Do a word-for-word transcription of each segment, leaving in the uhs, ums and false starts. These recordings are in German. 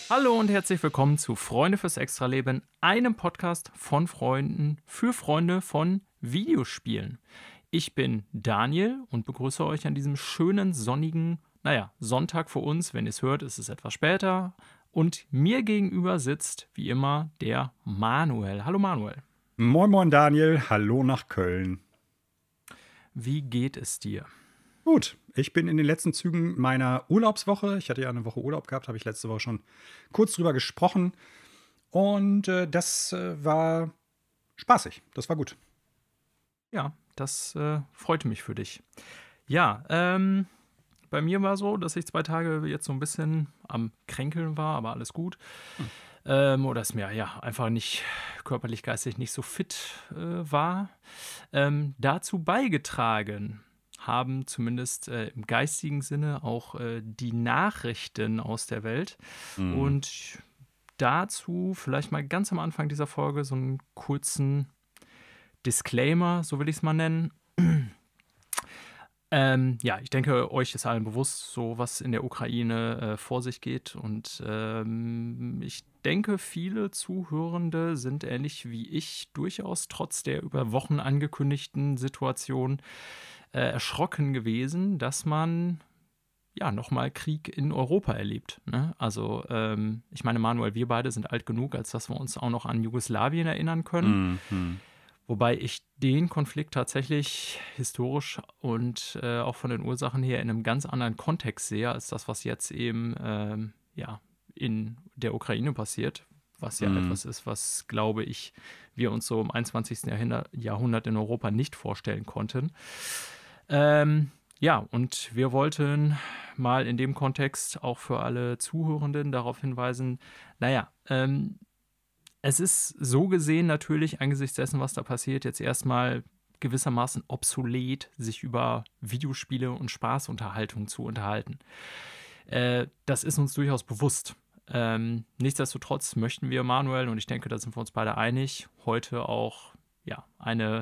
Hallo und herzlich willkommen zu Freunde fürs Extraleben, einem Podcast von Freunden für Freunde von Videospielen. Ich bin Daniel und begrüße euch an diesem schönen, sonnigen, naja, Sonntag für uns. Wenn ihr es hört, ist es etwas später. Und mir gegenüber sitzt, wie immer, der Manuel. Hallo Manuel. Moin moin Daniel, hallo nach Köln. Wie geht es dir? Gut, ich bin in den letzten Zügen meiner Urlaubswoche. Ich hatte ja eine Woche Urlaub gehabt, habe ich letzte Woche schon kurz drüber gesprochen. Und äh, das äh, war spaßig, das war gut. Ja, das äh, freute mich für dich. Ja, ähm, bei mir war so, dass ich zwei Tage jetzt so ein bisschen am Kränkeln war, aber alles gut. Hm. Ähm, oder es mir ja einfach nicht körperlich, geistig nicht so fit äh, war. Ähm, dazu beigetragen haben zumindest äh, im geistigen Sinne auch äh, die Nachrichten aus der Welt. Mhm. Und dazu vielleicht mal ganz am Anfang dieser Folge so einen kurzen Disclaimer, so will ich es mal nennen. Ähm, ja, ich denke, euch ist allen bewusst, so was in der Ukraine äh, vor sich geht. Und ähm, ich denke, viele Zuhörende sind ähnlich wie ich durchaus trotz der über Wochen angekündigten Situation äh, erschrocken gewesen, dass man ja nochmal Krieg in Europa erlebt. Ne? Also, ähm, ich meine, Manuel, wir beide sind alt genug, als dass wir uns auch noch an Jugoslawien erinnern können. Mhm. Wobei ich den Konflikt tatsächlich historisch und äh, auch von den Ursachen her in einem ganz anderen Kontext sehe, als das, was jetzt eben ähm, ja, in der Ukraine passiert. Was ja Mhm. etwas ist, was, glaube ich, wir uns so im einundzwanzigsten. Jahrhundert, Jahrhundert in Europa nicht vorstellen konnten. Ähm, ja, und wir wollten mal in dem Kontext auch für alle Zuhörenden darauf hinweisen, naja, ähm, es ist so gesehen natürlich angesichts dessen, was da passiert, jetzt erstmal gewissermaßen obsolet, sich über Videospiele und Spaßunterhaltung zu unterhalten. Äh, das ist uns durchaus bewusst. Ähm, nichtsdestotrotz möchten wir, Manuel, und ich denke, da sind wir uns beide einig, heute auch ja, eine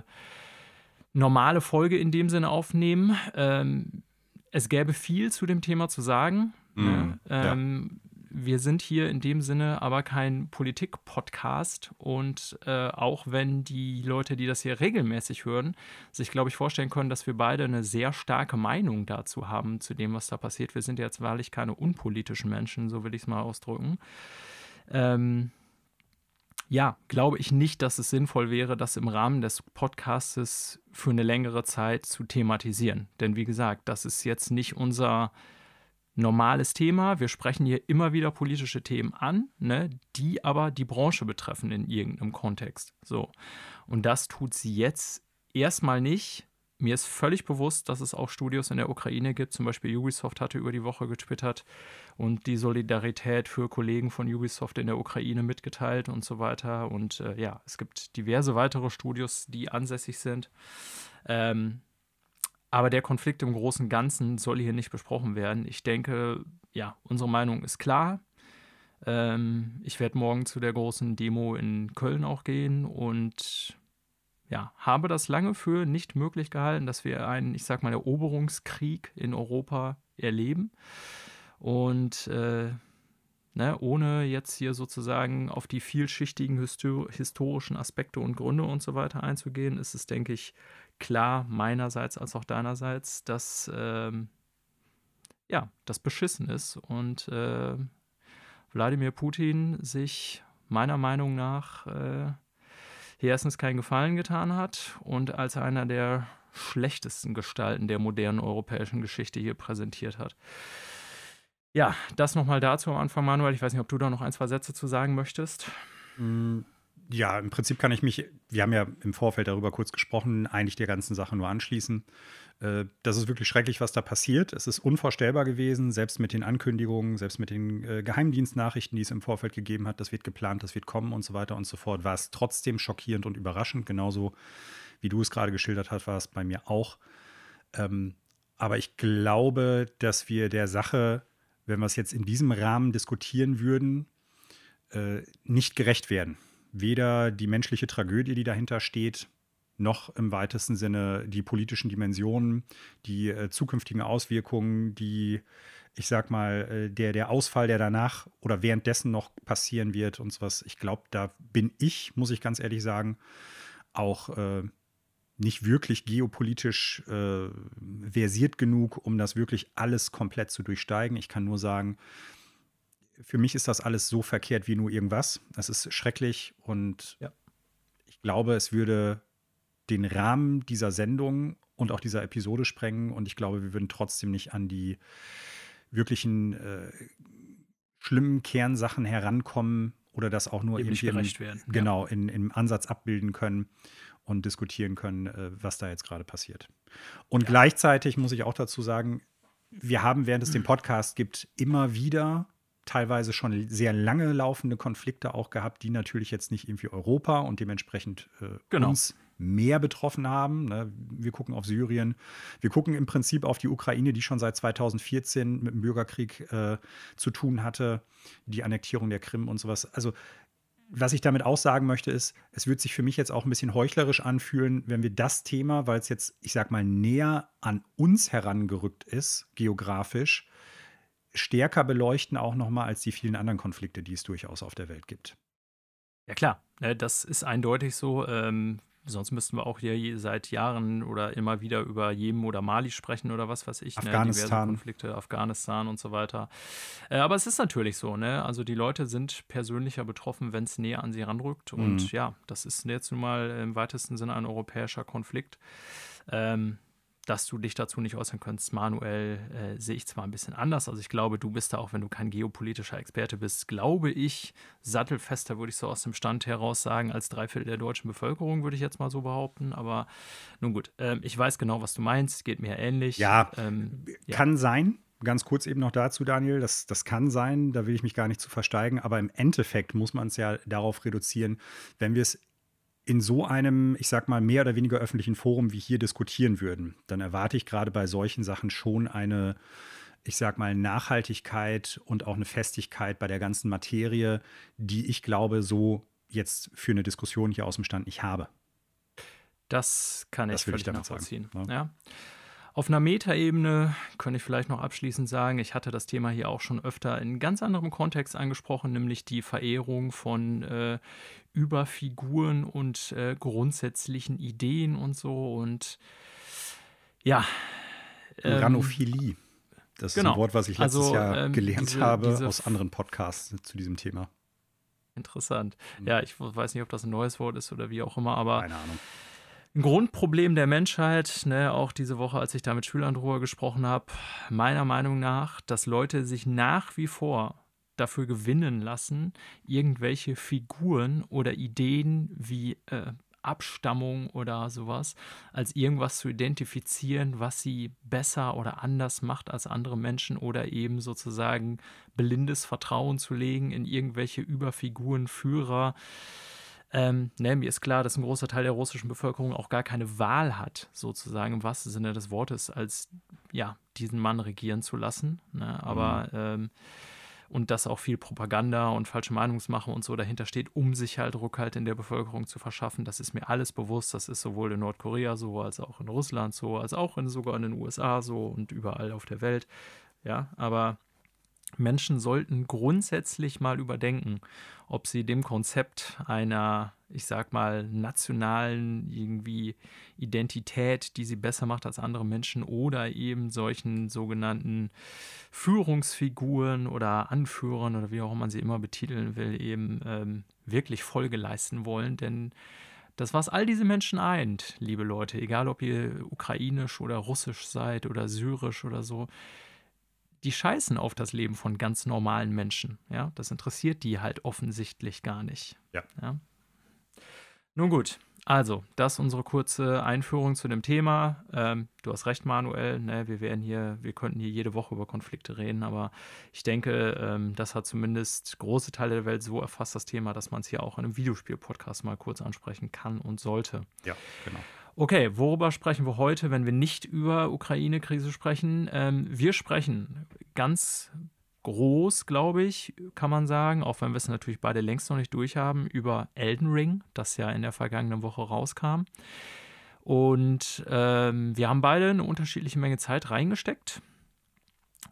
normale Folge in dem Sinne aufnehmen. Ähm, es gäbe viel zu dem Thema zu sagen. Mhm. Ne? Ja. Ähm, wir sind hier in dem Sinne aber kein Politik-Podcast und äh, auch wenn die Leute, die das hier regelmäßig hören, sich, glaube ich, vorstellen können, dass wir beide eine sehr starke Meinung dazu haben, zu dem, was da passiert. Wir sind jetzt wahrlich keine unpolitischen Menschen, so will ich es mal ausdrücken. Ähm, ja, glaube ich nicht, dass es sinnvoll wäre, das im Rahmen des Podcastes für eine längere Zeit zu thematisieren. Denn wie gesagt, das ist jetzt nicht unser normales Thema. Wir sprechen hier immer wieder politische Themen an, ne, die aber die Branche betreffen in irgendeinem Kontext. So. Und das tut sie jetzt erstmal nicht. Mir ist völlig bewusst, dass es auch Studios in der Ukraine gibt. Zum Beispiel Ubisoft hatte über die Woche getwittert und die Solidarität für Kollegen von Ubisoft in der Ukraine mitgeteilt und so weiter. Und äh, ja, es gibt diverse weitere Studios, die ansässig sind. Ähm, aber der Konflikt im Großen und Ganzen soll hier nicht besprochen werden. Ich denke, ja, unsere Meinung ist klar. Ähm, ich werde morgen zu der großen Demo in Köln auch gehen und ja, habe das lange für nicht möglich gehalten, dass wir einen, ich sag mal, Eroberungskrieg in Europa erleben. Und äh, ne, ohne jetzt hier sozusagen auf die vielschichtigen histor- historischen Aspekte und Gründe und so weiter einzugehen, ist es, denke ich, klar meinerseits als auch deinerseits, dass ähm, ja, das beschissen ist und äh, Wladimir Putin sich meiner Meinung nach äh, hier erstens keinen Gefallen getan hat und als einer der schlechtesten Gestalten der modernen europäischen Geschichte hier präsentiert hat. Ja, das nochmal dazu am Anfang, Manuel. Ich weiß nicht, ob du da noch ein, zwei Sätze zu sagen möchtest. Ja, im Prinzip kann ich mich, wir haben ja im Vorfeld darüber kurz gesprochen, eigentlich der ganzen Sache nur anschließen. Äh, das ist wirklich schrecklich, was da passiert. Es ist unvorstellbar gewesen, selbst mit den Ankündigungen, selbst mit den äh, Geheimdienstnachrichten, die es im Vorfeld gegeben hat, das wird geplant, das wird kommen und so weiter und so fort, war es trotzdem schockierend und überraschend. Genauso wie du es gerade geschildert hast, war es bei mir auch. Ähm, aber ich glaube, dass wir der Sache, wenn wir es jetzt in diesem Rahmen diskutieren würden, äh, nicht gerecht werden. Weder die menschliche Tragödie, die dahinter steht, noch im weitesten Sinne die politischen Dimensionen, die äh, zukünftigen Auswirkungen, die ich sag mal, äh, der, der Ausfall, der danach oder währenddessen noch passieren wird und sowas, ich glaube, da bin ich, muss ich ganz ehrlich sagen, auch äh, nicht wirklich geopolitisch äh, versiert genug, um das wirklich alles komplett zu durchsteigen. Ich kann nur sagen, für mich ist das alles so verkehrt wie nur irgendwas. Es ist schrecklich und Ja. ich glaube, es würde den Rahmen dieser Sendung und auch dieser Episode sprengen und ich glaube, wir würden trotzdem nicht an die wirklichen äh, schlimmen Kernsachen herankommen oder das auch nur Dem nicht irgendwie gerecht werden. im, genau in, im Ansatz abbilden können und diskutieren können, äh, was da jetzt gerade passiert. Und Ja. gleichzeitig muss ich auch dazu sagen, wir haben, während es den Podcast gibt, immer wieder teilweise schon sehr lange laufende Konflikte auch gehabt, die natürlich jetzt nicht irgendwie Europa und dementsprechend äh, Genau. uns mehr betroffen haben. Ne? Wir gucken auf Syrien. Wir gucken im Prinzip auf die Ukraine, die schon seit zweitausendvierzehn mit dem Bürgerkrieg äh, zu tun hatte, die Annektierung der Krim und sowas. Also was ich damit auch sagen möchte, ist, es wird sich für mich jetzt auch ein bisschen heuchlerisch anfühlen, wenn wir das Thema, weil es jetzt, ich sag mal, näher an uns herangerückt ist, geografisch, stärker beleuchten, auch nochmal als die vielen anderen Konflikte, die es durchaus auf der Welt gibt. Ja klar, ne, das ist eindeutig so. Ähm, sonst müssten wir auch hier je- seit Jahren oder immer wieder über Jemen oder Mali sprechen oder was weiß ich. Ne, diverse Afghanistan. Konflikte, Afghanistan und so weiter. Äh, aber es ist natürlich so, ne? Also die Leute sind persönlicher betroffen, wenn es näher an sie ranrückt. Mhm. Und ja, das ist jetzt nun mal im weitesten Sinne ein europäischer Konflikt. Ähm, dass du dich dazu nicht äußern könntest, Manuel, äh, sehe ich zwar ein bisschen anders. Also ich glaube, du bist da, auch wenn du kein geopolitischer Experte bist, glaube ich, sattelfester, würde ich so aus dem Stand heraus sagen, als drei Viertel der deutschen Bevölkerung, würde ich jetzt mal so behaupten. Aber nun gut, ähm, ich weiß genau, was du meinst, geht mir ähnlich. Ja, ähm, ja. kann sein. Ganz kurz eben noch dazu, Daniel, das, das kann sein, da will ich mich gar nicht zu versteigen, aber im Endeffekt muss man es ja darauf reduzieren, wenn wir es in so einem, ich sag mal, mehr oder weniger öffentlichen Forum wie hier diskutieren würden, dann erwarte ich gerade bei solchen Sachen schon eine, ich sag mal, Nachhaltigkeit und auch eine Festigkeit bei der ganzen Materie, die ich glaube, so jetzt für eine Diskussion hier aus dem Stand nicht habe. Das kann ich Das will ich völlig damit sagen, nachvollziehen. ne? Ja. Auf einer Metaebene könnte ich vielleicht noch abschließend sagen, ich hatte das Thema hier auch schon öfter in ganz anderem Kontext angesprochen, nämlich die Verehrung von äh, Überfiguren und äh, grundsätzlichen Ideen und so. Und ja. ähm, Uranophilie. Das ist genau. ein Wort, was ich letztes Also, Jahr ähm, gelernt diese- habe diese aus anderen Podcasts zu diesem Thema. Interessant. Mhm. Ja, ich weiß nicht, ob das ein neues Wort ist oder wie auch immer, aber Keine Ahnung. ein Grundproblem der Menschheit, ne, auch diese Woche, als ich da mit Schülern drüber gesprochen habe, meiner Meinung nach, dass Leute sich nach wie vor dafür gewinnen lassen, irgendwelche Figuren oder Ideen wie äh, Abstammung oder sowas, als irgendwas zu identifizieren, was sie besser oder anders macht als andere Menschen oder eben sozusagen blindes Vertrauen zu legen in irgendwelche Überfiguren, Führer. Ähm, ne, mir ist klar, dass ein großer Teil der russischen Bevölkerung auch gar keine Wahl hat, sozusagen im wahrsten Sinne des Wortes, als ja, diesen Mann regieren zu lassen. Ne? Aber ähm, und dass auch viel Propaganda und falsche Meinungsmache und so dahinter steht, um sich halt Rückhalt in der Bevölkerung zu verschaffen. Das ist mir alles bewusst. Das ist sowohl in Nordkorea so, als auch in Russland so, als auch in, sogar in den U S A so und überall auf der Welt. Ja, aber Menschen sollten grundsätzlich mal überdenken, ob sie dem Konzept einer, ich sag mal, nationalen irgendwie Identität, die sie besser macht als andere Menschen, oder eben solchen sogenannten Führungsfiguren oder Anführern oder wie auch man sie immer betiteln will, eben ähm, wirklich Folge leisten wollen. Denn das, was all diese Menschen eint, liebe Leute, egal ob ihr ukrainisch oder russisch seid oder syrisch oder so, die scheißen auf das Leben von ganz normalen Menschen. Ja, das interessiert die halt offensichtlich gar nicht. Ja. Ja. Nun gut, also, das ist unsere kurze Einführung zu dem Thema. Ähm, du hast recht, Manuel, ne, wir werden hier, wir könnten hier jede Woche über Konflikte reden, aber ich denke, ähm, das hat zumindest große Teile der Welt so erfasst, das Thema, dass man es hier auch in einem Videospiel-Podcast mal kurz ansprechen kann und sollte. Ja, genau. Okay, worüber sprechen wir heute, wenn wir nicht über Ukraine-Krise sprechen? Ähm, wir sprechen ganz groß, glaube ich, kann man sagen, auch wenn wir es natürlich beide längst noch nicht durchhaben, über Elden Ring, das ja in der vergangenen Woche rauskam. Und ähm, wir haben beide eine unterschiedliche Menge Zeit reingesteckt.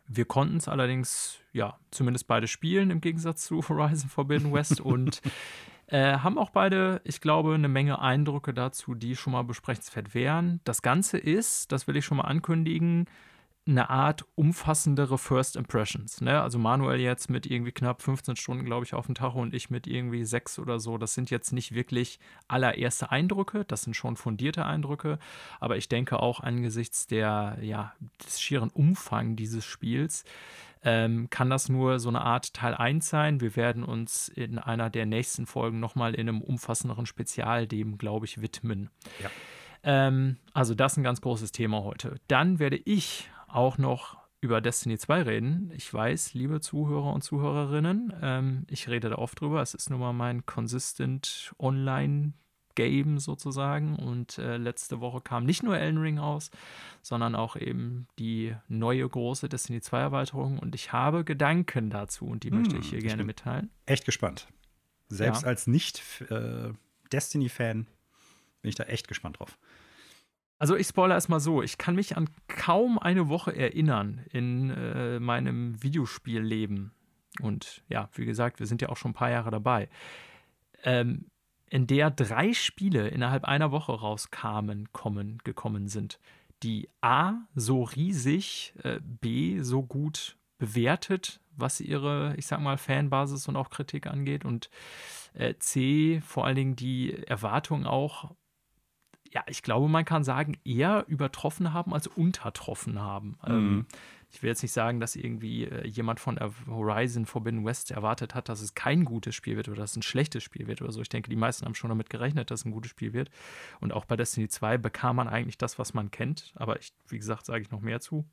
Wir konnten es allerdings, ja, zumindest beide spielen, im Gegensatz zu Horizon Forbidden West und äh, haben auch beide, ich glaube, eine Menge Eindrücke dazu, die schon mal besprechenswert wären. Das Ganze ist, das will ich schon mal ankündigen, eine Art umfassendere First Impressions. Ne? Also Manuel jetzt mit irgendwie knapp fünfzehn Stunden, glaube ich, auf dem Tacho und ich mit irgendwie sechs oder so. Das sind jetzt nicht wirklich allererste Eindrücke, das sind schon fundierte Eindrücke. Aber ich denke auch angesichts der, ja, des schieren Umfangs dieses Spiels ähm, kann das nur so eine Art Teil eins sein. Wir werden uns in einer der nächsten Folgen nochmal in einem umfassenderen Spezial dem, glaube ich, widmen. Ja. Ähm, also das ist ein ganz großes Thema heute. Dann werde ich auch noch über Destiny zwei reden. Ich weiß, liebe Zuhörer und Zuhörerinnen, ähm, ich rede da oft drüber. Es ist nun mal mein consistent Online-Game sozusagen. Und äh, letzte Woche kam nicht nur Elden Ring raus, sondern auch eben die neue große Destiny zwei Erweiterung. Und ich habe Gedanken dazu und die hm, möchte ich hier ich gerne mitteilen. Echt gespannt. Selbst ja. als Nicht-Destiny-Fan bin ich da echt gespannt drauf. Also ich spoilere erstmal so, ich kann mich an kaum eine Woche erinnern in äh, meinem Videospielleben. Und ja, wie gesagt, wir sind ja auch schon ein paar Jahre dabei. Ähm, in der drei Spiele innerhalb einer Woche rauskamen, kommen, gekommen sind, die A, so riesig, äh, B, so gut bewertet, was ihre, ich sag mal, Fanbasis und auch Kritik angeht und äh, C, vor allen Dingen die Erwartungen auch, ja, ich glaube, man kann sagen, eher übertroffen haben als untertroffen haben. Mhm. Ähm, ich will jetzt nicht sagen, dass irgendwie äh, jemand von Horizon Forbidden West erwartet hat, dass es kein gutes Spiel wird oder dass es ein schlechtes Spiel wird oder so. Ich denke, die meisten haben schon damit gerechnet, dass es ein gutes Spiel wird. Und auch bei Destiny zwei bekam man eigentlich das, was man kennt. Aber ich, wie gesagt, sage ich noch mehr zu.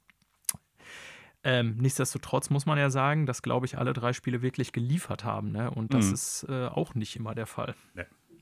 Ähm, nichtsdestotrotz muss man ja sagen, dass, glaube ich, alle drei Spiele wirklich geliefert haben. Ne? Und das mhm. ist äh, auch nicht immer der Fall. Nee.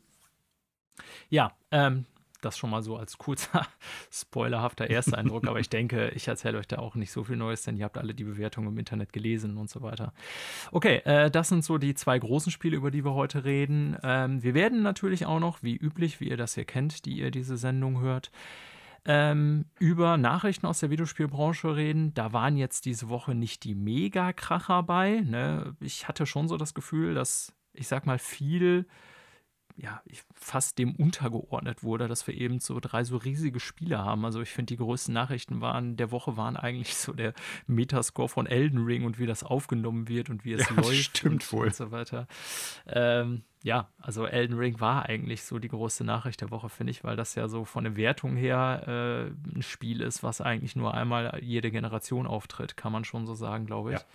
Ja, ähm, das schon mal so als kurzer, spoilerhafter Ersteindruck. Aber ich denke, ich erzähle euch da auch nicht so viel Neues, denn ihr habt alle die Bewertungen im Internet gelesen und so weiter. Okay, äh, das sind so die zwei großen Spiele, über die wir heute reden. Ähm, wir werden natürlich auch noch, wie üblich, wie ihr das hier kennt, die ihr diese Sendung hört, ähm, über Nachrichten aus der Videospielbranche reden. Da waren jetzt diese Woche nicht die Mega-Kracher bei. Ne? Ich hatte schon so das Gefühl, dass, ich sag mal, viel ja, fast dem untergeordnet wurde, dass wir eben so drei so riesige Spiele haben. Also ich finde, die größten Nachrichten waren der Woche waren eigentlich so der Metascore von Elden Ring und wie das aufgenommen wird und wie es ja, läuft stimmt und, wohl. und so weiter. Ähm, ja, also Elden Ring war eigentlich so die große Nachricht der Woche, finde ich, weil das ja so von der Wertung her äh, ein Spiel ist, was eigentlich nur einmal jede Generation auftritt, kann man schon so sagen, glaube ich. Ja.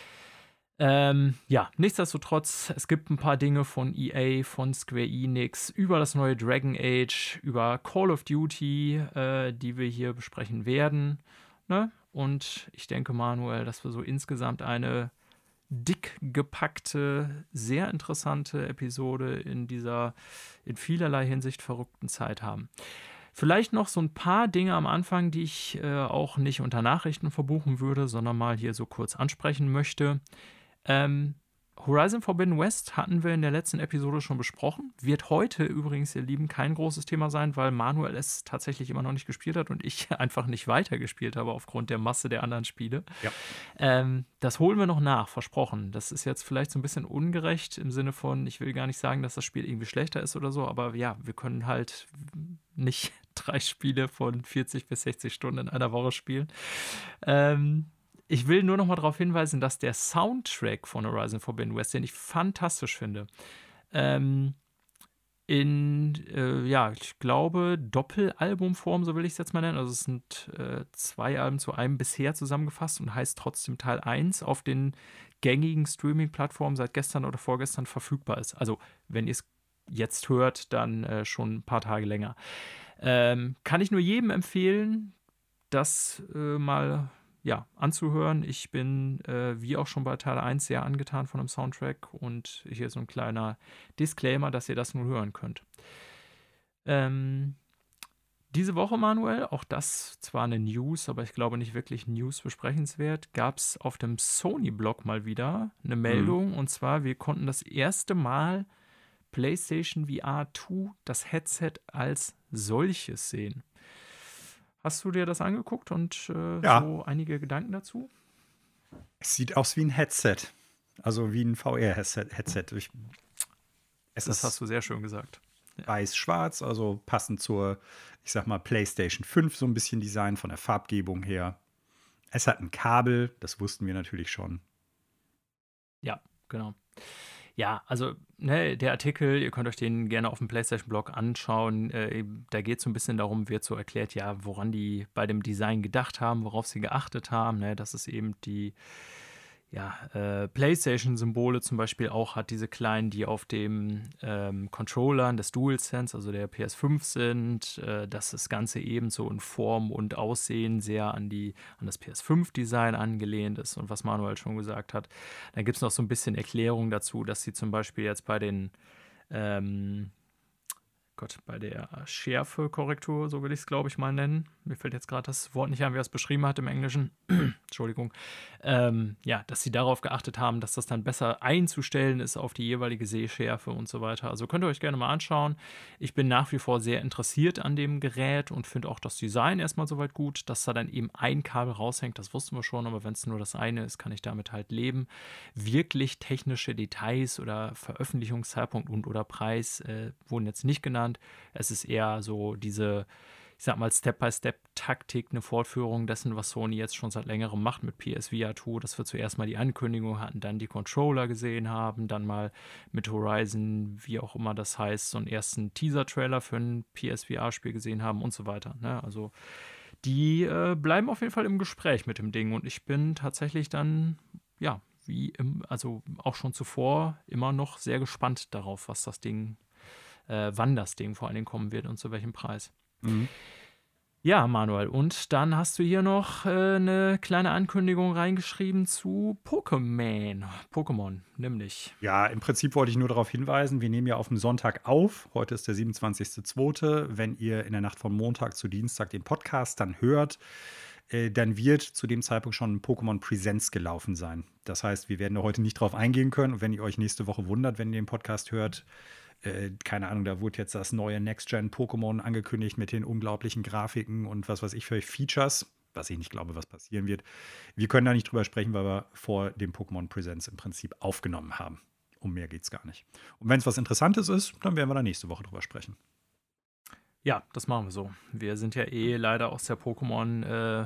Ähm, ja, nichtsdestotrotz, es gibt ein paar Dinge von E A, von Square Enix, über das neue Dragon Age, über Call of Duty, äh, die wir hier besprechen werden. Ne? Und ich denke, Manuel, dass wir so insgesamt eine dick gepackte, sehr interessante Episode in dieser in vielerlei Hinsicht verrückten Zeit haben. Vielleicht noch so ein paar Dinge am Anfang, die ich äh, auch nicht unter Nachrichten verbuchen würde, sondern mal hier so kurz ansprechen möchte. Ähm, Horizon Forbidden West hatten wir in der letzten Episode schon besprochen. Wird heute übrigens, ihr Lieben, kein großes Thema sein, weil Manuel es tatsächlich immer noch nicht gespielt hat und ich einfach nicht weitergespielt habe aufgrund der Masse der anderen Spiele. Ja. Ähm, das holen wir noch nach, versprochen. Das ist jetzt vielleicht so ein bisschen ungerecht im Sinne von, ich will gar nicht sagen, dass das Spiel irgendwie schlechter ist oder so, aber ja, wir können halt nicht drei Spiele von vierzig bis sechzig Stunden in einer Woche spielen. Ähm, Ich will nur noch mal darauf hinweisen, dass der Soundtrack von Horizon Forbidden West, den ich fantastisch finde, ähm, in, äh, ja, ich glaube, Doppelalbumform, so will ich es jetzt mal nennen. Also es sind äh, zwei Alben zu einem bisher zusammengefasst und heißt trotzdem Teil eins auf den gängigen Streaming-Plattformen seit gestern oder vorgestern verfügbar ist. Also wenn ihr es jetzt hört, dann äh, schon ein paar Tage länger. Ähm, kann ich nur jedem empfehlen, das äh, mal ja, anzuhören. Ich bin, äh, wie auch schon bei Teil eins, sehr angetan von dem Soundtrack und hier so ein kleiner Disclaimer, dass ihr das nur hören könnt. Ähm, diese Woche, Manuel, auch das zwar eine News, aber ich glaube nicht wirklich News besprechenswert, gab es auf dem Sony-Blog mal wieder eine Meldung, mhm. und zwar, wir konnten das erste Mal PlayStation V R zwei, das Headset als solches sehen. Hast du dir das angeguckt und äh, ja. so einige Gedanken dazu? Es sieht aus wie ein Headset. Also wie ein V R-Headset. Ich, es Das ist hast du sehr schön gesagt. Ja. weiß-schwarz, also passend zur, ich sag mal, PlayStation fünf, so ein bisschen Design von der Farbgebung her. Es hat ein Kabel, das wussten wir natürlich schon. Ja, genau. Ja, also ne, der Artikel, ihr könnt euch den gerne auf dem PlayStation-Blog anschauen. Äh, da geht es so ein bisschen darum, wird so erklärt, ja, woran die bei dem Design gedacht haben, worauf sie geachtet haben. Ne, dass es eben die ja, äh, PlayStation-Symbole zum Beispiel auch hat, diese kleinen, die auf dem ähm, Controllern des DualSense, also der P S fünf sind, äh, dass das Ganze ebenso in Form und Aussehen sehr an, die, an das P S fünf-Design angelehnt ist und was Manuel schon gesagt hat. Dann gibt es noch so ein bisschen Erklärung dazu, dass sie zum Beispiel jetzt bei den ähm, Gott, bei der Schärfe-Korrektur, so will ich es, glaube ich, mal nennen. Mir fällt jetzt gerade das Wort nicht ein, wie er es beschrieben hat im Englischen. Entschuldigung. Ähm, ja, dass sie darauf geachtet haben, dass das dann besser einzustellen ist auf die jeweilige Sehschärfe und so weiter. Also könnt ihr euch gerne mal anschauen. Ich bin nach wie vor sehr interessiert an dem Gerät und finde auch das Design erstmal soweit gut. Dass da dann eben ein Kabel raushängt, das wussten wir schon, aber wenn es nur das eine ist, kann ich damit halt leben. Wirklich technische Details oder Veröffentlichungszeitpunkt und oder Preis äh, wurden jetzt nicht genannt. Es ist eher so diese, ich sag mal, Step-by-Step-Taktik, eine Fortführung dessen, was Sony jetzt schon seit längerem macht mit P S V R zwei, dass wir zuerst mal die Ankündigung hatten, dann die Controller gesehen haben, dann mal mit Horizon, wie auch immer das heißt, so einen ersten Teaser-Trailer für ein P S V R-Spiel gesehen haben und so weiter. Ne? Also die äh, bleiben auf jeden Fall im Gespräch mit dem Ding und ich bin tatsächlich dann, ja, wie im, also auch schon zuvor, immer noch sehr gespannt darauf, was das Ding äh, wann das Ding vor allen Dingen kommen wird und zu welchem Preis. Mhm. Ja, Manuel, und dann hast du hier noch äh, eine kleine Ankündigung reingeschrieben zu Pokémon. Pokémon, nämlich. Ja, im Prinzip wollte ich nur darauf hinweisen, wir nehmen ja auf dem Sonntag auf. Heute ist der siebenundzwanzigster zweite Wenn ihr in der Nacht von Montag zu Dienstag den Podcast dann hört, äh, dann wird zu dem Zeitpunkt schon Pokémon Presents gelaufen sein. Das heißt, wir werden da heute nicht drauf eingehen können. Und wenn ihr euch nächste Woche wundert, wenn ihr den Podcast hört, äh, keine Ahnung, da wurde jetzt das neue Next-Gen-Pokémon angekündigt mit den unglaublichen Grafiken und was weiß ich für Features, was ich nicht glaube, was passieren wird. Wir können da nicht drüber sprechen, weil wir vor dem Pokémon Presents im Prinzip aufgenommen haben. Um mehr geht es gar nicht. Und wenn es was Interessantes ist, dann werden wir da nächste Woche drüber sprechen. Ja, das machen wir so. Wir sind ja eh leider aus der Pokémon- äh,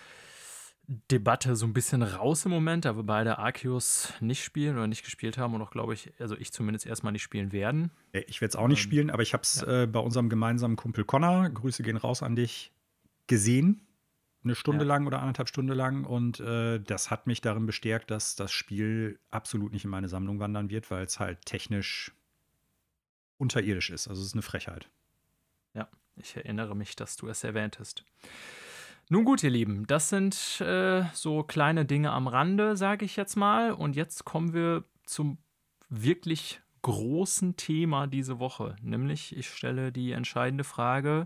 Debatte so ein bisschen raus im Moment, da wir beide Arceus nicht spielen oder nicht gespielt haben und auch, glaube ich, also ich zumindest erstmal nicht spielen werden. Ich werde es auch nicht ähm, spielen, aber ich habe es ja. äh, bei unserem gemeinsamen Kumpel Connor, Grüße gehen raus an dich, gesehen. Eine Stunde ja. lang oder anderthalb Stunden lang. Und äh, das hat mich darin bestärkt, dass das Spiel absolut nicht in meine Sammlung wandern wird, weil es halt technisch unterirdisch ist. Also es ist eine Frechheit. Ja, ich erinnere mich, dass du es erwähntest. Nun gut, ihr Lieben, das sind äh, so kleine Dinge am Rande, sage ich jetzt mal. Und jetzt kommen wir zum wirklich großen Thema diese Woche. Nämlich, ich stelle die entscheidende Frage,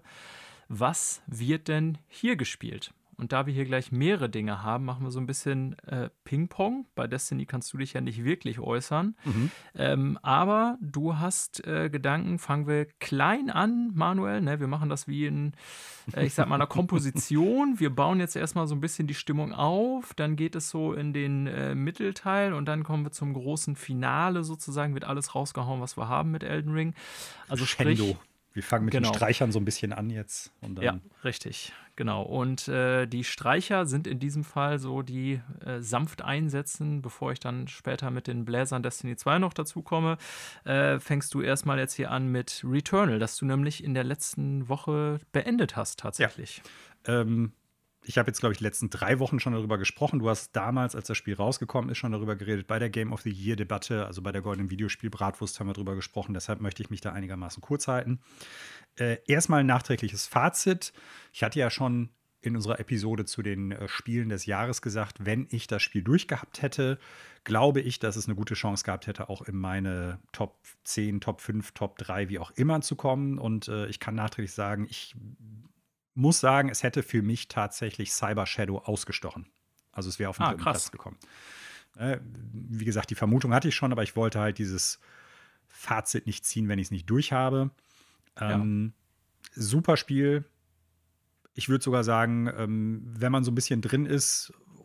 was wird denn hier gespielt? Und da wir hier gleich mehrere Dinge haben, machen wir so ein bisschen äh, Ping-Pong. Bei Destiny kannst du dich ja nicht wirklich äußern. Mhm. Ähm, aber du hast äh, Gedanken, fangen wir klein an, Manuel. Ne? Wir machen das wie in, äh, ich sag mal, einer Komposition. Wir bauen jetzt erstmal so ein bisschen die Stimmung auf. Dann geht es so in den äh, Mittelteil und dann kommen wir zum großen Finale sozusagen. Wird alles rausgehauen, was wir haben mit Elden Ring. Also sprich, wir fangen mit genau. den Streichern so ein bisschen an jetzt. Und dann ja, richtig, genau. Und äh, die Streicher sind in diesem Fall so die äh, sanft einsetzen, bevor ich dann später mit den Bläsern Destiny zwei noch dazu komme. Äh, fängst du erstmal jetzt hier an mit Returnal, das du nämlich in der letzten Woche beendet hast tatsächlich. Ja. Ähm, ich habe jetzt, glaube ich, die letzten drei Wochen schon darüber gesprochen. Du hast damals, als das Spiel rausgekommen ist, schon darüber geredet. Bei der Game of the Year-Debatte, also bei der Goldenen Videospiel-Bratwurst, haben wir darüber gesprochen. Deshalb möchte ich mich da einigermaßen kurz halten. Äh, erstmal ein nachträgliches Fazit. Ich hatte ja schon in unserer Episode zu den äh, Spielen des Jahres gesagt, wenn ich das Spiel durchgehabt hätte, glaube ich, dass es eine gute Chance gehabt hätte, auch in meine Top zehn, Top fünf, Top drei, wie auch immer zu kommen. Und äh, ich kann nachträglich sagen, ich muss sagen, es hätte für mich tatsächlich Cyber Shadow ausgestochen. Also es wäre auf den ah, dritten Platz gekommen. Äh, wie gesagt, die Vermutung hatte ich schon, aber ich wollte halt dieses Fazit nicht ziehen, wenn ich es nicht durchhabe. Ähm, ja. Super Spiel. Ich würde sogar sagen, ähm, wenn man so ein bisschen drin ist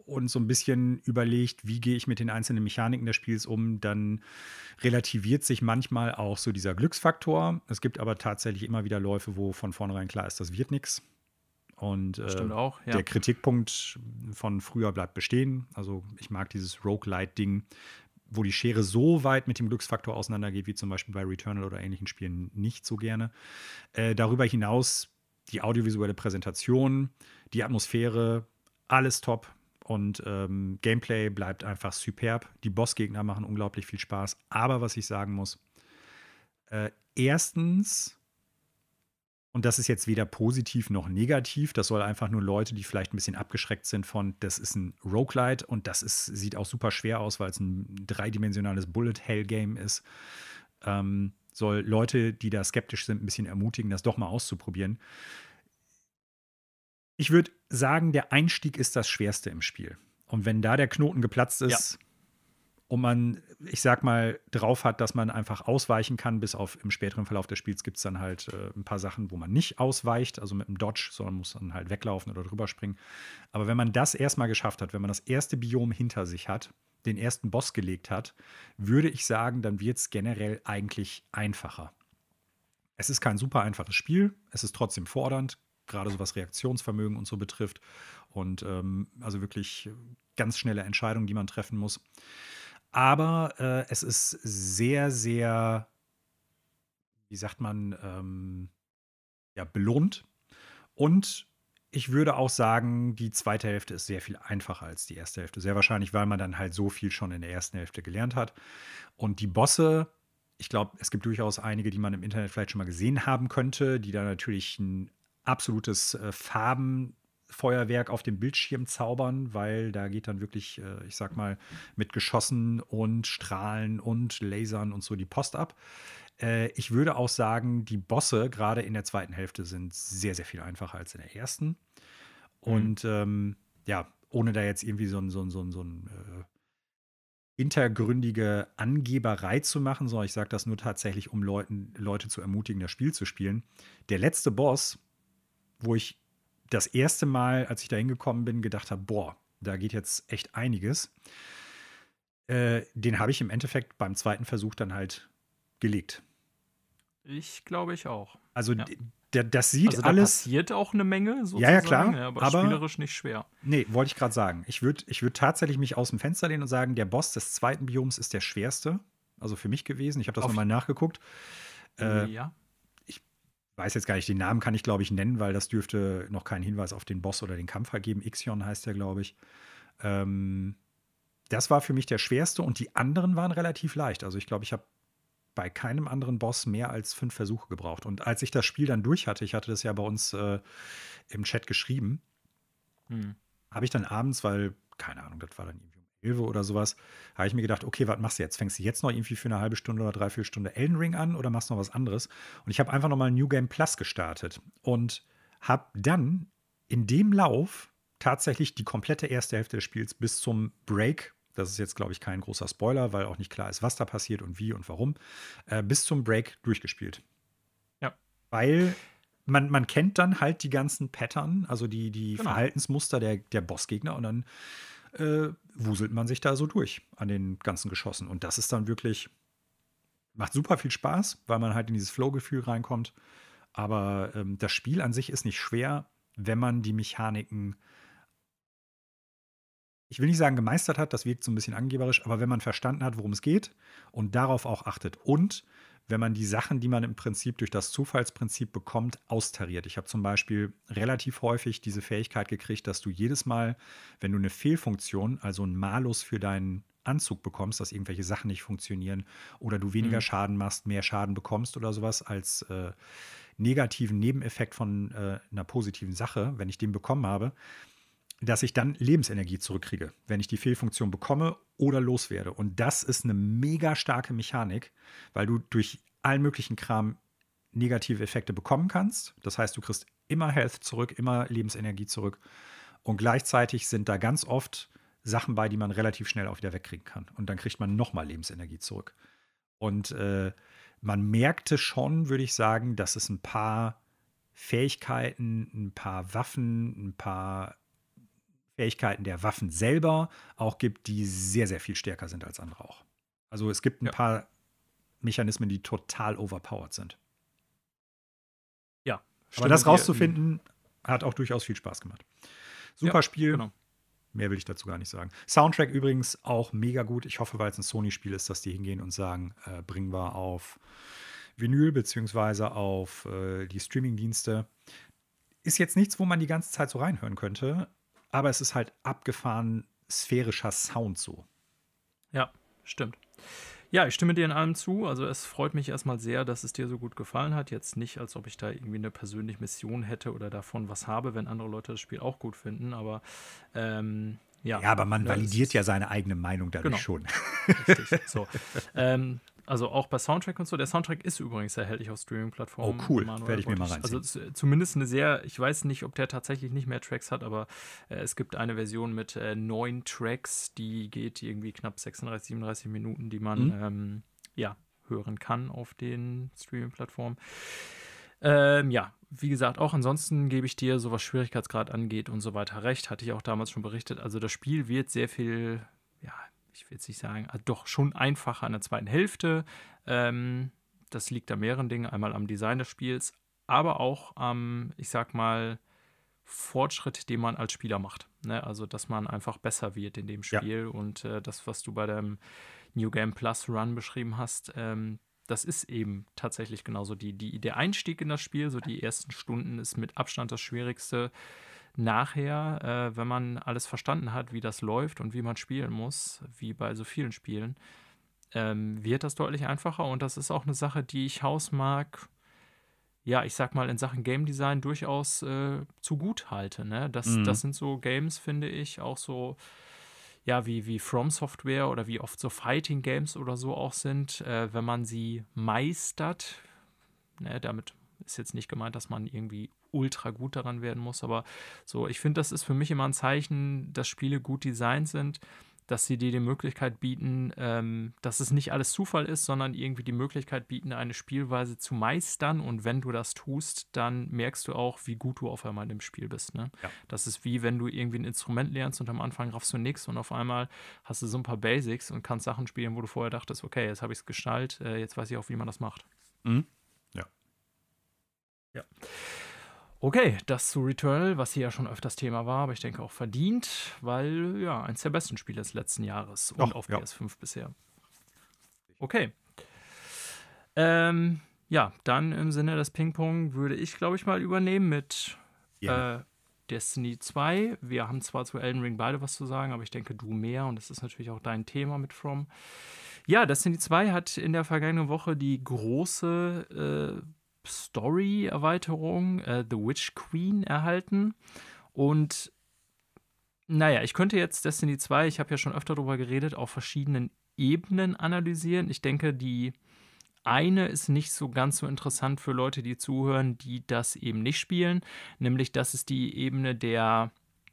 und so ein bisschen überlegt, wie gehe ich mit den einzelnen Mechaniken des Spiels um, dann relativiert sich manchmal auch so dieser Glücksfaktor. Es gibt aber tatsächlich immer wieder Läufe, wo von vornherein klar ist, das wird nichts. Und Das äh, stimmt auch, ja. der Kritikpunkt von früher bleibt bestehen. Also ich mag dieses Roguelite-Ding, wo die Schere so weit mit dem Glücksfaktor auseinandergeht, wie zum Beispiel bei Returnal oder ähnlichen Spielen, nicht so gerne. Äh, darüber hinaus die audiovisuelle Präsentation, die Atmosphäre, alles top. Und ähm, Gameplay bleibt einfach superb. Die Bossgegner machen unglaublich viel Spaß. Aber was ich sagen muss, äh, erstens, und das ist jetzt weder positiv noch negativ, das soll einfach nur Leute, die vielleicht ein bisschen abgeschreckt sind von, das ist ein Roguelite und das ist, sieht auch super schwer aus, weil es ein dreidimensionales Bullet-Hell-Game ist, ähm, soll Leute, die da skeptisch sind, ein bisschen ermutigen, das doch mal auszuprobieren. Ich würde sagen, der Einstieg ist das Schwerste im Spiel. Und wenn da der Knoten geplatzt ist, ja, und man, ich sag mal, drauf hat, dass man einfach ausweichen kann, bis auf im späteren Verlauf des Spiels gibt es dann halt äh, ein paar Sachen, wo man nicht ausweicht, also mit dem Dodge, sondern muss dann halt weglaufen oder drüber springen. Aber wenn man das erstmal geschafft hat, wenn man das erste Biom hinter sich hat, den ersten Boss gelegt hat, würde ich sagen, dann wird es generell eigentlich einfacher. Es ist kein super einfaches Spiel, es ist trotzdem fordernd, gerade so was Reaktionsvermögen und so betrifft. Und ähm, also wirklich ganz schnelle Entscheidungen, die man treffen muss. Aber äh, es ist sehr, sehr, wie sagt man, ähm, ja, belohnt. Und ich würde auch sagen, die zweite Hälfte ist sehr viel einfacher als die erste Hälfte. Sehr wahrscheinlich, weil man dann halt so viel schon in der ersten Hälfte gelernt hat. Und die Bosse, ich glaube, es gibt durchaus einige, die man im Internet vielleicht schon mal gesehen haben könnte, die da natürlich ein absolutes äh, Farbenfeuerwerk auf dem Bildschirm zaubern, weil da geht dann wirklich, äh, ich sag mal, mit Geschossen und Strahlen und Lasern und so die Post ab. Äh, ich würde auch sagen, die Bosse gerade in der zweiten Hälfte sind sehr, sehr viel einfacher als in der ersten. Und mhm. ähm, ja, ohne da jetzt irgendwie so ein, so ein, so ein, so ein äh, hintergründige Angeberei zu machen, sondern ich sage das nur tatsächlich, um Leuten, Leute zu ermutigen, das Spiel zu spielen. Der letzte Boss, wo ich das erste Mal, als ich da hingekommen bin, gedacht habe, boah, da geht jetzt echt einiges. Äh, den habe ich im Endeffekt beim zweiten Versuch dann halt gelegt. Ich glaube, ich auch. Also ja. Das sieht also da alles. passiert auch eine Menge, sozusagen. Ja, ja, klar. Ja, aber, aber spielerisch nicht schwer. Nee, wollte ich gerade sagen. Ich würde ich würd tatsächlich mich aus dem Fenster lehnen und sagen, der Boss des zweiten Bioms ist der schwerste. Also für mich gewesen. Ich habe das nochmal nachgeguckt. Äh, ja. Ich weiß jetzt gar nicht, den Namen kann ich, glaube ich, nennen, weil das dürfte noch keinen Hinweis auf den Boss oder den Kampf ergeben. Ixion heißt der, glaube ich. Ähm, das war für mich der schwerste und die anderen waren relativ leicht. Also ich glaube, ich habe bei keinem anderen Boss mehr als fünf Versuche gebraucht. Und als ich das Spiel dann durch hatte, ich hatte das ja bei uns äh, im Chat geschrieben, hm. habe ich dann abends, weil, keine Ahnung, das war dann irgendwie um elf oder sowas, habe ich mir gedacht, okay, was machst du jetzt? Fängst du jetzt noch irgendwie für eine halbe Stunde oder dreiviertel Stunde Elden Ring an oder machst du noch was anderes? Und ich habe einfach nochmal New Game Plus gestartet und habe dann in dem Lauf tatsächlich die komplette erste Hälfte des Spiels bis zum Break, das ist jetzt, glaube ich, kein großer Spoiler, weil auch nicht klar ist, was da passiert und wie und warum, äh, bis zum Break durchgespielt. Ja. Weil man, man kennt dann halt die ganzen Pattern, also die, die genau. Verhaltensmuster der, der Bossgegner und dann äh, wuselt man sich da so durch an den ganzen Geschossen. Und das ist dann wirklich, macht super viel Spaß, weil man halt in dieses Flow-Gefühl reinkommt. Aber ähm, das Spiel an sich ist nicht schwer, wenn man die Mechaniken, ich will nicht sagen gemeistert hat, das wirkt so ein bisschen angeberisch, aber wenn man verstanden hat, worum es geht und darauf auch achtet und wenn man die Sachen, die man im Prinzip durch das Zufallsprinzip bekommt, austariert. Ich habe zum Beispiel relativ häufig diese Fähigkeit gekriegt, dass du jedes Mal, wenn du eine Fehlfunktion, also einen Malus für deinen Anzug bekommst, dass irgendwelche Sachen nicht funktionieren oder du weniger mhm. Schaden machst, mehr Schaden bekommst oder sowas als äh, negativen Nebeneffekt von äh, einer positiven Sache, wenn ich den bekommen habe, dass ich dann Lebensenergie zurückkriege, wenn ich die Fehlfunktion bekomme oder loswerde. Und das ist eine mega starke Mechanik, weil du durch allen möglichen Kram negative Effekte bekommen kannst. Das heißt, du kriegst immer Health zurück, immer Lebensenergie zurück. Und gleichzeitig sind da ganz oft Sachen bei, die man relativ schnell auch wieder wegkriegen kann. Und dann kriegt man nochmal Lebensenergie zurück. Und äh, man merkte schon, würde ich sagen, dass es ein paar Fähigkeiten, ein paar Waffen, ein paar Fähigkeiten der Waffen selber auch gibt, die sehr, sehr viel stärker sind als andere auch. Also es gibt ein Ja. paar Mechanismen, die total overpowered sind. Ja. Aber das dir in- rauszufinden, hat auch durchaus viel Spaß gemacht. Super Ja, Spiel. genau. Mehr will ich dazu gar nicht sagen. Soundtrack übrigens auch mega gut. Ich hoffe, weil es ein Sony-Spiel ist, dass die hingehen und sagen, äh, bringen wir auf Vinyl beziehungsweise auf äh, die Streaming-Dienste. Ist jetzt nichts, wo man die ganze Zeit so reinhören könnte, aber es ist halt abgefahren sphärischer Sound so. Ja, stimmt. Ja, ich stimme dir in allem zu. Also es freut mich erstmal sehr, dass es dir so gut gefallen hat. Jetzt nicht, als ob ich da irgendwie eine persönliche Mission hätte oder davon was habe, wenn andere Leute das Spiel auch gut finden. Aber ähm, ja. Ja, aber man ne, validiert es ja ist- seine eigene Meinung dadurch Genau. schon. Richtig. So. ähm, also auch bei Soundtrack und so. Der Soundtrack ist übrigens erhältlich auf Streaming-Plattformen. Oh, cool. Manuel, Werde ich mir wollte mal reinziehen. Also z- zumindest eine sehr, ich weiß nicht, ob der tatsächlich nicht mehr Tracks hat, aber äh, es gibt eine Version mit äh, neun Tracks, die geht irgendwie knapp sechsunddreißig, siebenunddreißig Minuten, die man Mhm. ähm, ja, hören kann auf den Streaming-Plattformen. Ähm, ja, wie gesagt, auch ansonsten gebe ich dir, so was Schwierigkeitsgrad angeht und so weiter, recht. Hatte ich auch damals schon berichtet. Also das Spiel wird sehr viel, ja, ich will jetzt nicht sagen, ah, doch schon einfacher in der zweiten Hälfte. Ähm, das liegt an mehreren Dingen. Einmal am Design des Spiels, aber auch am, ich sag mal, Fortschritt, den man als Spieler macht. Ne? Also, dass man einfach besser wird in dem Ja. Spiel. Und äh, das, was du bei deinem New Game Plus Run beschrieben hast, ähm, das ist eben tatsächlich genauso. Die, die, der Einstieg in das Spiel, so die ersten Stunden, ist mit Abstand das Schwierigste. Nachher, äh, wenn man alles verstanden hat, wie das läuft und wie man spielen muss, wie bei so vielen Spielen, ähm, wird das deutlich einfacher. Und das ist auch eine Sache, die ich Hausmark, ja, ich sag mal, in Sachen Game Design durchaus äh, zu gut halte. Ne? Das, Mhm. das sind so Games, finde ich, auch so, ja, wie, wie From Software oder wie oft so Fighting Games oder so auch sind, äh, wenn man sie meistert. Ne, damit ist jetzt nicht gemeint, dass man irgendwie ultra gut daran werden muss, aber so, ich finde, das ist für mich immer ein Zeichen, dass Spiele gut designt sind, dass sie dir die Möglichkeit bieten, ähm, dass es nicht alles Zufall ist, sondern irgendwie die Möglichkeit bieten, eine Spielweise zu meistern. Und wenn du das tust, dann merkst du auch, wie gut du auf einmal in dem Spiel bist. Ne? Ja. Das ist wie, wenn du irgendwie ein Instrument lernst und am Anfang raffst du nichts und auf einmal hast du so ein paar Basics und kannst Sachen spielen, wo du vorher dachtest, okay, jetzt habe ich es geschnallt, äh, jetzt weiß ich auch, wie man das macht. Mhm. Ja. Ja. Okay, das zu Returnal, was hier ja schon öfters Thema war, aber ich denke auch verdient, weil ja, eins der besten Spiele des letzten Jahres und Ach, auf ja. P S fünf bisher. Okay. Ähm, ja, dann im Sinne des Ping-Pong würde ich, glaube ich, mal übernehmen mit Ja. äh, Destiny zwei. Wir haben zwar zu Elden Ring beide was zu sagen, aber ich denke, du mehr und das ist natürlich auch dein Thema mit From. Ja, Destiny zwei hat in der vergangenen Woche die große äh, Story-Erweiterung äh, The Witch Queen erhalten. Und naja, ich könnte jetzt Destiny zwei, ich habe ja schon öfter darüber geredet, auf verschiedenen Ebenen analysieren. Ich denke, die eine ist nicht so ganz so interessant für Leute, die zuhören, die das eben nicht spielen. Nämlich, das ist die Ebene der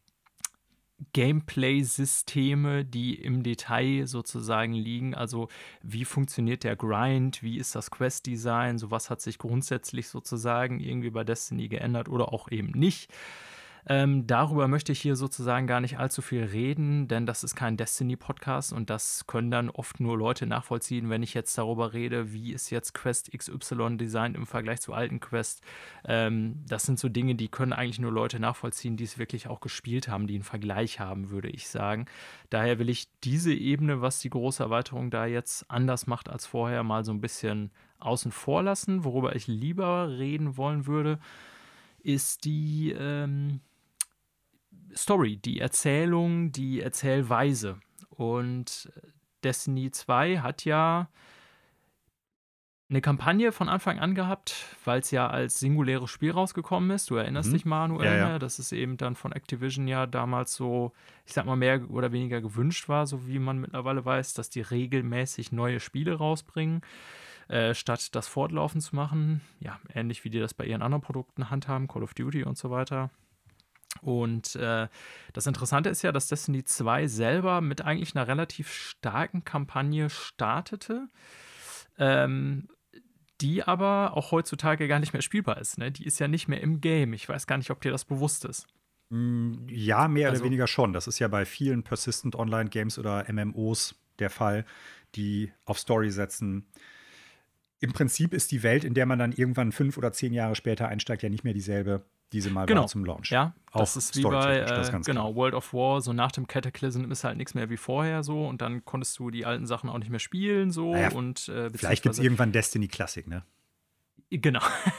Gameplay-Systeme, die im Detail sozusagen liegen. Also wie funktioniert der Grind, wie ist das Quest-Design, sowas hat sich grundsätzlich sozusagen irgendwie bei Destiny geändert oder auch eben nicht. Ähm, darüber möchte ich hier sozusagen gar nicht allzu viel reden, denn das ist kein Destiny-Podcast und das können dann oft nur Leute nachvollziehen, wenn ich jetzt darüber rede, wie ist jetzt Quest X Y designt im Vergleich zu alten Quest. Ähm, das sind so Dinge, die können eigentlich nur Leute nachvollziehen, die es wirklich auch gespielt haben, die einen Vergleich haben, würde ich sagen. Daher will ich diese Ebene, was die große Erweiterung da jetzt anders macht als vorher, mal so ein bisschen außen vor lassen. Worüber ich lieber reden wollen würde, ist die ähm, Story, die Erzählung, die Erzählweise. Und Destiny zwei hat ja eine Kampagne von Anfang an gehabt, weil es ja als singuläres Spiel rausgekommen ist. Du erinnerst Mhm. dich, Manuel, Ja, ja. ne? Dass es eben dann von Activision ja damals so, ich sag mal, mehr oder weniger gewünscht war, so wie man mittlerweile weiß, dass die regelmäßig neue Spiele rausbringen, äh, statt das fortlaufend zu machen. Ja, ähnlich wie die das bei ihren anderen Produkten handhaben, Call of Duty und so weiter. Und äh, das Interessante ist ja, dass Destiny zwei selber mit eigentlich einer relativ starken Kampagne startete, ähm, die aber auch heutzutage gar nicht mehr spielbar ist. Ne? Die ist ja nicht mehr im Game. Ich weiß gar nicht, ob dir das bewusst ist. Mm, Ja, mehr oder Also, weniger schon. Das ist ja bei vielen Persistent Online Games oder M M Os der Fall, die auf Story setzen. Im Prinzip ist die Welt, in der man dann irgendwann fünf oder zehn Jahre später einsteigt, ja nicht mehr dieselbe, die sie mal war genau. zum Launch. Ja, das Auch ist wie bei, storytechnisch, das ist äh, ganz klar. genau, World of War, so nach dem Cataclysm ist halt nichts mehr wie vorher so und dann konntest du die alten Sachen auch nicht mehr spielen so Naja, und äh, vielleicht gibt es beziehungsweise, irgendwann Destiny Classic, ne? genau.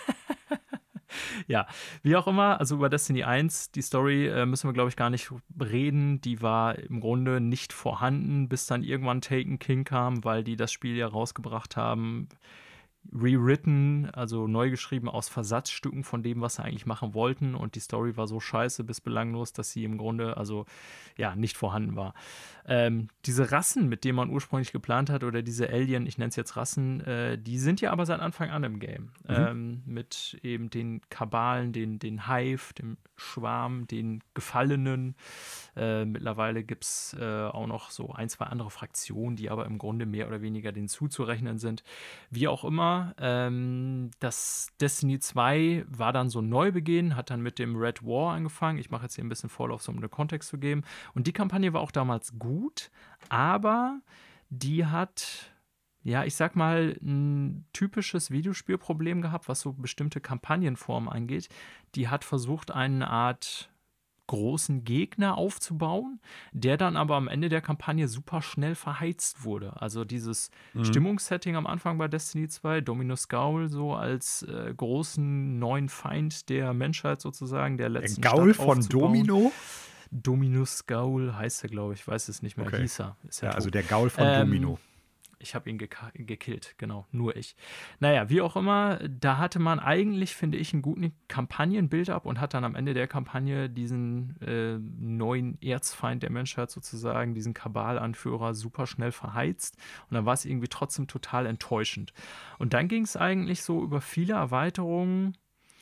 Ja, wie auch immer, also über Destiny eins, die Story äh, müssen wir, glaube ich, gar nicht reden. Die war im Grunde nicht vorhanden, bis dann irgendwann Taken King kam, weil die das Spiel ja rausgebracht haben, rewritten, also neu geschrieben aus Versatzstücken von dem, was sie eigentlich machen wollten. Und die Story war so scheiße bis belanglos, dass sie im Grunde, also ja, nicht vorhanden war. Ähm, diese Rassen, mit denen man ursprünglich geplant hat, oder diese Alien, ich nenne es jetzt Rassen, äh, die sind ja aber seit Anfang an im Game. Mhm. Ähm, mit eben den Kabalen, den, den Hive, dem Schwarm, den Gefallenen. Äh, mittlerweile gibt es äh, auch noch so ein, zwei andere Fraktionen, die aber im Grunde mehr oder weniger denen zuzurechnen sind. Wie auch immer, ähm, das Destiny zwei war dann so ein Neubeginn, hat dann mit dem Red War angefangen. Ich mache jetzt hier ein bisschen Vorlauf, um den Kontext zu geben. Und die Kampagne war auch damals gut, aber die hat, ja, ich sag mal, ein typisches Videospielproblem gehabt, was so bestimmte Kampagnenformen angeht. Die hat versucht, eine Art großen Gegner aufzubauen, der dann aber am Ende der Kampagne super schnell verheizt wurde. Also dieses Mhm. Stimmungssetting am Anfang bei Destiny zwei, Dominus Gaul so als äh, großen neuen Feind der Menschheit sozusagen, der Der letzten Gaul Stadt von aufzubauen. Domino? Dominus Gaul heißt er, glaube ich, weiß es nicht mehr. Okay. Hieß er, ist ja Ja, also tot. der Gaul von Ähm, Domino. ich habe ihn geka- gekillt, genau, nur ich. Naja, wie auch immer, da hatte man eigentlich, finde ich, einen guten Kampagnen-Build-up und hat dann am Ende der Kampagne diesen äh, neuen Erzfeind der Menschheit sozusagen, diesen Kabal-Anführer, super schnell verheizt. Und dann war es irgendwie trotzdem total enttäuschend. Und dann ging es eigentlich so über viele Erweiterungen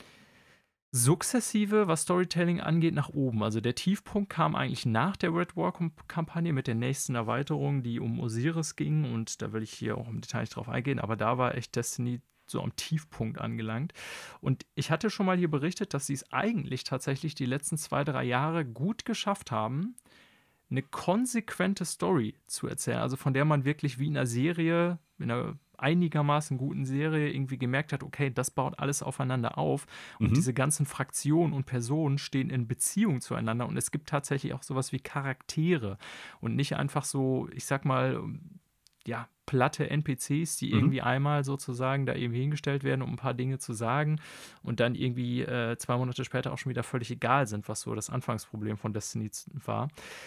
sukzessive, was Storytelling angeht, nach oben. Also der Tiefpunkt kam eigentlich nach der Red War-Kampagne mit der nächsten Erweiterung, die um Osiris ging. Und da will ich hier auch im Detail nicht drauf eingehen, aber da war echt Destiny so am Tiefpunkt angelangt. Und ich hatte schon mal hier berichtet, dass sie es eigentlich tatsächlich die letzten zwei, drei Jahre gut geschafft haben, eine konsequente Story zu erzählen, also von der man wirklich wie in einer Serie, in einer einigermaßen guten Serie irgendwie gemerkt hat, okay, das baut alles aufeinander auf und Mhm. diese ganzen Fraktionen und Personen stehen in Beziehung zueinander und es gibt tatsächlich auch sowas wie Charaktere und nicht einfach so, ich sag mal, ja, platte N P Cs, die Mhm. irgendwie einmal sozusagen da irgendwie hingestellt werden, um ein paar Dinge zu sagen und dann irgendwie äh, zwei Monate später auch schon wieder völlig egal sind, was so das Anfangsproblem von Destiny war.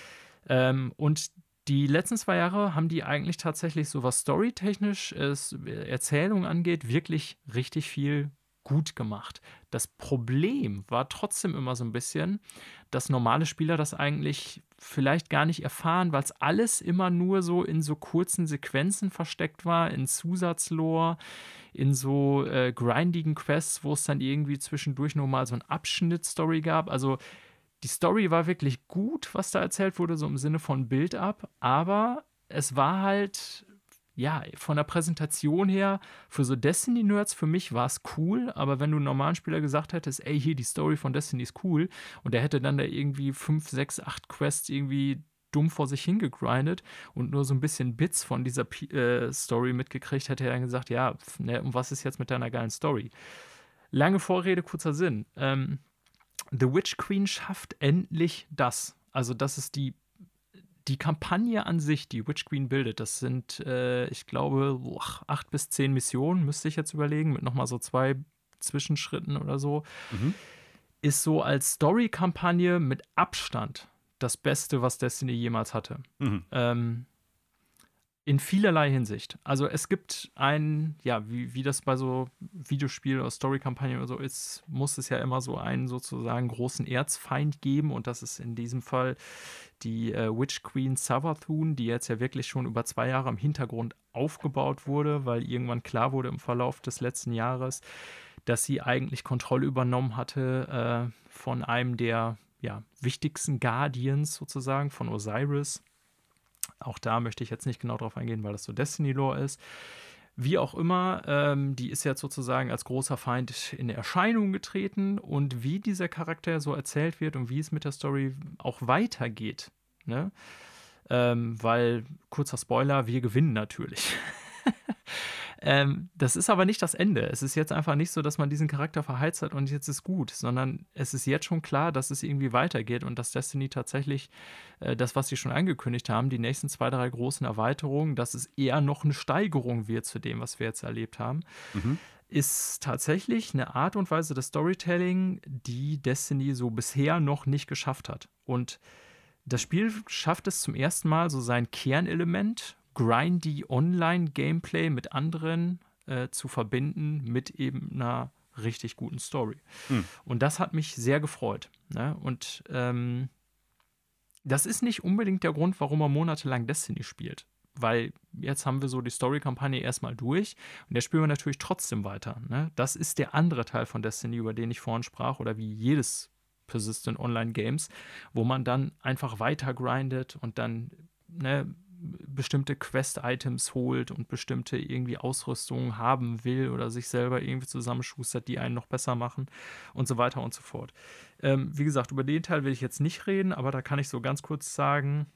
Ähm, und die letzten zwei Jahre haben die eigentlich tatsächlich so, was storytechnisch es, Erzählung angeht, wirklich richtig viel gut gemacht. Das Problem war trotzdem immer so ein bisschen, dass normale Spieler das eigentlich vielleicht gar nicht erfahren, weil es alles immer nur so in so kurzen Sequenzen versteckt war, in Zusatzlore, in so äh, grindigen Quests, wo es dann irgendwie zwischendurch nur mal so ein Abschnitt-Story gab. Also die Story war wirklich gut, was da erzählt wurde, so im Sinne von Build-up, aber es war halt, ja, von der Präsentation her, für so Destiny-Nerds, für mich war es cool, aber wenn du einem normalen Spieler gesagt hättest, ey, hier, die Story von Destiny ist cool, und der hätte dann da irgendwie fünf, sechs, acht Quests irgendwie dumm vor sich hingegrindet und nur so ein bisschen Bits von dieser P äh, Story mitgekriegt, hätte er dann gesagt, ja, pf, ne, und was ist jetzt mit deiner geilen Story? Lange Vorrede, kurzer Sinn. Ähm, The Witch Queen schafft endlich das. Also, das ist die, die Kampagne an sich, die Witch Queen bildet. Das sind, äh, ich glaube, boah, acht bis zehn Missionen, müsste ich jetzt überlegen, mit nochmal so zwei Zwischenschritten oder so. Mhm. Ist so als Story-Kampagne mit Abstand das Beste, was Destiny jemals hatte. Mhm. Ähm, in vielerlei Hinsicht. Also es gibt ein, ja, wie, wie das bei so Videospiel- oder Story-Kampagnen oder so ist, muss es ja immer so einen sozusagen großen Erzfeind geben und das ist in diesem Fall die äh, Witch Queen Savathun, die jetzt ja wirklich schon über zwei Jahre im Hintergrund aufgebaut wurde, weil irgendwann klar wurde im Verlauf des letzten Jahres, dass sie eigentlich Kontrolle übernommen hatte äh, von einem der ja, wichtigsten Guardians sozusagen, von Osiris. Auch da möchte ich jetzt nicht genau drauf eingehen, weil das so Destiny-Lore ist. Wie auch immer, ähm, die ist jetzt sozusagen als großer Feind in Erscheinung getreten und wie dieser Charakter so erzählt wird und wie es mit der Story auch weitergeht, ne? Ähm, weil, kurzer Spoiler, wir gewinnen natürlich. Ähm, das ist aber nicht das Ende. Es ist jetzt einfach nicht so, dass man diesen Charakter verheizt hat und jetzt ist gut, sondern es ist jetzt schon klar, dass es irgendwie weitergeht und dass Destiny tatsächlich äh, das, was sie schon angekündigt haben, die nächsten zwei, drei großen Erweiterungen, dass es eher noch eine Steigerung wird zu dem, was wir jetzt erlebt haben, Mhm. ist tatsächlich eine Art und Weise des Storytelling, die Destiny so bisher noch nicht geschafft hat. Und das Spiel schafft es zum ersten Mal, so sein Kernelement, grindy Online-Gameplay mit anderen äh, zu verbinden mit eben einer richtig guten Story. Hm. Und das hat mich sehr gefreut. Ne? Und ähm, das ist nicht unbedingt der Grund, warum man monatelang Destiny spielt. Weil jetzt haben wir so die Story-Kampagne erstmal durch und der spielen wir natürlich trotzdem weiter. Ne? Das ist der andere Teil von Destiny, über den ich vorhin sprach, oder wie jedes Persistent Online Games, wo man dann einfach weiter grindet und dann ne, bestimmte Quest-Items holt und bestimmte irgendwie Ausrüstungen haben will oder sich selber irgendwie zusammenschustert, die einen noch besser machen und so weiter und so fort. Ähm, wie gesagt, über den Teil will ich jetzt nicht reden, aber da kann ich so ganz kurz sagen,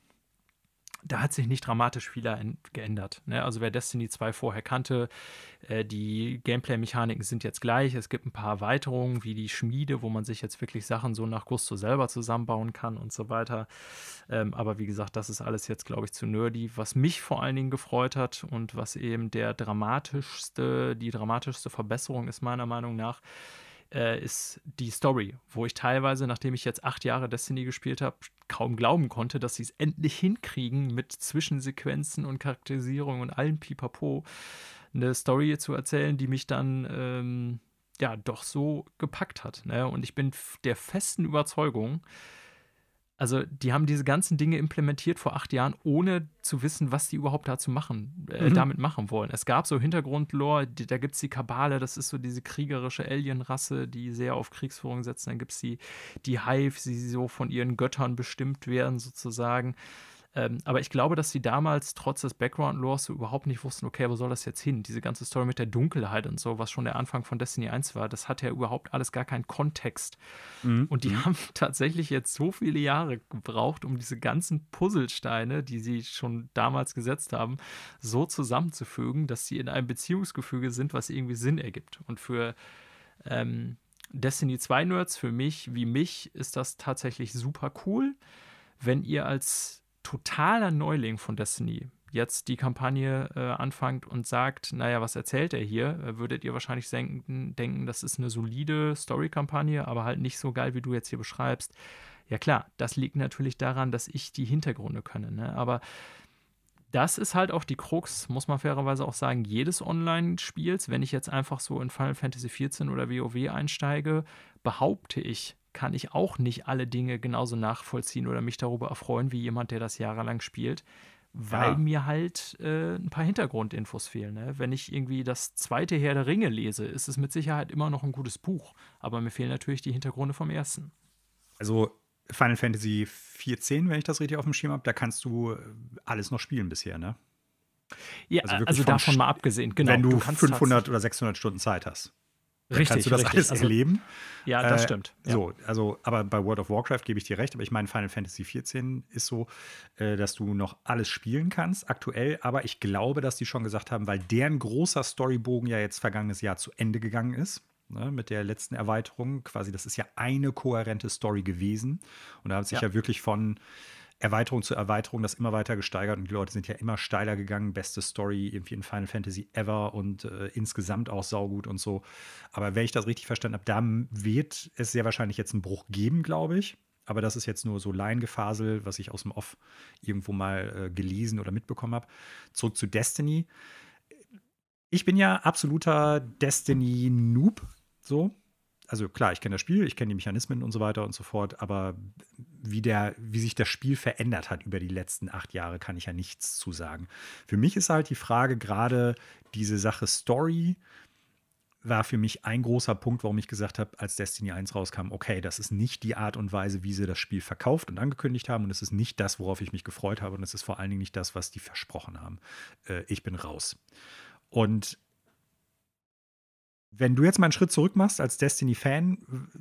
da hat sich nicht dramatisch viel geändert. Ne? Also wer Destiny zwei vorher kannte, äh, die Gameplay-Mechaniken sind jetzt gleich. Es gibt ein paar Erweiterungen, wie die Schmiede, wo man sich jetzt wirklich Sachen so nach Gusto selber zusammenbauen kann und so weiter. Ähm, aber wie gesagt, das ist alles jetzt, glaube ich, zu nerdy. Was mich vor allen Dingen gefreut hat und was eben der dramatischste, die dramatischste Verbesserung ist, meiner Meinung nach, äh, ist die Story, wo ich teilweise, nachdem ich jetzt acht Jahre Destiny gespielt habe, kaum glauben konnte, dass sie es endlich hinkriegen, mit Zwischensequenzen und Charakterisierung und allem Pipapo eine Story zu erzählen, die mich dann ähm, ja doch so gepackt hat. Ne? Und ich bin der festen Überzeugung, also die haben diese ganzen Dinge implementiert vor acht Jahren, ohne zu wissen, was die überhaupt dazu machen, äh, Mhm. damit machen wollen. Es gab so Hintergrundlore, die, da gibt es die Kabale, das ist so diese kriegerische Alien-Rasse, die sehr auf Kriegsführung setzt. Dann gibt es die, die Hive, die so von ihren Göttern bestimmt werden sozusagen. Ähm, aber ich glaube, dass sie damals trotz des Background-Lores so überhaupt nicht wussten, okay, wo soll das jetzt hin? Diese ganze Story mit der Dunkelheit und so, was schon der Anfang von Destiny eins war, das hat ja überhaupt alles gar keinen Kontext. Mhm. Und die Mhm. haben tatsächlich jetzt so viele Jahre gebraucht, um diese ganzen Puzzlesteine, die sie schon damals gesetzt haben, so zusammenzufügen, dass sie in einem Beziehungsgefüge sind, was irgendwie Sinn ergibt. Und für ähm, Destiny zwei Nerds, für mich wie mich, ist das tatsächlich super cool, wenn ihr als totaler Neuling von Destiny jetzt die Kampagne äh, anfangt und sagt, naja, was erzählt er hier, äh, würdet ihr wahrscheinlich denken, denken, das ist eine solide Story-Kampagne, aber halt nicht so geil, wie du jetzt hier beschreibst. Ja klar, das liegt natürlich daran, dass ich die Hintergründe kenne, ne? Aber das ist halt auch die Krux, muss man fairerweise auch sagen, jedes Online-Spiels. Wenn ich jetzt einfach so in Final Fantasy vierzehn oder WoW einsteige, behaupte ich, kann ich auch nicht alle Dinge genauso nachvollziehen oder mich darüber erfreuen, wie jemand, der das jahrelang spielt, weil Ja. mir halt äh, ein paar Hintergrundinfos fehlen. Ne? Wenn ich irgendwie das zweite Herr der Ringe lese, ist es mit Sicherheit immer noch ein gutes Buch, aber mir fehlen natürlich die Hintergründe vom ersten. Also Final Fantasy vierzehn, wenn ich das richtig auf dem Schirm habe, da kannst du äh, alles noch spielen bisher, ne? Ja, Also wirklich also vom davon St- mal abgesehen, genau. Wenn du kannst fünfhundert tatsächlich- oder sechshundert Stunden Zeit hast. Dann Richtig, kannst du das richtig. alles Also, erleben. ja, das Äh, stimmt. Ja. So, also, aber bei World of Warcraft gebe ich dir recht, aber ich meine, Final Fantasy vierzehn ist so, äh, dass du noch alles spielen kannst, aktuell, aber ich glaube, dass die schon gesagt haben, weil deren großer Storybogen ja jetzt vergangenes Jahr zu Ende gegangen ist, ne, mit der letzten Erweiterung, quasi, das ist ja eine kohärente Story gewesen. Und da hat sich Ja. ja wirklich von Erweiterung zu Erweiterung das immer weiter gesteigert und die Leute sind ja immer steiler gegangen. Beste Story irgendwie in Final Fantasy ever und äh, insgesamt auch saugut und so. Aber wenn ich das richtig verstanden habe, da wird es sehr wahrscheinlich jetzt einen Bruch geben, glaube ich. Aber das ist jetzt nur so Laiengefasel, was ich aus dem Off irgendwo mal äh, gelesen oder mitbekommen habe. Zurück zu Destiny. Ich bin ja absoluter Destiny-Noob, so. Also klar, ich kenne das Spiel, ich kenne die Mechanismen und so weiter und so fort, aber wie, der, wie sich das Spiel verändert hat über die letzten acht Jahre, kann ich ja nichts zu sagen. Für mich ist halt die Frage, gerade diese Sache Story war für mich ein großer Punkt, warum ich gesagt habe, als Destiny eins rauskam, okay, das ist nicht die Art und Weise, wie sie das Spiel verkauft und angekündigt haben und es ist nicht das, worauf ich mich gefreut habe und es ist vor allen Dingen nicht das, was die versprochen haben. Äh, ich bin raus. Und wenn du jetzt mal einen Schritt zurück machst als Destiny-Fan,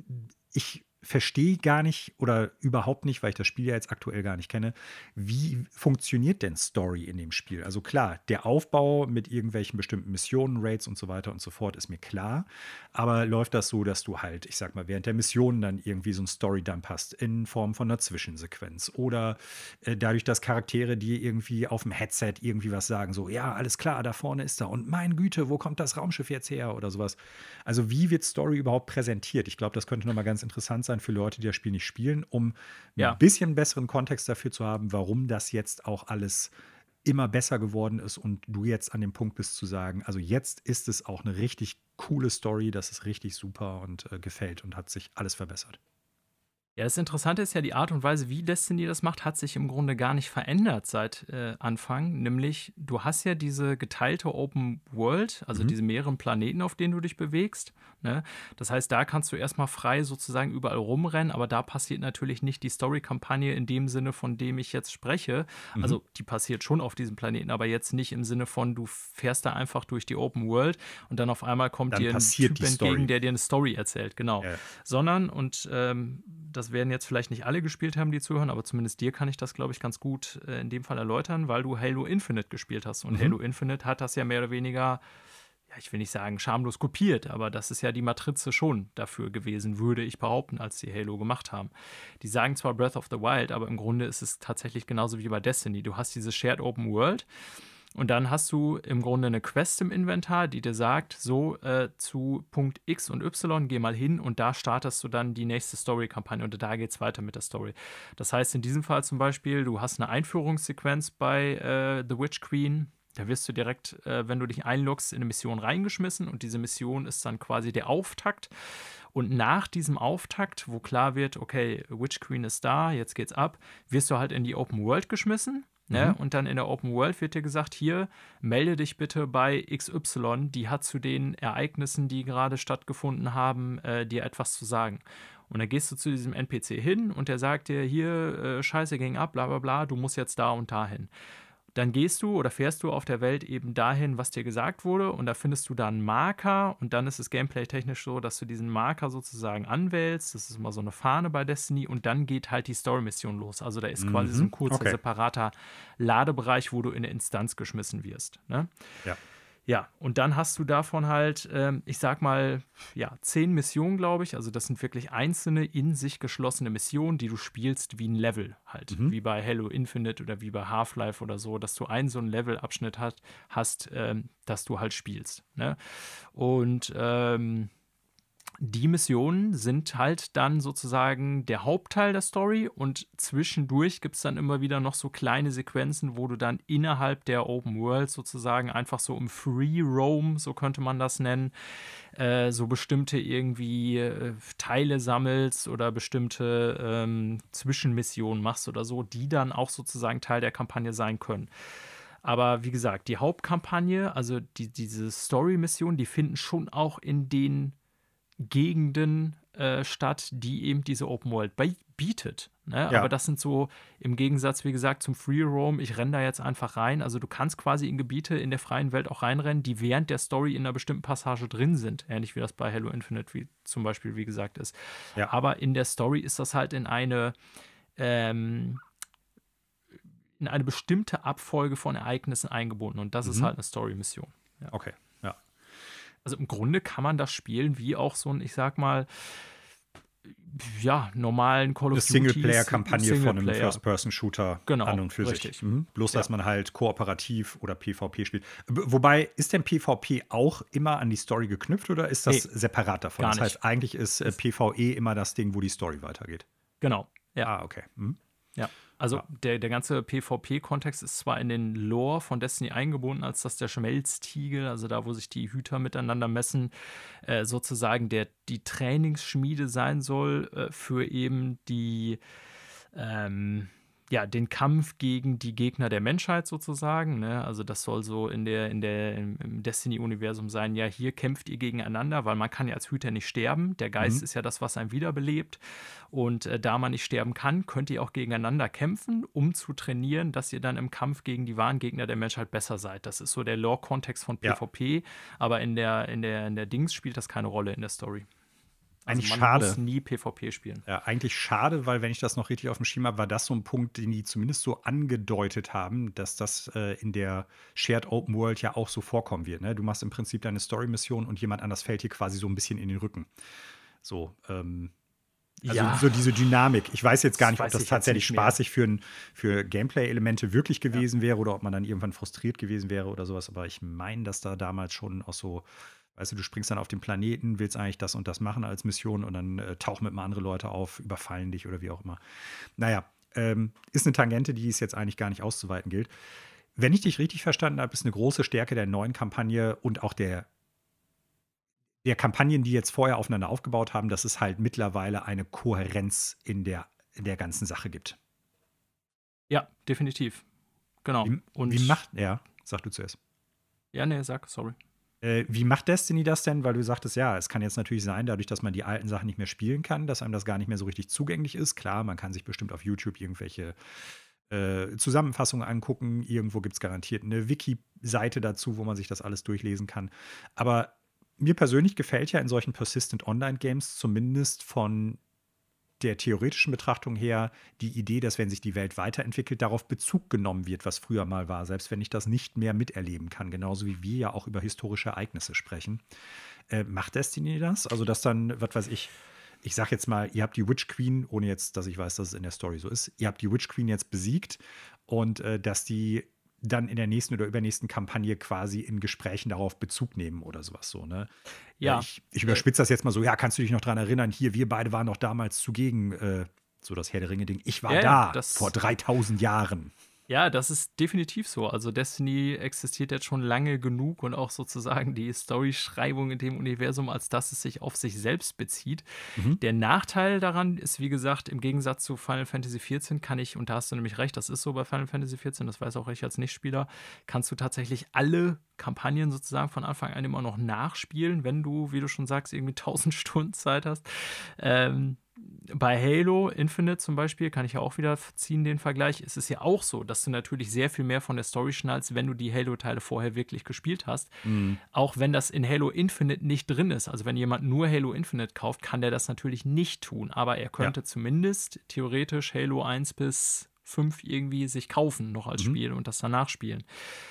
ich verstehe gar nicht oder überhaupt nicht, weil ich das Spiel ja jetzt aktuell gar nicht kenne, wie funktioniert denn Story in dem Spiel? Also klar, der Aufbau mit irgendwelchen bestimmten Missionen, Raids und so weiter und so fort ist mir klar, aber läuft das so, dass du halt, ich sag mal, während der Missionen dann irgendwie so ein Story-Dump hast in Form von einer Zwischensequenz oder äh, dadurch, dass Charaktere dir irgendwie auf dem Headset irgendwie was sagen, so, ja, alles klar, da vorne ist er und mein Güte, wo kommt das Raumschiff jetzt her oder sowas. Also wie wird Story überhaupt präsentiert? Ich glaube, das könnte nochmal ganz interessant sein für Leute, die das Spiel nicht spielen, um Ja. ein bisschen besseren Kontext dafür zu haben, warum das jetzt auch alles immer besser geworden ist und du jetzt an dem Punkt bist zu sagen, also jetzt ist es auch eine richtig coole Story, das ist richtig super und äh, gefällt und hat sich alles verbessert. Ja, das Interessante ist ja, die Art und Weise, wie Destiny das macht, hat sich im Grunde gar nicht verändert seit äh, Anfang. Nämlich, du hast ja diese geteilte Open World, also Mhm. diese mehreren Planeten, auf denen du dich bewegst. Ne? Das heißt, da kannst du erstmal frei sozusagen überall rumrennen, aber da passiert natürlich nicht die Story-Kampagne in dem Sinne, von dem ich jetzt spreche. Mhm. Also, die passiert schon auf diesem Planeten, aber jetzt nicht im Sinne von, du fährst da einfach durch die Open World und dann auf einmal kommt Dann dir ein passiert Typ die entgegen, Story. der dir eine Story erzählt. Genau. Ja. Sondern, und ähm, das werden jetzt vielleicht nicht alle gespielt haben, die zuhören, aber zumindest dir kann ich das, glaube ich, ganz gut äh, in dem Fall erläutern, weil du Halo Infinite gespielt hast. Und Mhm. Halo Infinite hat das ja mehr oder weniger, ja, ich will nicht sagen schamlos kopiert, aber das ist ja die Matrize schon dafür gewesen, würde ich behaupten, als die Halo gemacht haben. Die sagen zwar Breath of the Wild, aber im Grunde ist es tatsächlich genauso wie bei Destiny. Du hast diese Shared Open World. Und dann hast du im Grunde eine Quest im Inventar, die dir sagt, so äh, zu Punkt X und Y, geh mal hin und da startest du dann die nächste Story-Kampagne und da geht es weiter mit der Story. Das heißt in diesem Fall zum Beispiel, du hast eine Einführungssequenz bei äh, The Witch Queen. Da wirst du direkt, äh, wenn du dich einloggst, in eine Mission reingeschmissen und diese Mission ist dann quasi der Auftakt. Und nach diesem Auftakt, wo klar wird, okay, Witch Queen ist da, jetzt geht's ab, wirst du halt in die Open World geschmissen. Ne? Mhm. Und dann in der Open World wird dir gesagt, hier, melde dich bitte bei X Y, die hat zu den Ereignissen, die gerade stattgefunden haben, äh, dir etwas zu sagen. Und dann gehst du zu diesem N P C hin und der sagt dir, hier, äh, Scheiße ging ab, bla bla bla, du musst jetzt da und da hin. Dann gehst du oder fährst du auf der Welt eben dahin, was dir gesagt wurde, und da findest du dann einen Marker und dann ist es gameplay-technisch so, dass du diesen Marker sozusagen anwählst. Das ist immer so eine Fahne bei Destiny und dann geht halt die Story-Mission los. Also da ist Mhm. quasi so ein kurzer, Okay. separater Ladebereich, wo du in eine Instanz geschmissen wirst. Ne? Ja. Ja, und dann hast du davon halt, ähm, ich sag mal, ja, zehn Missionen, glaube ich. Also das sind wirklich einzelne, in sich geschlossene Missionen, die du spielst wie ein Level halt. Mhm. Wie bei Halo Infinite oder wie bei Half-Life oder so, dass du einen so einen Levelabschnitt hast, hast ähm, dass du halt spielst. Ne? Und ähm, die Missionen sind halt dann sozusagen der Hauptteil der Story und zwischendurch gibt es dann immer wieder noch so kleine Sequenzen, wo du dann innerhalb der Open World sozusagen einfach so im Free Roam, so könnte man das nennen, äh, so bestimmte irgendwie äh, Teile sammelst oder bestimmte ähm, Zwischenmissionen machst oder so, die dann auch sozusagen Teil der Kampagne sein können. Aber wie gesagt, die Hauptkampagne, also die, diese Story-Missionen, die finden schon auch in den Gegenden äh, statt, die eben diese Open World bietet. Ne? Ja. Aber das sind so im Gegensatz, wie gesagt, zum Free Roam, ich renne da jetzt einfach rein. Also du kannst quasi in Gebiete in der freien Welt auch reinrennen, die während der Story in einer bestimmten Passage drin sind. Ähnlich wie das bei Halo Infinite wie zum Beispiel, wie gesagt, ist. Ja. Aber in der Story ist das halt in eine ähm, in eine bestimmte Abfolge von Ereignissen eingebunden. Und das Mhm. ist halt eine Story-Mission. Ja. Okay. Ja. Also im Grunde kann man das spielen wie auch so ein, ich sag mal, ja, normalen Call of Eine Duty. Singleplayer-Kampagne von einem Singleplayer. First-Person-Shooter Genau, an und für richtig. sich. Mhm. Bloß, dass Ja. man halt kooperativ oder PvP spielt. B- Wobei, ist denn PvP auch immer an die Story geknüpft oder ist das Nee, separat davon? gar Das heißt, nicht. eigentlich ist äh, PvE immer das Ding, wo die Story weitergeht. Genau, ja. Ah, okay. Mhm. Ja, also Ja. der, der ganze PvP-Kontext ist zwar in den Lore von Destiny eingebunden, als dass der Schmelztiegel, also da, wo sich die Hüter miteinander messen, äh, sozusagen der, die Trainingsschmiede sein soll äh, für eben die, ähm, ja, den Kampf gegen die Gegner der Menschheit sozusagen. Ne? Also das soll so in der, in der, im Destiny-Universum sein, ja, hier kämpft ihr gegeneinander, weil man kann ja als Hüter nicht sterben. Der Geist Mhm. ist ja das, was einen wiederbelebt. Und äh, da man nicht sterben kann, könnt ihr auch gegeneinander kämpfen, um zu trainieren, dass ihr dann im Kampf gegen die wahren Gegner der Menschheit besser seid. Das ist so der Lore-Kontext von Ja. PvP, aber in der, in der, in der Dings spielt das keine Rolle in der Story. Also Eigentlich man schade. muss nie PvP spielen. Ja, eigentlich schade, weil wenn ich das noch richtig auf dem Schirm habe, war das so ein Punkt, den die zumindest so angedeutet haben, dass das äh, in der Shared Open World ja auch so vorkommen wird. Ne? Du machst im Prinzip deine Story-Mission und jemand anders fällt dir quasi so ein bisschen in den Rücken. So, ähm, also Ja. so diese Dynamik. Ich weiß jetzt gar Das nicht, ob weiß das ich jetzt tatsächlich nicht mehr. spaßig für, ein- für Gameplay-Elemente wirklich gewesen wäre oder ob man dann irgendwann frustriert gewesen wäre oder sowas. Aber ich meine, dass da damals schon auch so, weißt du, du springst dann auf den Planeten, willst eigentlich das und das machen als Mission und dann äh, tauchen mit mal andere Leute auf, überfallen dich oder wie auch immer. Naja, ähm, ist eine Tangente, die es jetzt eigentlich gar nicht auszuweiten gilt. Wenn ich dich richtig verstanden habe, ist eine große Stärke der neuen Kampagne und auch der der Kampagnen, die jetzt vorher aufeinander aufgebaut haben, dass es halt mittlerweile eine Kohärenz in der, in der ganzen Sache gibt. Ja, definitiv. Genau. Wie, Und wie macht, ja, sag du zuerst. ja, nee, sag, sorry. Äh, wie macht Destiny das denn? Weil du sagtest, ja, es kann jetzt natürlich sein, dadurch, dass man die alten Sachen nicht mehr spielen kann, dass einem das gar nicht mehr so richtig zugänglich ist. Klar, man kann sich bestimmt auf YouTube irgendwelche äh, Zusammenfassungen angucken. Irgendwo gibt es garantiert eine Wiki-Seite dazu, wo man sich das alles durchlesen kann. Aber mir persönlich gefällt ja in solchen Persistent Online-Games zumindest von der theoretischen Betrachtung her die Idee, dass wenn sich die Welt weiterentwickelt, darauf Bezug genommen wird, was früher mal war, selbst wenn ich das nicht mehr miterleben kann, genauso wie wir ja auch über historische Ereignisse sprechen. Äh, macht Destiny das? Also, dass dann, was weiß ich, ich sag jetzt mal, ihr habt die Witch Queen, ohne jetzt, dass ich weiß, dass es in der Story so ist, ihr habt die Witch Queen jetzt besiegt und äh, dass die dann in der nächsten oder übernächsten Kampagne quasi in Gesprächen darauf Bezug nehmen oder sowas so, ne? Ja. Ich, ich überspitze das jetzt mal so, ja, kannst du dich noch dran erinnern, hier, wir beide waren doch damals zugegen, äh, so das Herr der Ringe-Ding. Ich war Ja, da ja, das- vor dreitausend Jahren. Ja, das ist definitiv so. Also Destiny existiert jetzt schon lange genug und auch sozusagen die Storyschreibung in dem Universum, als dass es sich auf sich selbst bezieht. Mhm. Der Nachteil daran ist, wie gesagt, im Gegensatz zu Final Fantasy vierzehn kann ich, und da hast du nämlich recht, das ist so bei Final Fantasy vierzehn, das weiß auch ich als Nichtspieler, kannst du tatsächlich alle Kampagnen sozusagen von Anfang an immer noch nachspielen, wenn du, wie du schon sagst, irgendwie tausend Stunden Zeit hast. Ähm, Bei Halo Infinite zum Beispiel, kann ich ja auch wieder ziehen, den Vergleich, ist es ja auch so, dass du natürlich sehr viel mehr von der Story schnallst, wenn du die Halo-Teile vorher wirklich gespielt hast. Mhm. Auch wenn das in Halo Infinite nicht drin ist. Also wenn jemand nur Halo Infinite kauft, kann der das natürlich nicht tun. Aber er könnte Ja. zumindest theoretisch Halo eins bis fünf irgendwie sich kaufen noch als Mhm. Spiel und das danach spielen.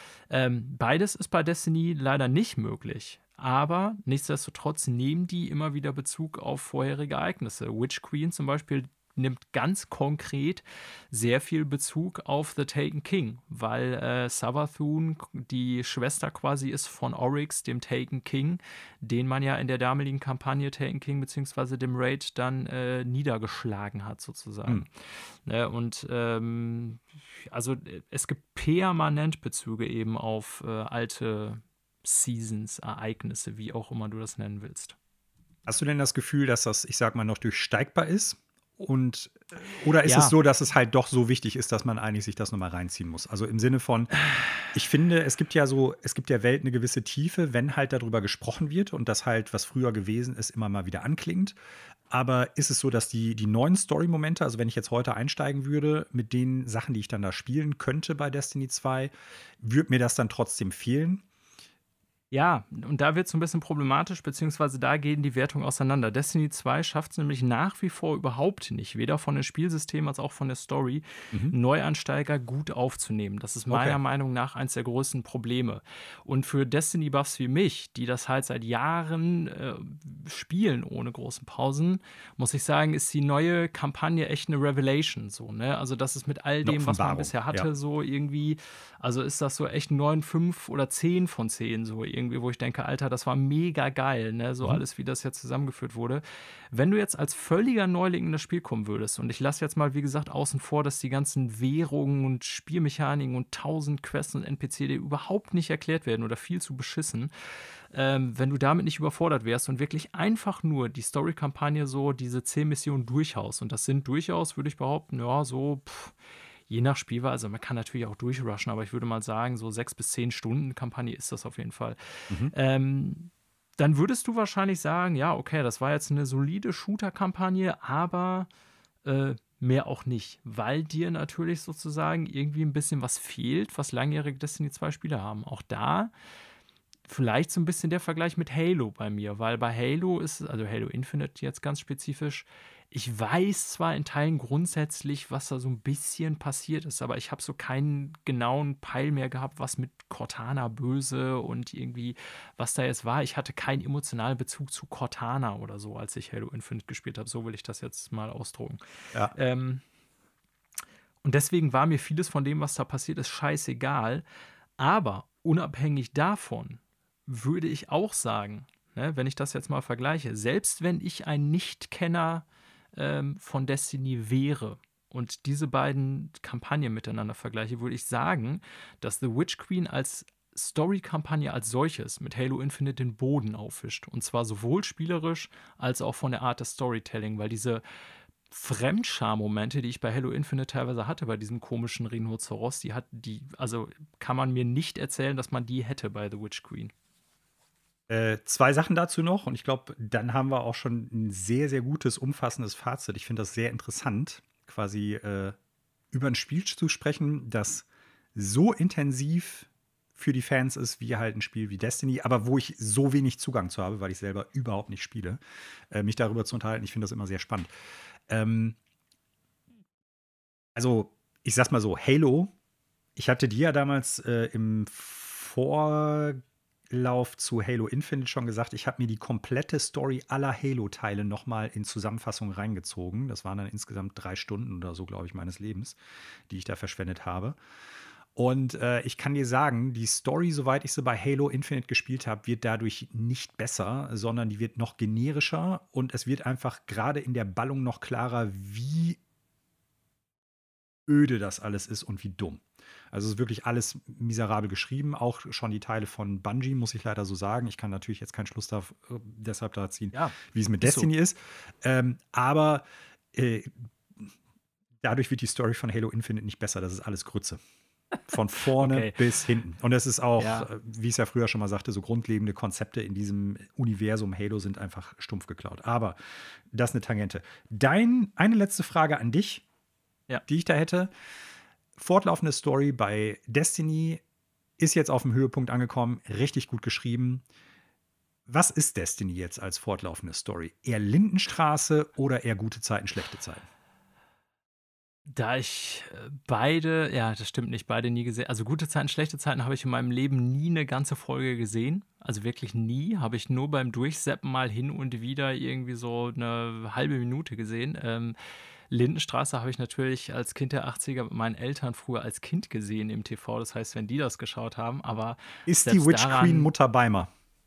Ähm, beides ist bei Destiny leider nicht möglich. Aber nichtsdestotrotz nehmen die immer wieder Bezug auf vorherige Ereignisse. Witch Queen zum Beispiel nimmt ganz konkret sehr viel Bezug auf The Taken King, weil äh, Savathun die Schwester quasi ist von Oryx, dem Taken King, den man ja in der damaligen Kampagne Taken King beziehungsweise dem Raid dann äh, niedergeschlagen hat sozusagen. Hm. Ne, und ähm, also es gibt permanent Bezüge eben auf äh, alte Seasons, Ereignisse, wie auch immer du das nennen willst. Hast du denn das Gefühl, dass das, ich sag mal, noch durchsteigbar ist? Und oder ist Ja. es so, dass es halt doch so wichtig ist, dass man eigentlich sich das nochmal reinziehen muss? Also im Sinne von, ich finde, es gibt ja so, es gibt der Welt eine gewisse Tiefe, wenn halt darüber gesprochen wird und das halt, was früher gewesen ist, immer mal wieder anklingt. Aber ist es so, dass die, die neuen Story-Momente, also wenn ich jetzt heute einsteigen würde, mit den Sachen, die ich dann da spielen könnte bei Destiny zwei, würde mir das dann trotzdem fehlen? Ja, und da wird es so ein bisschen problematisch, beziehungsweise da gehen die Wertungen auseinander. Destiny zwei schafft es nämlich nach wie vor überhaupt nicht, weder von den Spielsystemen als auch von der Story, Mhm. Neuansteiger gut aufzunehmen. Das ist meiner Okay. Meinung nach eins der größten Probleme. Und für Destiny-Buffs wie mich, die das halt seit Jahren äh, spielen ohne großen Pausen, muss ich sagen, ist die neue Kampagne echt eine Revelation. So, ne? Also das ist mit all Eine dem, was man Offenbarung, bisher hatte, ja. so irgendwie, also ist das so echt neun, fünf oder zehn von zehn so irgendwie, wo ich denke, Alter, das war mega geil, ne? So Mhm. alles, wie das jetzt zusammengeführt wurde. Wenn du jetzt als völliger Neuling in das Spiel kommen würdest, und ich lasse jetzt mal, wie gesagt, außen vor, dass die ganzen Währungen und Spielmechaniken und tausend Quests und N P C dir überhaupt nicht erklärt werden oder viel zu beschissen, ähm, wenn du damit nicht überfordert wärst und wirklich einfach nur die Story-Kampagne so, diese zehn Missionen durchhaust, und das sind durchaus, würde ich behaupten, ja, so, pff, je nach Spielweise, also man kann natürlich auch durchrushen, aber ich würde mal sagen, so sechs bis zehn Stunden Kampagne ist das auf jeden Fall. Mhm. Ähm, dann würdest du wahrscheinlich sagen, ja, okay, das war jetzt eine solide Shooter-Kampagne, aber äh, mehr auch nicht, weil dir natürlich sozusagen irgendwie ein bisschen was fehlt, was langjährige Destiny zwei Spieler haben. Auch da vielleicht so ein bisschen der Vergleich mit Halo bei mir, weil bei Halo ist, also Halo Infinite jetzt ganz spezifisch, ich weiß zwar in Teilen grundsätzlich, was da so ein bisschen passiert ist, aber ich habe so keinen genauen Peil mehr gehabt, was mit Cortana böse und irgendwie, was da jetzt war. Ich hatte keinen emotionalen Bezug zu Cortana oder so, als ich Halo Infinite gespielt habe. So will ich das jetzt mal ausdrücken. Ja. Ähm, und deswegen war mir vieles von dem, was da passiert ist, scheißegal. Aber unabhängig davon würde ich auch sagen, ne, wenn ich das jetzt mal vergleiche, selbst wenn ich ein Nichtkenner ähm, von Destiny wäre und diese beiden Kampagnen miteinander vergleiche, würde ich sagen, dass The Witch Queen als Story-Kampagne als solches mit Halo Infinite den Boden aufwischt. Und zwar sowohl spielerisch als auch von der Art des Storytelling, weil diese Fremdscham-Momente, die ich bei Halo Infinite teilweise hatte, bei diesem komischen Rhinoceros, die hat die, also kann man mir nicht erzählen, dass man die hätte bei The Witch Queen. Äh, zwei Sachen dazu noch und ich glaube, dann haben wir auch schon ein sehr, sehr gutes, umfassendes Fazit. Ich finde das sehr interessant, quasi äh, über ein Spiel zu sprechen, das so intensiv für die Fans ist, wie halt ein Spiel wie Destiny, aber wo ich so wenig Zugang zu habe, weil ich selber überhaupt nicht spiele, äh, mich darüber zu unterhalten. Ich finde das immer sehr spannend. Ähm, also, ich sag's mal so, Halo, ich hatte dir ja damals äh, im Vorlauf zu Halo Infinite schon gesagt, ich habe mir die komplette Story aller Halo-Teile nochmal in Zusammenfassung reingezogen. Das waren dann insgesamt drei Stunden oder so, glaube ich, meines Lebens, die ich da verschwendet habe. Und äh, ich kann dir sagen, die Story, soweit ich sie bei Halo Infinite gespielt habe, wird dadurch nicht besser, sondern die wird noch generischer und es wird einfach gerade in der Ballung noch klarer, wie öde das alles ist und wie dumm. Also es ist wirklich alles miserabel geschrieben, auch schon die Teile von Bungie, muss ich leider so sagen. Ich kann natürlich jetzt keinen Schluss da, äh, deshalb da ziehen, Ja, wie es mit ist so. Destiny ist. Ähm, aber äh, dadurch wird die Story von Halo Infinite nicht besser. Das ist alles Grütze. Von vorne Okay. bis hinten. Und es ist auch, Ja. äh, wie ich es ja früher schon mal sagte, so grundlegende Konzepte in diesem Universum Halo sind einfach stumpf geklaut. Aber das ist eine Tangente. Dein, eine letzte Frage an dich, Ja. die ich da hätte. Fortlaufende Story bei Destiny ist jetzt auf dem Höhepunkt angekommen, richtig gut geschrieben. Was ist Destiny jetzt als fortlaufende Story? Eher Lindenstraße oder eher gute Zeiten, schlechte Zeiten? Da ich äh, beide, ja, das stimmt nicht, beide nie gesehen. Also gute Zeiten, schlechte Zeiten habe ich in meinem Leben nie eine ganze Folge gesehen. Also wirklich nie. Habe ich nur beim Durchseppen mal hin und wieder irgendwie so eine halbe Minute gesehen. Ähm, Lindenstraße habe ich natürlich als Kind der achtziger mit meinen Eltern früher als Kind gesehen im T V. Das heißt, wenn die das geschaut haben, aber Ist die selbst Witch daran, Queen Mutter Beimer?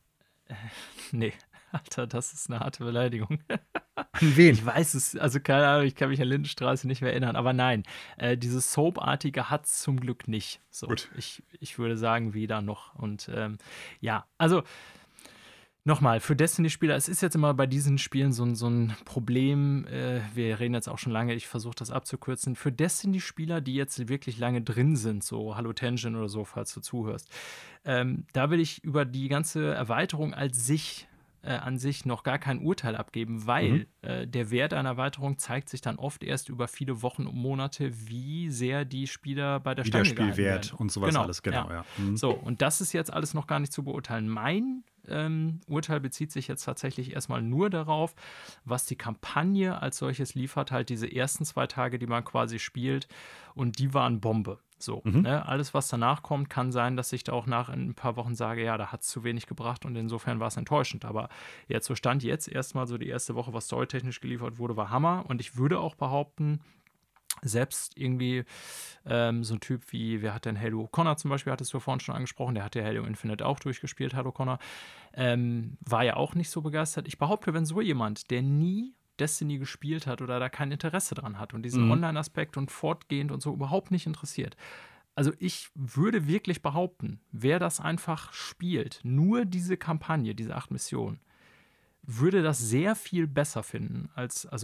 nee, Alter, das ist eine harte Beleidigung. An wen? Ich weiß es, also keine Ahnung, ich kann mich an Lindenstraße nicht mehr erinnern, aber nein, äh, dieses Soap-artige hat es zum Glück nicht. So, Gut. Ich, ich würde sagen, weder noch. Und ähm, ja, also nochmal, für Destiny-Spieler, es ist jetzt immer bei diesen Spielen so, ein- so ein Problem, äh, wir reden jetzt auch schon lange, ich versuche das abzukürzen. Für Destiny-Spieler, die jetzt wirklich lange drin sind, so Hallo Tension oder so, falls du zuhörst, ähm, da will ich über die ganze Erweiterung als sich äh, an sich noch gar kein Urteil abgeben, weil Mhm. äh, der Wert einer Erweiterung zeigt sich dann oft erst über viele Wochen und Monate, wie sehr die Spieler bei der Stange gehalten Wiederspielwert werden. und sowas Genau, alles, genau, ja. ja. Mhm. So, und das ist jetzt alles noch gar nicht zu beurteilen. Mein ähm, Urteil bezieht sich jetzt tatsächlich erstmal nur darauf, was die Kampagne als solches liefert, halt diese ersten zwei Tage, die man quasi spielt, und die waren Bombe. So, Mhm. ne? Alles, was danach kommt, kann sein, dass ich da auch nach ein paar Wochen sage, ja, da hat es zu wenig gebracht und insofern war es enttäuschend. Aber jetzt so Stand jetzt erstmal so die erste Woche, was storytechnisch geliefert wurde, war Hammer. Und ich würde auch behaupten, selbst irgendwie ähm, so ein Typ wie, wer hat denn Halo Connor zum Beispiel, hattest du vorhin schon angesprochen, der hat ja Halo Infinite auch durchgespielt, Halo Connor, ähm, war ja auch nicht so begeistert. Ich behaupte, wenn so jemand, der nie Destiny gespielt hat oder da kein Interesse dran hat und diesen Mhm. Online-Aspekt und fortgehend und so überhaupt nicht interessiert. Also ich würde wirklich behaupten, wer das einfach spielt, nur diese Kampagne, diese acht Missionen, würde das sehr viel besser finden als, also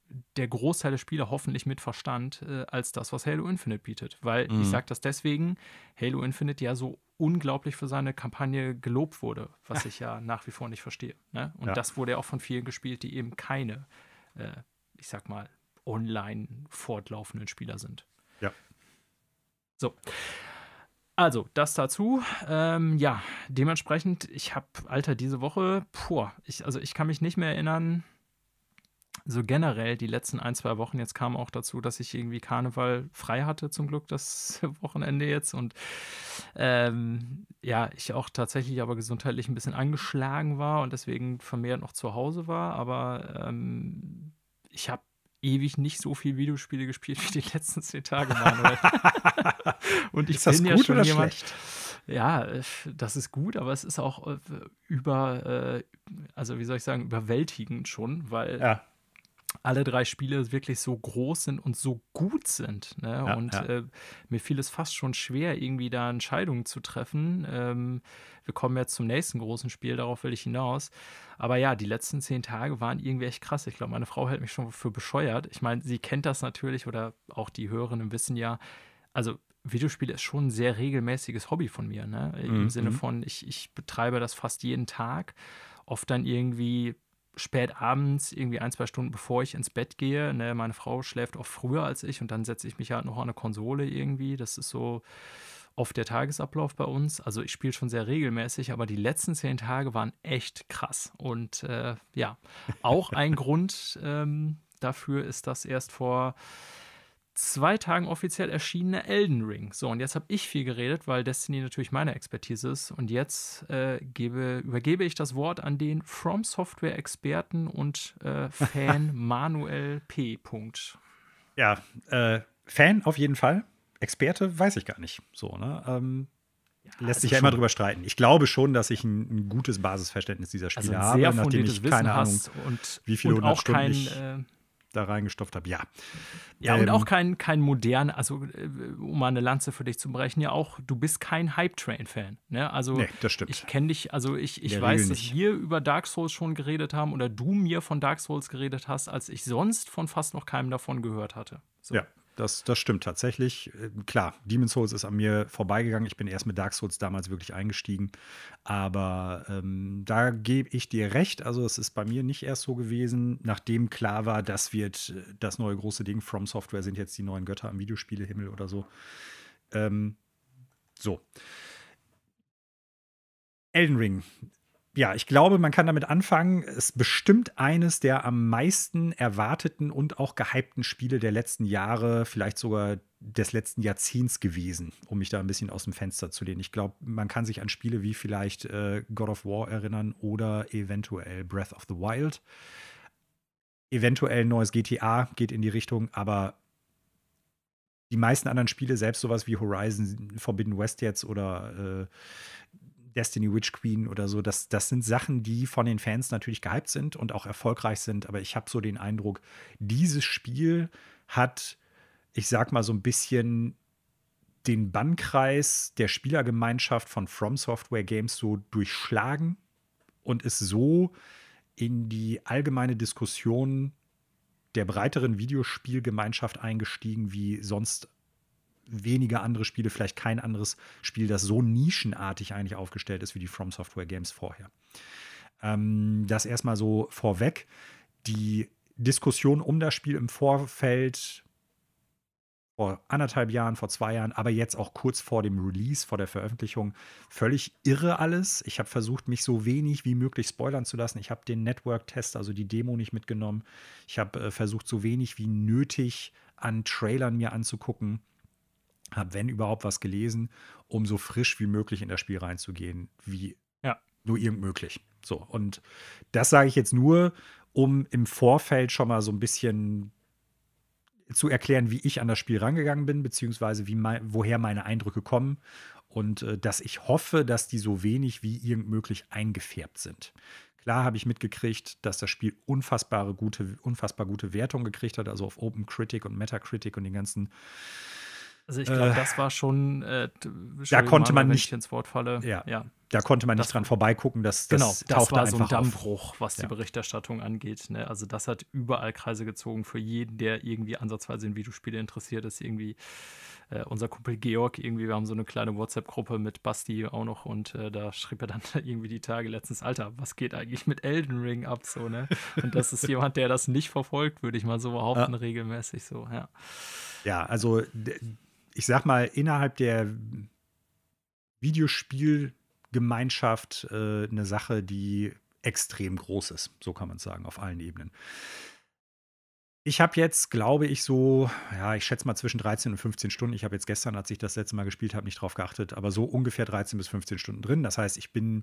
der Großteil der Spieler hoffentlich mit Verstand, äh, als das, was Halo Infinite bietet. Weil Mhm. ich sage das deswegen, Halo Infinite ja so unglaublich für seine Kampagne gelobt wurde, was ich ja nach wie vor nicht verstehe. Ne? Und Ja. das wurde ja auch von vielen gespielt, die eben keine, äh, ich sag mal, online fortlaufenden Spieler sind. Ja. So. Also, das dazu. Ähm, ja, dementsprechend, ich habe, Alter, diese Woche, puh, ich, also ich kann mich nicht mehr erinnern, so generell die letzten ein, zwei Wochen, jetzt kam auch dazu, dass ich irgendwie Karneval frei hatte, zum Glück das Wochenende jetzt. Und ähm, ja, ich auch tatsächlich aber gesundheitlich ein bisschen angeschlagen war und deswegen vermehrt noch zu Hause war. Aber ähm, ich habe ewig nicht so viel Videospiele gespielt wie die letzten zehn Tage, Manuel. Und ich Ist das bin ja gut schon oder jemand, schlecht? ja, äh, das ist gut, aber es ist auch äh, über, äh, also wie soll ich sagen, überwältigend schon, weil Ja, alle drei Spiele wirklich so groß sind und so gut sind. Ne? ja, Und ja. äh, mir fiel es fast schon schwer, irgendwie da Entscheidungen zu treffen. Ähm, wir kommen jetzt zum nächsten großen Spiel, darauf will ich hinaus. Aber ja, die letzten zehn Tage waren irgendwie echt krass. Ich glaube, meine Frau hält mich schon für bescheuert. Ich meine, sie kennt das natürlich oder auch die Hörerinnen wissen ja, also Videospiele ist schon ein sehr regelmäßiges Hobby von mir. Ne? Im Sinne Mhm. von, ich, ich betreibe das fast jeden Tag. Oft dann irgendwie spät abends, irgendwie ein, zwei Stunden bevor ich ins Bett gehe. Ne? Meine Frau schläft oft früher als ich und dann setze ich mich halt noch an eine Konsole irgendwie. Das ist so oft der Tagesablauf bei uns. Also ich spiele schon sehr regelmäßig, aber die letzten zehn Tage waren echt krass. Und äh, ja, auch ein Grund ähm, dafür ist, dass erst vor zwei Tagen offiziell erschienene Elden Ring. So, und jetzt habe ich viel geredet, weil Destiny natürlich meine Expertise ist. Und jetzt äh, gebe, übergebe ich das Wort an den From Software-Experten und äh, Fan Manuel P. Punkt. Ja, äh, Fan auf jeden Fall. Experte weiß ich gar nicht. So, ne? Ähm, lässt also sich ja immer schon. drüber streiten. Ich glaube schon, dass ich ein, ein gutes Basisverständnis dieser Also Spiele ein habe, sehr nachdem fundiertes ich Wissen keine Ahnung, hast und, wie viele und hundert auch Stunden kein, ich äh, da reingestopft habe. Ja. ja, und auch Ähm, kein, kein modern, also äh, um mal eine Lanze für dich zu brechen, ja auch, du bist kein Hype-Train-Fan. Ne? Also nee, das ich stimmt. kenne dich, also ich, In ich der Regel weiß, dass nicht. wir über Dark Souls schon geredet haben oder du mir von Dark Souls geredet hast, als ich sonst von fast noch keinem davon gehört hatte. So. Ja, das, das stimmt tatsächlich. Äh, Klar, Demon's Souls ist an mir vorbeigegangen. Ich bin erst mit Dark Souls damals wirklich eingestiegen. Aber ähm, da gebe ich dir recht. Also, es ist bei mir nicht erst so gewesen, nachdem klar war, das wird äh, das neue große Ding. From Software sind jetzt die neuen Götter am Videospielehimmel oder so. Ähm, so. Elden Ring. Ja, ich glaube, man kann damit anfangen. Es ist bestimmt eines der am meisten erwarteten und auch gehypten Spiele der letzten Jahre, vielleicht sogar des letzten Jahrzehnts gewesen, um mich da ein bisschen aus dem Fenster zu lehnen. Ich glaube, man kann sich an Spiele wie vielleicht äh, God of War erinnern oder eventuell Breath of the Wild. Eventuell ein neues G T A geht in die Richtung, aber die meisten anderen Spiele, selbst sowas wie Horizon Forbidden West jetzt oder äh, Destiny Witch Queen oder so, das, das sind Sachen, die von den Fans natürlich gehypt sind und auch erfolgreich sind. Aber ich habe so den Eindruck, dieses Spiel hat, ich sag mal, so ein bisschen den Bannkreis der Spielergemeinschaft von From Software Games so durchschlagen und ist so in die allgemeine Diskussion der breiteren Videospielgemeinschaft eingestiegen, wie sonst wenige andere Spiele, vielleicht kein anderes Spiel, das so nischenartig eigentlich aufgestellt ist wie die From Software Games vorher. Ähm, das erstmal so vorweg. Die Diskussion um das Spiel im Vorfeld vor anderthalb Jahren, vor zwei Jahren, aber jetzt auch kurz vor dem Release, vor der Veröffentlichung, völlig irre alles. Ich habe versucht, mich so wenig wie möglich spoilern zu lassen. Ich habe den Network-Test, also die Demo, nicht mitgenommen. Ich habe äh, versucht, so wenig wie nötig an Trailern mir anzugucken. Habe, wenn überhaupt, was gelesen, um so frisch wie möglich in das Spiel reinzugehen, wie Ja. nur irgend möglich. So, und das sage ich jetzt nur, um im Vorfeld schon mal so ein bisschen zu erklären, wie ich an das Spiel rangegangen bin, beziehungsweise wie mein, woher meine Eindrücke kommen und äh, dass ich hoffe, dass die so wenig wie irgend möglich eingefärbt sind. Klar habe ich mitgekriegt, dass das Spiel unfassbare gute, unfassbar gute Wertung gekriegt hat, also auf OpenCritic und Metacritic und den ganzen. Also ich Äh, glaube, das war schon, äh, da Entschuldigung, konnte Manuel, man wenn ich nicht, dir ins Wort falle. ja, Ja. da konnte man nicht Das- dran vorbeigucken, das, Genau, das das tauchte war so ein einfach auf. Dammbruch, was die Ja. Berichterstattung angeht. Ne? Also das hat überall Kreise gezogen für jeden, der irgendwie ansatzweise in Videospiele interessiert ist. Irgendwie äh, unser Kumpel Georg, irgendwie, wir haben so eine kleine WhatsApp-Gruppe mit Basti auch noch und äh, da schrieb er dann irgendwie die Tage letztens, Alter, was geht eigentlich mit Elden Ring ab? So, ne? Und das ist jemand, der das nicht verfolgt, würde ich mal so behaupten, Ja. regelmäßig so, ja. Ja, also d- ich sag mal, innerhalb der Videospielgemeinschaft äh, eine Sache, die extrem groß ist, so kann man es sagen, auf allen Ebenen. Ich habe jetzt, glaube ich, so, ja, ich schätze mal zwischen dreizehn und fünfzehn Stunden. Ich habe jetzt gestern, als ich das letzte Mal gespielt habe, nicht drauf geachtet, aber so ungefähr dreizehn bis fünfzehn Stunden drin. Das heißt, ich bin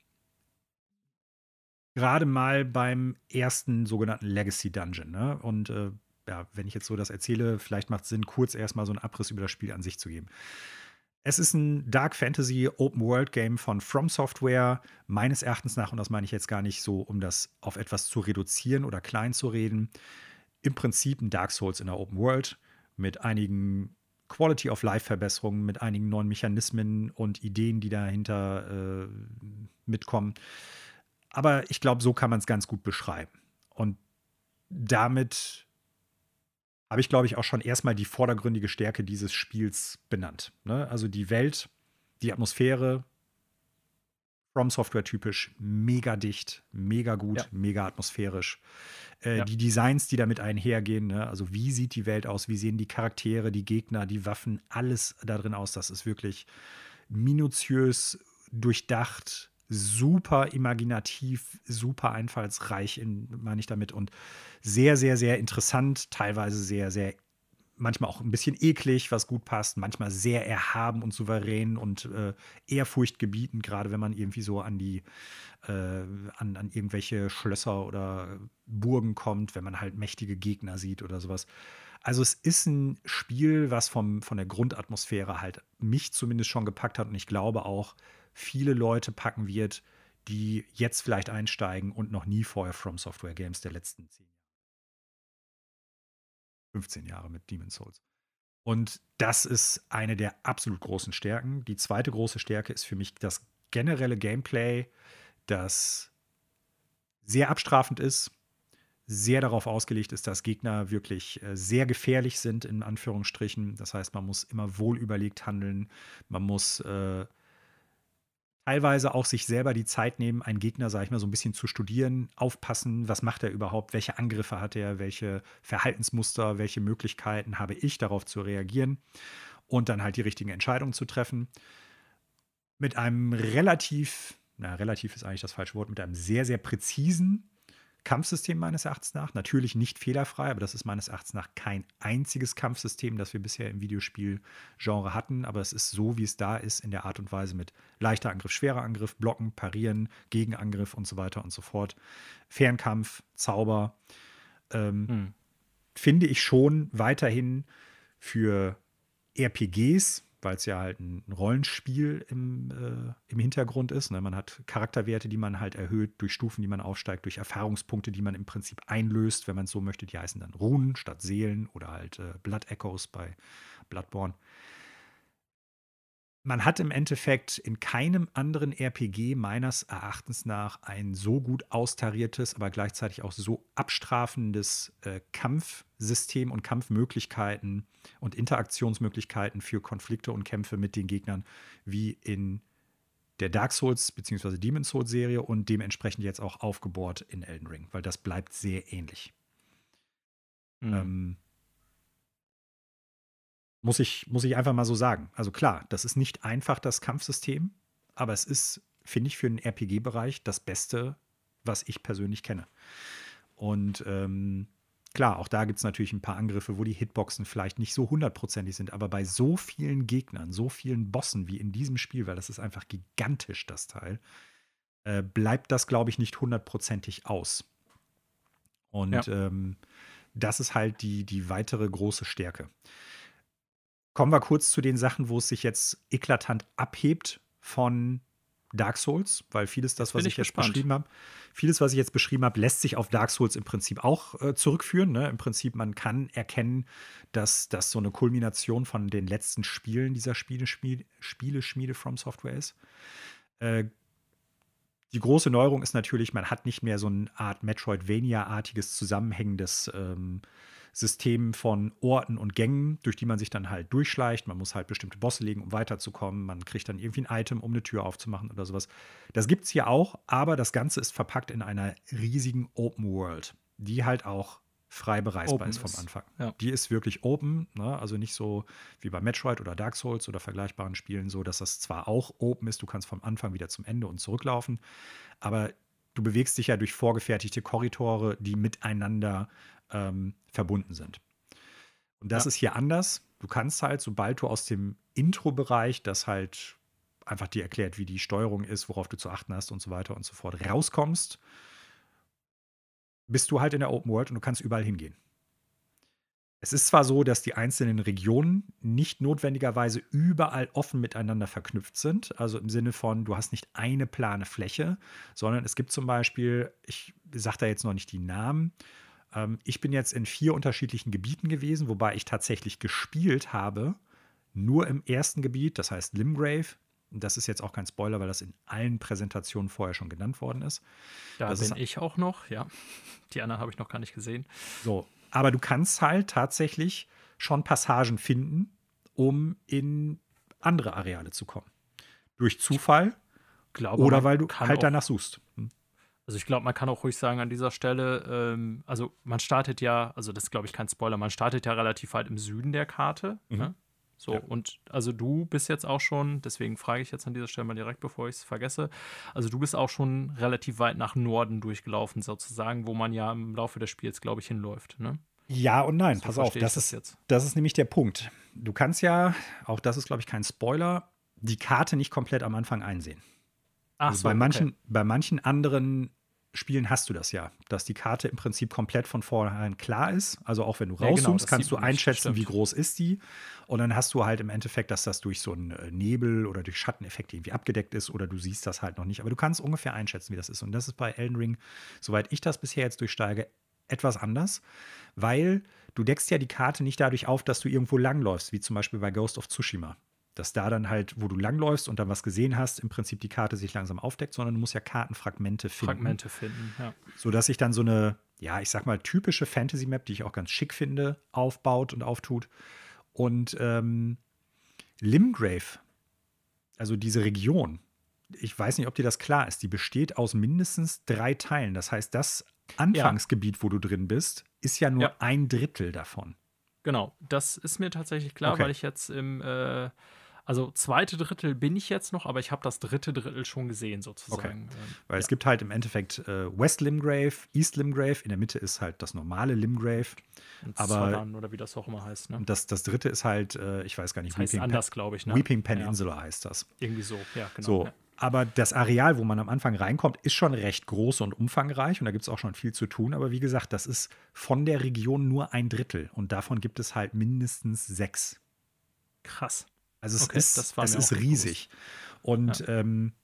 gerade mal beim ersten sogenannten Legacy Dungeon. Ne? Und äh, ja, wenn ich jetzt so das erzähle, vielleicht macht es Sinn, kurz erstmal so einen Abriss über das Spiel an sich zu geben. Es ist ein Dark Fantasy Open World Game von From Software. Meines Erachtens nach, und das meine ich jetzt gar nicht so, um das auf etwas zu reduzieren oder klein zu reden, im Prinzip ein Dark Souls in der Open World mit einigen Quality of Life Verbesserungen, mit einigen neuen Mechanismen und Ideen, die dahinter äh, mitkommen. Aber ich glaube, so kann man es ganz gut beschreiben. Und damit habe ich, glaube ich, auch schon erstmal die vordergründige Stärke dieses Spiels benannt. Ne? Also die Welt, die Atmosphäre, From Software typisch, mega dicht, mega gut, Ja. mega atmosphärisch. Äh, Ja. Die Designs, die damit einhergehen, ne? Also wie sieht die Welt aus, wie sehen die Charaktere, die Gegner, die Waffen, alles da drin aus. Das ist wirklich minutiös, durchdacht, super imaginativ, super einfallsreich, in, meine ich damit, und sehr, sehr, sehr interessant, teilweise sehr, sehr, manchmal auch ein bisschen eklig, was gut passt, manchmal sehr erhaben und souverän und äh, ehrfurchtgebietend, gerade wenn man irgendwie so an die äh, an, an irgendwelche Schlösser oder Burgen kommt, wenn man halt mächtige Gegner sieht oder sowas. Also es ist ein Spiel, was vom, von der Grundatmosphäre halt mich zumindest schon gepackt hat und ich glaube auch viele Leute packen wird, die jetzt vielleicht einsteigen und noch nie vorher From Software Games der letzten zehn, fünfzehn Jahre mit Demon's Souls. Und das ist eine der absolut großen Stärken. Die zweite große Stärke ist für mich das generelle Gameplay, das sehr abstrafend ist, sehr darauf ausgelegt ist, dass Gegner wirklich äh, sehr gefährlich sind, in Anführungsstrichen. Das heißt, man muss immer wohl überlegt handeln. Man muss äh, teilweise auch sich selber die Zeit nehmen, einen Gegner, sage ich mal, so ein bisschen zu studieren, aufpassen, was macht er überhaupt, welche Angriffe hat er, welche Verhaltensmuster, welche Möglichkeiten habe ich, darauf zu reagieren und dann halt die richtigen Entscheidungen zu treffen. Mit einem relativ, na, relativ ist eigentlich das falsche Wort, mit einem sehr, sehr präzisen Kampfsystem meines Erachtens nach. Natürlich nicht fehlerfrei, aber das ist meines Erachtens nach kein einziges Kampfsystem, das wir bisher im Videospielgenre hatten. Aber es ist so, wie es da ist, in der Art und Weise mit leichter Angriff, schwerer Angriff, Blocken, Parieren, Gegenangriff und so weiter und so fort. Fernkampf, Zauber. Ähm, Hm. Finde ich schon weiterhin für R P Gs, weil es ja halt ein Rollenspiel im, äh, im Hintergrund ist. Ne? Man hat Charakterwerte, die man halt erhöht durch Stufen, die man aufsteigt, durch Erfahrungspunkte, die man im Prinzip einlöst, wenn man es so möchte. Die heißen dann Runen statt Seelen oder halt äh, Blood Echoes bei Bloodborne. Man hat im Endeffekt in keinem anderen R P G meines Erachtens nach ein so gut austariertes, aber gleichzeitig auch so abstrafendes äh, Kampfsystem und Kampfmöglichkeiten und Interaktionsmöglichkeiten für Konflikte und Kämpfe mit den Gegnern wie in der Dark Souls bzw. Demon's Souls Serie und dementsprechend jetzt auch aufgebohrt in Elden Ring, weil das bleibt sehr ähnlich. Hm. Ähm, Muss ich, muss ich einfach mal so sagen. Also klar, das ist nicht einfach, das Kampfsystem, aber es ist, finde ich, für den R P G-Bereich das Beste, was ich persönlich kenne. Und ähm, klar, auch da gibt es natürlich ein paar Angriffe, wo die Hitboxen vielleicht nicht so hundertprozentig sind, aber bei so vielen Gegnern, so vielen Bossen wie in diesem Spiel, weil das ist einfach gigantisch, das Teil, äh, bleibt das, glaube ich, nicht hundertprozentig aus. Und Ja. ähm, das ist halt die, die weitere große Stärke. Kommen wir kurz zu den Sachen, wo es sich jetzt eklatant abhebt von Dark Souls, weil vieles das, Jetzt was bin ich ich jetzt gespannt. beschrieben habe, vieles, was ich jetzt beschrieben habe, lässt sich auf Dark Souls im Prinzip auch äh, zurückführen. Ne? Im Prinzip, man kann erkennen, dass das so eine Kulmination von den letzten Spielen dieser Spieleschmiede, Spieleschmiede From Software ist. Äh, die große Neuerung ist natürlich, man hat nicht mehr so eine Art Metroidvania-artiges zusammenhängendes ähm, System von Orten und Gängen, durch die man sich dann halt durchschleicht. Man muss halt bestimmte Bosse legen, um weiterzukommen. Man kriegt dann irgendwie ein Item, um eine Tür aufzumachen oder sowas. Das gibt es hier auch, aber das Ganze ist verpackt in einer riesigen Open World, die halt auch frei bereisbar Open ist vom ist, Anfang. ja. Die ist wirklich open, ne? Also nicht so wie bei Metroid oder Dark Souls oder vergleichbaren Spielen, so dass das zwar auch open ist, du kannst vom Anfang wieder zum Ende und zurücklaufen, aber du bewegst dich ja durch vorgefertigte Korridore, die miteinander ähm, verbunden sind. Und das Ja. ist hier anders. Du kannst halt, sobald du aus dem Intro-Bereich, das halt einfach dir erklärt, wie die Steuerung ist, worauf du zu achten hast und so weiter und so fort, rauskommst, bist du halt in der Open World und du kannst überall hingehen. Es ist zwar so, dass die einzelnen Regionen nicht notwendigerweise überall offen miteinander verknüpft sind, also im Sinne von, du hast nicht eine plane Fläche, sondern es gibt zum Beispiel, ich sage da jetzt noch nicht die Namen, ähm, ich bin jetzt in vier unterschiedlichen Gebieten gewesen, wobei ich tatsächlich gespielt habe, nur im ersten Gebiet, das heißt Limgrave. Das ist jetzt auch kein Spoiler, weil das in allen Präsentationen vorher schon genannt worden ist. Da das bin ist, ich auch noch, ja. Die anderen habe ich noch gar nicht gesehen. So, aber du kannst halt tatsächlich schon Passagen finden, um in andere Areale zu kommen. Durch Zufall Glaube, oder man weil du kann halt auch, danach suchst. Hm. also ich glaube, man kann auch ruhig sagen an dieser Stelle, ähm, also man startet ja, also das ist, glaube ich, kein Spoiler, man startet ja relativ weit im Süden der Karte. Mhm. Ne? So, Ja. und also du bist jetzt auch schon, deswegen frage ich jetzt an dieser Stelle mal direkt, bevor ich es vergesse, also du bist auch schon relativ weit nach Norden durchgelaufen, sozusagen, wo man ja im Laufe des Spiels, glaube ich, hinläuft. Ne? Ja und nein, So pass auf, verstehe ich das das ist, jetzt. das ist nämlich der Punkt. Du kannst ja, auch das ist, glaube ich, kein Spoiler, die Karte nicht komplett am Anfang einsehen. Ach Also so, bei manchen, okay. bei manchen anderen Spielen hast du das ja, dass die Karte im Prinzip komplett von vornherein klar ist. Also auch wenn du Ja, genau, rauszoomst, das kannst sieht du man nicht, einschätzen, stimmt. wie groß ist die. Und dann hast du halt im Endeffekt, dass das durch so einen äh, Nebel oder durch Schatteneffekte irgendwie abgedeckt ist oder du siehst das halt noch nicht. Aber du kannst ungefähr einschätzen, wie das ist. Und das ist bei Elden Ring, soweit ich das bisher jetzt durchsteige, etwas anders, weil du deckst ja die Karte nicht dadurch auf, dass du irgendwo langläufst, wie zum Beispiel bei Ghost of Tsushima. Dass da dann halt, wo du langläufst und dann was gesehen hast, im Prinzip die Karte sich langsam aufdeckt, sondern du musst ja Kartenfragmente finden. Fragmente finden, ja. Sodass sich dann so eine, ja, ich sag mal, typische Fantasy-Map, die ich auch ganz schick finde, aufbaut und auftut. Und ähm, Limgrave, also diese Region, ich weiß nicht, ob dir das klar ist, die besteht aus mindestens drei Teilen. Das heißt, das Anfangsgebiet, wo du drin bist, ist ja nur Ja. ein Drittel davon. Genau, das ist mir tatsächlich klar, Okay. weil ich jetzt im, äh, also zweite Drittel bin ich jetzt noch, aber ich habe das dritte Drittel schon gesehen, sozusagen. Ähm, Weil ja. es gibt halt im Endeffekt äh, West Limgrave, East Limgrave, in der Mitte ist halt das normale Limgrave. Und aber- Southern oder wie das auch immer heißt, ne? Und das, das dritte ist halt, äh, ich weiß gar nicht, Das heißt Weeping, anders, glaube ich, ne? Weeping Ja, Peninsula heißt das. irgendwie so, ja, genau. So, Ja. aber das Areal, wo man am Anfang reinkommt, ist schon recht groß und umfangreich und da gibt es auch schon viel zu tun. Aber wie gesagt, das ist von der Region nur ein Drittel und davon gibt es halt mindestens sechs. Krass. Also es Okay, ist, das war es mir ist auch nicht riesig. Und ähm,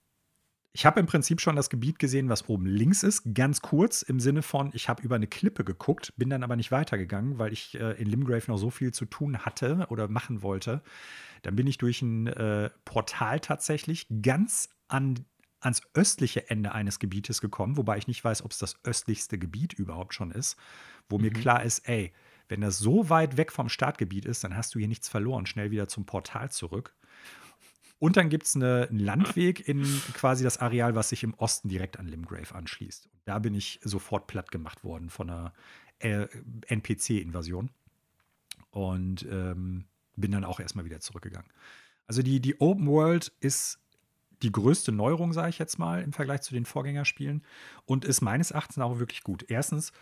ich habe im Prinzip schon das Gebiet gesehen, was oben links ist, ganz kurz im Sinne von, ich habe über eine Klippe geguckt, bin dann aber nicht weitergegangen, weil ich äh, in Limgrave noch so viel zu tun hatte oder machen wollte. Dann bin ich durch ein äh, Portal tatsächlich ganz an, ans östliche Ende eines Gebietes gekommen, wobei ich nicht weiß, ob es das östlichste Gebiet überhaupt schon ist, wo mir Mhm. klar ist, ey, wenn das so weit weg vom Startgebiet ist, dann hast du hier nichts verloren. Schnell wieder zum Portal zurück. Und dann gibt es eine, einen Landweg in quasi das Areal, was sich im Osten direkt an Limgrave anschließt. Und da bin ich sofort platt gemacht worden von einer äh, N P C-Invasion. Und ähm, bin dann auch erstmal wieder zurückgegangen. Also die, die Open World ist die größte Neuerung, sage ich jetzt mal, im Vergleich zu den Vorgängerspielen und ist meines Erachtens auch wirklich gut. Erstens,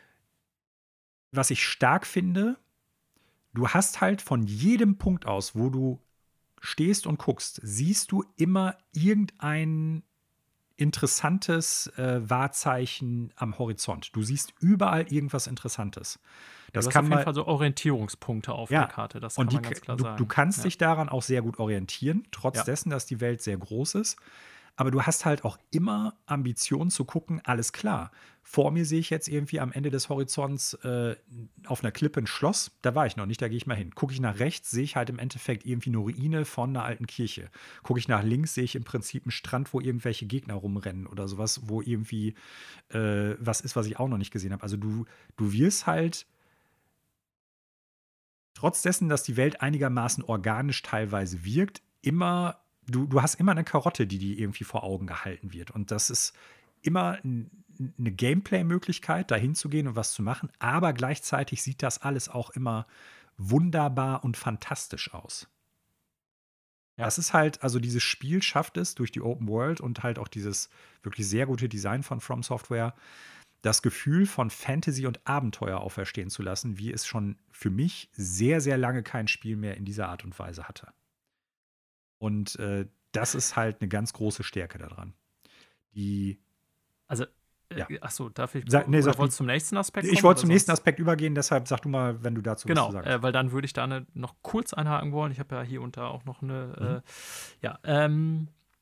was ich stark finde, du hast halt von jedem Punkt aus, wo du stehst und guckst, siehst du immer irgendein interessantes äh, Wahrzeichen am Horizont. Du siehst überall irgendwas Interessantes. Das du hast kann auf jeden mal, Fall so Orientierungspunkte auf Ja, der Karte, das und kann die, man ganz klar du, sagen. du kannst ja. dich daran auch sehr gut orientieren, trotz Ja. dessen, dass die Welt sehr groß ist. aber du hast halt auch immer Ambitionen zu gucken, alles klar. Vor mir sehe ich jetzt irgendwie am Ende des Horizonts äh, auf einer Klippe ein Schloss. Da war ich noch nicht, da gehe ich mal hin. Gucke ich nach rechts, sehe ich halt im Endeffekt irgendwie eine Ruine von einer alten Kirche. Gucke ich nach links, sehe ich im Prinzip einen Strand, wo irgendwelche Gegner rumrennen oder sowas, wo irgendwie äh, was ist, was ich auch noch nicht gesehen habe. Also du, du wirst halt trotz dessen, dass die Welt einigermaßen organisch teilweise wirkt, immer, du, du hast immer eine Karotte, die dir irgendwie vor Augen gehalten wird. Und das ist immer n- eine Gameplay-Möglichkeit, da hinzugehen und was zu machen. Aber gleichzeitig sieht das alles auch immer wunderbar und fantastisch aus. Ja. Das ist halt, also dieses Spiel schafft es durch die Open World und halt auch dieses wirklich sehr gute Design von From Software, das Gefühl von Fantasy und Abenteuer auferstehen zu lassen, wie es schon für mich sehr, sehr lange kein Spiel mehr in dieser Art und Weise hatte. Und äh, das ist halt eine ganz große Stärke daran. Die, Also, äh, ja. ach so, darf ich, Sag- nee, oder sag du. wolltest du zum nächsten Aspekt Ich kommen, wollte oder zum nächsten sonst? Aspekt übergehen, deshalb sag du mal, wenn du dazu was Genau, zu sagen äh, weil dann würde ich da ne, noch kurz einhaken wollen. Ich habe ja hier und da auch noch eine, äh, ja, ähm,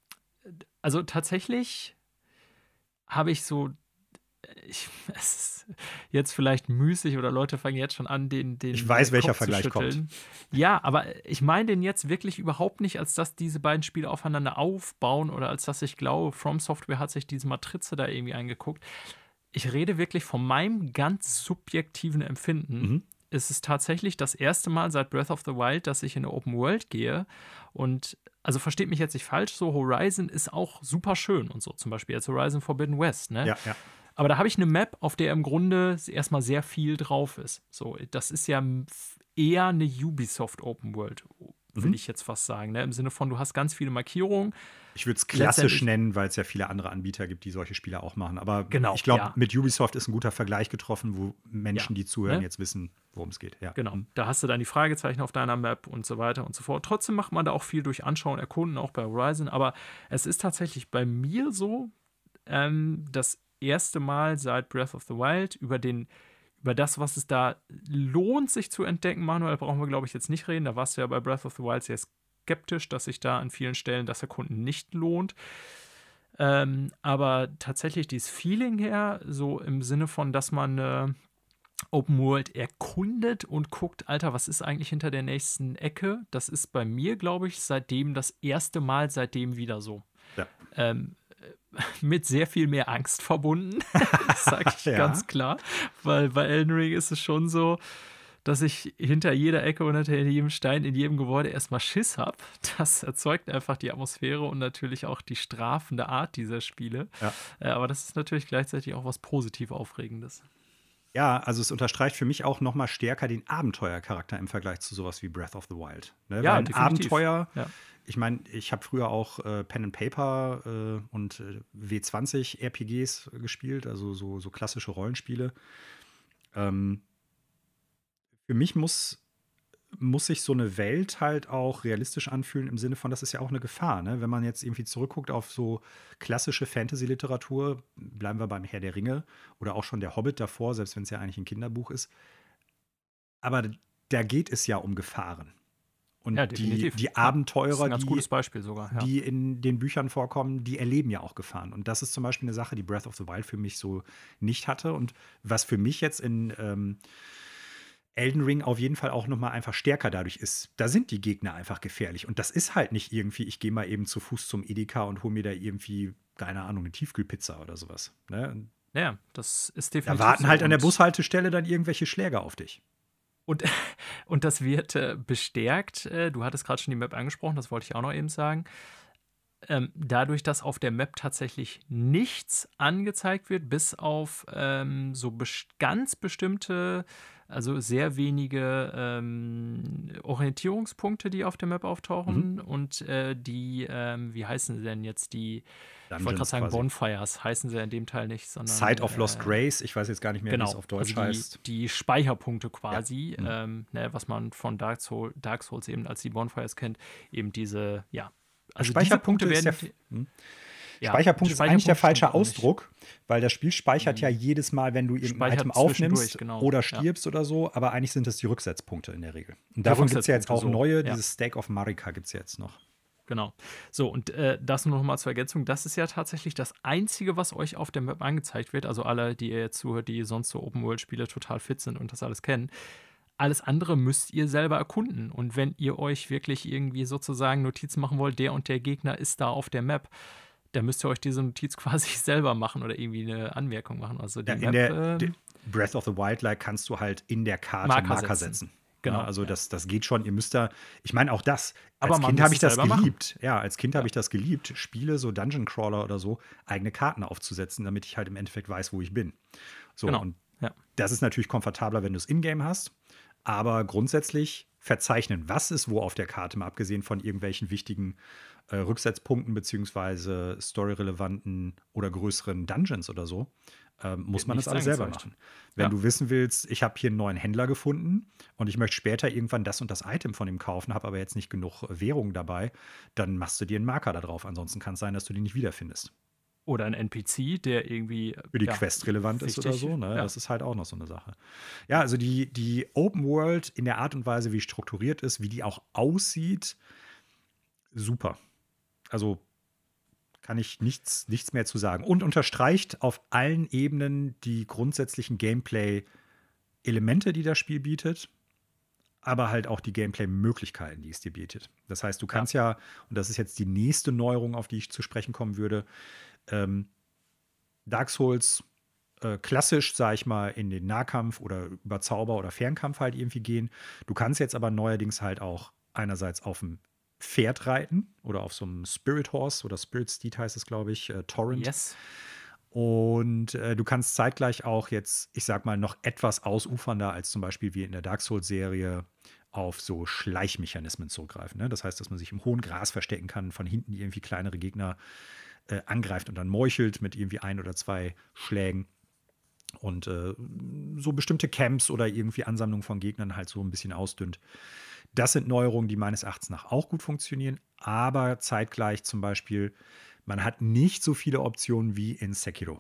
also tatsächlich habe ich so, ich, es ist jetzt vielleicht müßig oder Leute fangen jetzt schon an, den, den Ich weiß, welcher Kopf zu Vergleich kommt. schütteln. Ja, aber ich meine den jetzt wirklich überhaupt nicht, als dass diese beiden Spiele aufeinander aufbauen oder als dass ich glaube, From Software hat sich diese Matrize da irgendwie angeguckt. Ich rede wirklich von meinem ganz subjektiven Empfinden. Mhm. Es ist tatsächlich das erste Mal seit Breath of the Wild, dass ich in eine Open World gehe. Und also versteht mich jetzt nicht falsch, so Horizon ist auch super schön und so. Zum Beispiel jetzt Horizon Forbidden West, ne? Ja, ja. Aber da habe ich eine Map, auf der im Grunde erstmal sehr viel drauf ist. So, das ist ja eher eine Ubisoft Open World, will Mhm. ich jetzt fast sagen. Ne? Im Sinne von, du hast ganz viele Markierungen. Ich würde es klassisch Letztendlich- nennen, weil es ja viele andere Anbieter gibt, die solche Spiele auch machen. Aber Genau, ich glaube, ja. mit Ubisoft ist ein guter Vergleich getroffen, wo Menschen, Ja, die zuhören, ne? jetzt wissen, worum es geht. Ja. Genau, da hast du dann die Fragezeichen auf deiner Map und so weiter und so fort. Trotzdem macht man da auch viel durch Anschauen, Erkunden, auch bei Horizon. Aber es ist tatsächlich bei mir so, ähm, das erste Mal seit Breath of the Wild über den über das, was es da lohnt, sich zu entdecken. Manuel, brauchen wir, glaube ich, jetzt nicht reden. Da warst du ja bei Breath of the Wild sehr skeptisch, dass sich da an vielen Stellen das Erkunden nicht lohnt. Ähm, aber tatsächlich dieses Feeling her, so im Sinne von, dass man eine Open World erkundet und guckt, Alter, was ist eigentlich hinter der nächsten Ecke? Das ist bei mir, glaube ich, seitdem das erste Mal seitdem wieder so. Ja. Ähm, mit sehr viel mehr Angst verbunden, das sage ich Ja. ganz klar, weil bei Elden Ring ist es schon so, dass ich hinter jeder Ecke und hinter jedem Stein in jedem Gebäude erstmal Schiss habe. Das erzeugt einfach die Atmosphäre und natürlich auch die strafende Art dieser Spiele. Ja. Äh, aber das ist natürlich gleichzeitig auch was positiv Aufregendes. Ja, also es unterstreicht für mich auch noch mal stärker den Abenteuercharakter im Vergleich zu sowas wie Breath of the Wild. Ne? Ja, Weil ein definitiv. Abenteuer, Ja. ich meine, ich habe früher auch äh, Pen and Paper äh, und äh, W zwanzig R P Gs gespielt, also so, so klassische Rollenspiele. Ähm, für mich muss, muss sich so eine Welt halt auch realistisch anfühlen, im Sinne von, das ist ja auch eine Gefahr. Ne? Wenn man jetzt irgendwie zurückguckt auf so klassische Fantasy-Literatur, bleiben wir beim Herr der Ringe oder auch schon der Hobbit davor, selbst wenn es ja eigentlich ein Kinderbuch ist. Aber da geht es ja um Gefahren. Und Ja, die, definitiv. die Ja, das ist Abenteurer, ein ganz die, gutes Beispiel sogar. Ja. die in den Büchern vorkommen, die erleben ja auch Gefahren. Und das ist zum Beispiel eine Sache, die Breath of the Wild für mich so nicht hatte. Und was für mich jetzt in ähm, Elden Ring auf jeden Fall auch noch mal einfach stärker dadurch ist, da sind die Gegner einfach gefährlich. Und das ist halt nicht irgendwie, ich gehe mal eben zu Fuß zum Edeka und hole mir da irgendwie, keine Ahnung, eine Tiefkühlpizza oder sowas. Ne? Und Ja, das ist da definitiv warten so. halt an der Und- Bushaltestelle dann irgendwelche Schläger auf dich. Und, und das wird äh, bestärkt. Äh, du hattest gerade schon die Map angesprochen, das wollte ich auch noch eben sagen. Ähm, dadurch, dass auf der Map tatsächlich nichts angezeigt wird, bis auf ähm, so bes- ganz bestimmte, also sehr wenige ähm, Orientierungspunkte, die auf der Map auftauchen. Und äh, die, ähm, wie heißen sie denn jetzt? Die, ich wollte gerade Dungeons sagen, quasi. Bonfires heißen sie in dem Teil nicht, sondern. Side of Lost äh, Grace, ich weiß jetzt gar nicht mehr, wie Genau, es auf Deutsch also die, heißt. die Speicherpunkte quasi, Mhm. ähm, ne, was man von Dark, Soul, Dark Souls eben als die Bonfires kennt, eben diese, ja. Also Speicherpunkte diese ist ja, Punkte werden, hm. ja, Speicherpunkt ist eigentlich der Speicherpunkt falsche stimmt auch nicht. Ausdruck, weil das Spiel speichert ja jedes Mal, wenn du irgendein Speichert Item aufnimmst zwischendurch, genau, oder ja. stirbst oder so, aber eigentlich sind das die Rücksetzpunkte in der Regel. Und davon gibt es ja jetzt auch Rücksetzpunkte, so, neue, ja. dieses Stake of Marika gibt es ja jetzt noch. Genau. So, und äh, das nur noch mal zur Ergänzung. Das ist ja tatsächlich das Einzige, was euch auf der Map angezeigt wird. Also alle, die ihr jetzt zuhört, die sonst so Open-World-Spiele total fit sind und das alles kennen. Alles andere müsst ihr selber erkunden. Und wenn ihr euch wirklich irgendwie sozusagen Notizen machen wollt, der und der Gegner ist da auf der Map, dann müsst ihr euch diese Notiz quasi selber machen oder irgendwie eine Anmerkung machen. Also die Ja, in Map, der ähm, de- Breath of the Wild-like kannst du halt in der Karte Marker Marker, setzen. setzen. Genau, Ja, also ja. das, das geht schon. Ihr müsst da, ich meine auch das, Aber als man Kind muss habe ich es das selber machen. geliebt. Ja, als Kind Ja. habe ich das geliebt, Spiele, so Dungeon Crawler oder so, eigene Karten aufzusetzen, damit ich halt im Endeffekt weiß, wo ich bin. So, Genau. und Ja. das ist natürlich komfortabler, wenn du es in-game hast. Aber grundsätzlich verzeichnen, was ist wo auf der Karte, mal abgesehen von irgendwelchen wichtigen äh, Rücksetzpunkten beziehungsweise storyrelevanten oder größeren Dungeons oder so, ähm, muss Wird man das nichts alles selber angezeigt. machen. Wenn Ja. du wissen willst, ich habe hier einen neuen Händler gefunden und ich möchte später irgendwann das und das Item von ihm kaufen, habe aber jetzt nicht genug Währung dabei, dann machst du dir einen Marker da drauf. Ansonsten kann es sein, dass du den nicht wiederfindest. Oder ein N P C, der irgendwie Für die ja, Quest relevant ist oder wichtig- so, ne? Ja. Das ist halt auch noch so eine Sache. Ja, also die, die Open World in der Art und Weise, wie strukturiert ist, wie die auch aussieht, super. Also kann ich nichts, nichts mehr zu sagen. Und unterstreicht auf allen Ebenen die grundsätzlichen Gameplay-Elemente, die das Spiel bietet, aber halt auch die Gameplay-Möglichkeiten, die es dir bietet. Das heißt, du kannst ja, und das ist jetzt die nächste Neuerung, auf die ich zu sprechen kommen würde, ähm, Dark Souls äh, klassisch, sag ich mal, in den Nahkampf oder über Zauber oder Fernkampf halt irgendwie gehen. Du kannst jetzt aber neuerdings halt auch einerseits auf dem Pferd reiten oder auf so einem Spirit Horse oder Spirit Steed heißt es, glaube ich, äh, Torrent. Yes. Und äh, du kannst zeitgleich auch jetzt, ich sag mal, noch etwas ausufernder als zum Beispiel wie in der Dark Souls-Serie auf so Schleichmechanismen zurückgreifen. Ne? Das heißt, dass man sich im hohen Gras verstecken kann, von hinten irgendwie kleinere Gegner äh, angreift und dann meuchelt mit irgendwie ein oder zwei Schlägen. Und äh, so bestimmte Camps oder irgendwie Ansammlungen von Gegnern halt so ein bisschen ausdünnt. Das sind Neuerungen, die meines Erachtens nach auch gut funktionieren, aber zeitgleich zum Beispiel, man hat nicht so viele Optionen wie in Sekiro.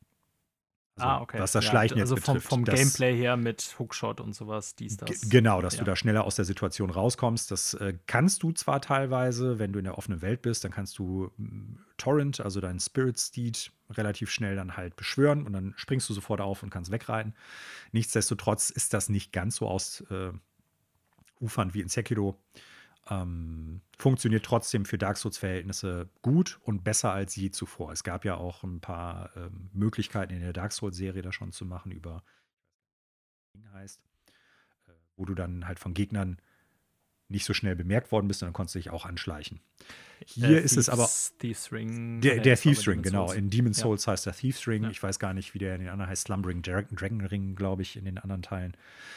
Also, ah, okay. was das Ja, Schleichen also jetzt vom, betrifft. vom das, Gameplay her mit Hookshot und sowas, dies, G- das. Genau, dass ja. du da schneller aus der Situation rauskommst. Das äh, kannst du zwar teilweise, wenn du in der offenen Welt bist, dann kannst du m, Torrent, also deinen Spirit Steed, relativ schnell dann halt beschwören und dann springst du sofort auf und kannst wegreiten. Nichtsdestotrotz ist das nicht ganz so ausufernd äh, wie in Sekiro. Ähm, funktioniert trotzdem für Dark Souls-Verhältnisse gut und besser als je zuvor. Es gab ja auch ein paar ähm, Möglichkeiten in der Dark Souls-Serie da schon zu machen über heißt, äh, wo du dann halt von Gegnern nicht so schnell bemerkt worden bist und dann konntest du dich auch anschleichen. Hier Äh, ist es aber Thieves- Thieves Ring. der, Nee, der das war bei Thieves Ring, Demon's genau. Souls. In Demon's Ja. Souls heißt der Thieves Ring. Ja. Ich weiß gar nicht, wie der in den anderen heißt. Slumbering Dragon, Dragon Ring, glaube ich, in den anderen Teilen.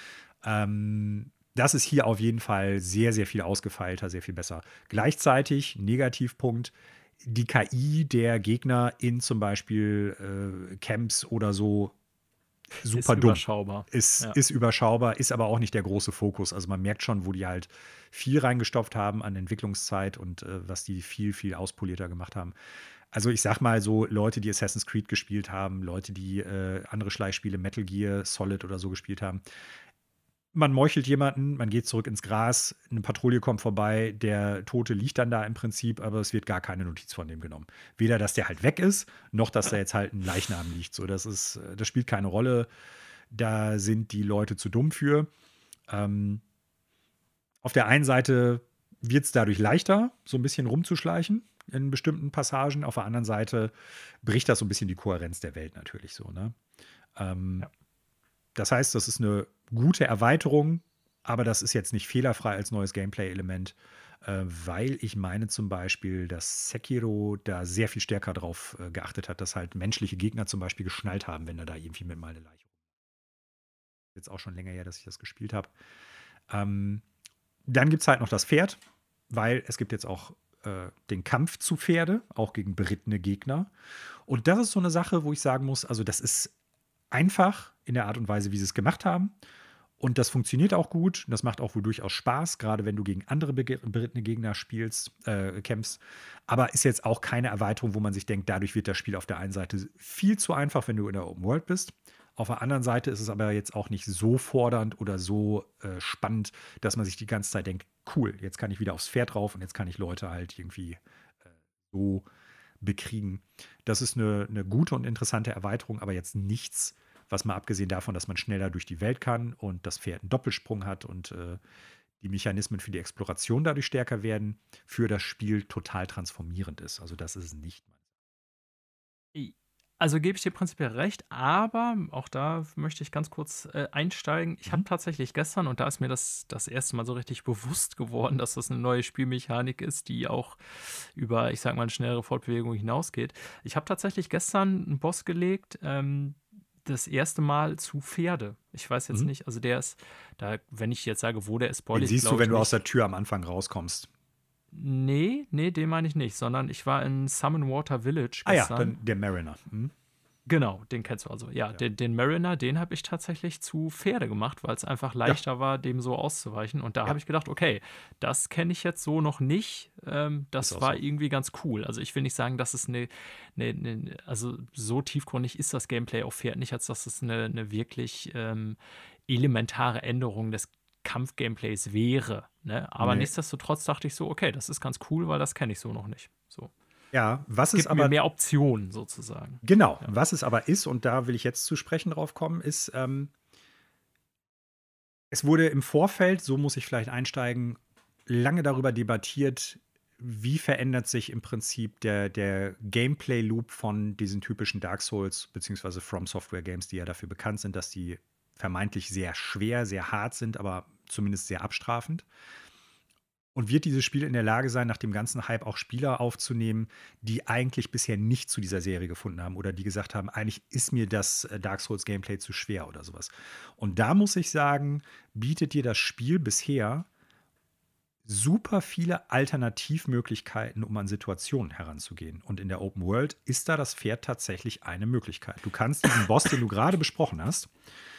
Ähm, das ist hier auf jeden Fall sehr, sehr viel ausgefeilter, sehr viel besser. Gleichzeitig, Negativpunkt, die K I der Gegner in zum Beispiel äh, Camps oder so super ist dumm. überschaubar. Ist, Ja. ist überschaubar, ist aber auch nicht der große Fokus. Also man merkt schon, wo die halt viel reingestopft haben an Entwicklungszeit und äh, was die viel, viel auspolierter gemacht haben. Also ich sag mal so, Leute, die Assassin's Creed gespielt haben, Leute, die äh, andere Schleichspiele, Metal Gear, Solid oder so gespielt haben. Man meuchelt jemanden, man geht zurück ins Gras, eine Patrouille kommt vorbei, der Tote liegt dann da im Prinzip, aber es wird gar keine Notiz von dem genommen. Weder, dass der halt weg ist, noch, dass da jetzt halt ein Leichnam liegt. So, das ist, das spielt keine Rolle. Da sind die Leute zu dumm für. Ähm, auf der einen Seite wird es dadurch leichter, so ein bisschen rumzuschleichen in bestimmten Passagen. Auf der anderen Seite bricht das so ein bisschen die Kohärenz der Welt natürlich so, ne? Ähm, Ja. Das heißt, das ist eine gute Erweiterung, aber das ist jetzt nicht fehlerfrei als neues Gameplay-Element, äh, weil ich meine zum Beispiel, dass Sekiro da sehr viel stärker drauf äh, geachtet hat, dass halt menschliche Gegner zum Beispiel geschnallt haben, wenn er da irgendwie mit mal eine Leiche rum. Jetzt auch schon länger her, dass ich das gespielt habe. Ähm, dann gibt es halt noch das Pferd, weil es gibt jetzt auch äh, den Kampf zu Pferde, auch gegen berittene Gegner. Und das ist so eine Sache, wo ich sagen muss, also das ist einfach in der Art und Weise, wie sie es gemacht haben. Und das funktioniert auch gut. Und das macht auch wohl durchaus Spaß, gerade wenn du gegen andere bege- berittene Gegner spielst, äh, kämpfst. Aber ist jetzt auch keine Erweiterung, wo man sich denkt, dadurch wird das Spiel auf der einen Seite viel zu einfach, wenn du in der Open World bist. Auf der anderen Seite ist es aber jetzt auch nicht so fordernd oder so äh, spannend, dass man sich die ganze Zeit denkt, cool, jetzt kann ich wieder aufs Pferd rauf und jetzt kann ich Leute halt irgendwie äh, so bekriegen. Das ist eine, eine gute und interessante Erweiterung, aber jetzt nichts, was mal abgesehen davon, dass man schneller durch die Welt kann und das Pferd einen Doppelsprung hat und äh, die Mechanismen für die Exploration dadurch stärker werden, für das Spiel total transformierend ist. Also das ist es nicht. I- Also gebe ich dir prinzipiell recht, aber auch da möchte ich ganz kurz äh, einsteigen. Ich habe Mhm. tatsächlich gestern, und da ist mir das das erste Mal so richtig bewusst geworden, dass das eine neue Spielmechanik ist, die auch über, ich sag mal, eine schnellere Fortbewegung hinausgeht. Ich habe tatsächlich gestern einen Boss gelegt, ähm, das erste Mal zu Pferde. Ich weiß jetzt Mhm. nicht, also der ist, da, wenn ich jetzt sage, wo der ist, spoil Den ich, siehst du, glaube ich, wenn du aus nicht. der Tür am Anfang rauskommst. Nee, nee, den meine ich nicht, sondern ich war in Summon Water Village Ah ja, gestern. dann der Mariner. Mhm. Genau, den kennst du also. Ja, Ja. den, den Mariner, den habe ich tatsächlich zu Pferde gemacht, weil es einfach leichter war, dem so auszuweichen. Und da Ja. habe ich gedacht, okay, das kenne ich jetzt so noch nicht. Ähm, das Ist auch war so. irgendwie ganz cool. Also ich will nicht sagen, dass es eine, eine, eine also so tiefgründig ist das Gameplay auf Pferd nicht, als dass es eine, eine wirklich ähm, elementare Änderung des Kampfgameplays wäre. Ne? Aber Nee. nichtsdestotrotz dachte ich so, okay, das ist ganz cool, weil das kenne ich so noch nicht. So. Ja, was es Gibt mir aber mehr Optionen sozusagen. genau, Ja. was es aber ist, und da will ich jetzt zu sprechen drauf kommen, ist, ähm, es wurde im Vorfeld, so muss ich vielleicht einsteigen, lange darüber debattiert, wie verändert sich im Prinzip der, der Gameplay-Loop von diesen typischen Dark Souls bzw. From Software Games, die ja dafür bekannt sind, dass die vermeintlich sehr schwer, sehr hart sind, aber zumindest sehr abstrafend. Und wird dieses Spiel in der Lage sein, nach dem ganzen Hype auch Spieler aufzunehmen, die eigentlich bisher nicht zu dieser Serie gefunden haben oder die gesagt haben, eigentlich ist mir das äh, Dark Souls Gameplay zu schwer oder sowas. Und da muss ich sagen, bietet dir das Spiel bisher super viele Alternativmöglichkeiten, um an Situationen heranzugehen. Und in der Open World ist da das Pferd tatsächlich eine Möglichkeit. Du kannst diesen Boss, den du gerade besprochen hast,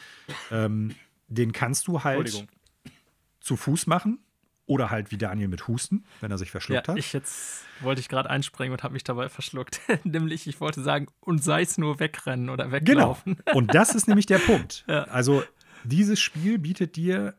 ähm, den kannst du halt Entschuldigung. zu Fuß machen. Oder halt wie Daniel mit Husten, wenn er sich Ja, verschluckt hat. ich jetzt wollte ich gerade einspringen und habe mich dabei verschluckt. Nämlich, ich wollte sagen, und sei es nur wegrennen oder Genau. weglaufen. Und das ist nämlich der Punkt. Ja. Also, dieses Spiel bietet dir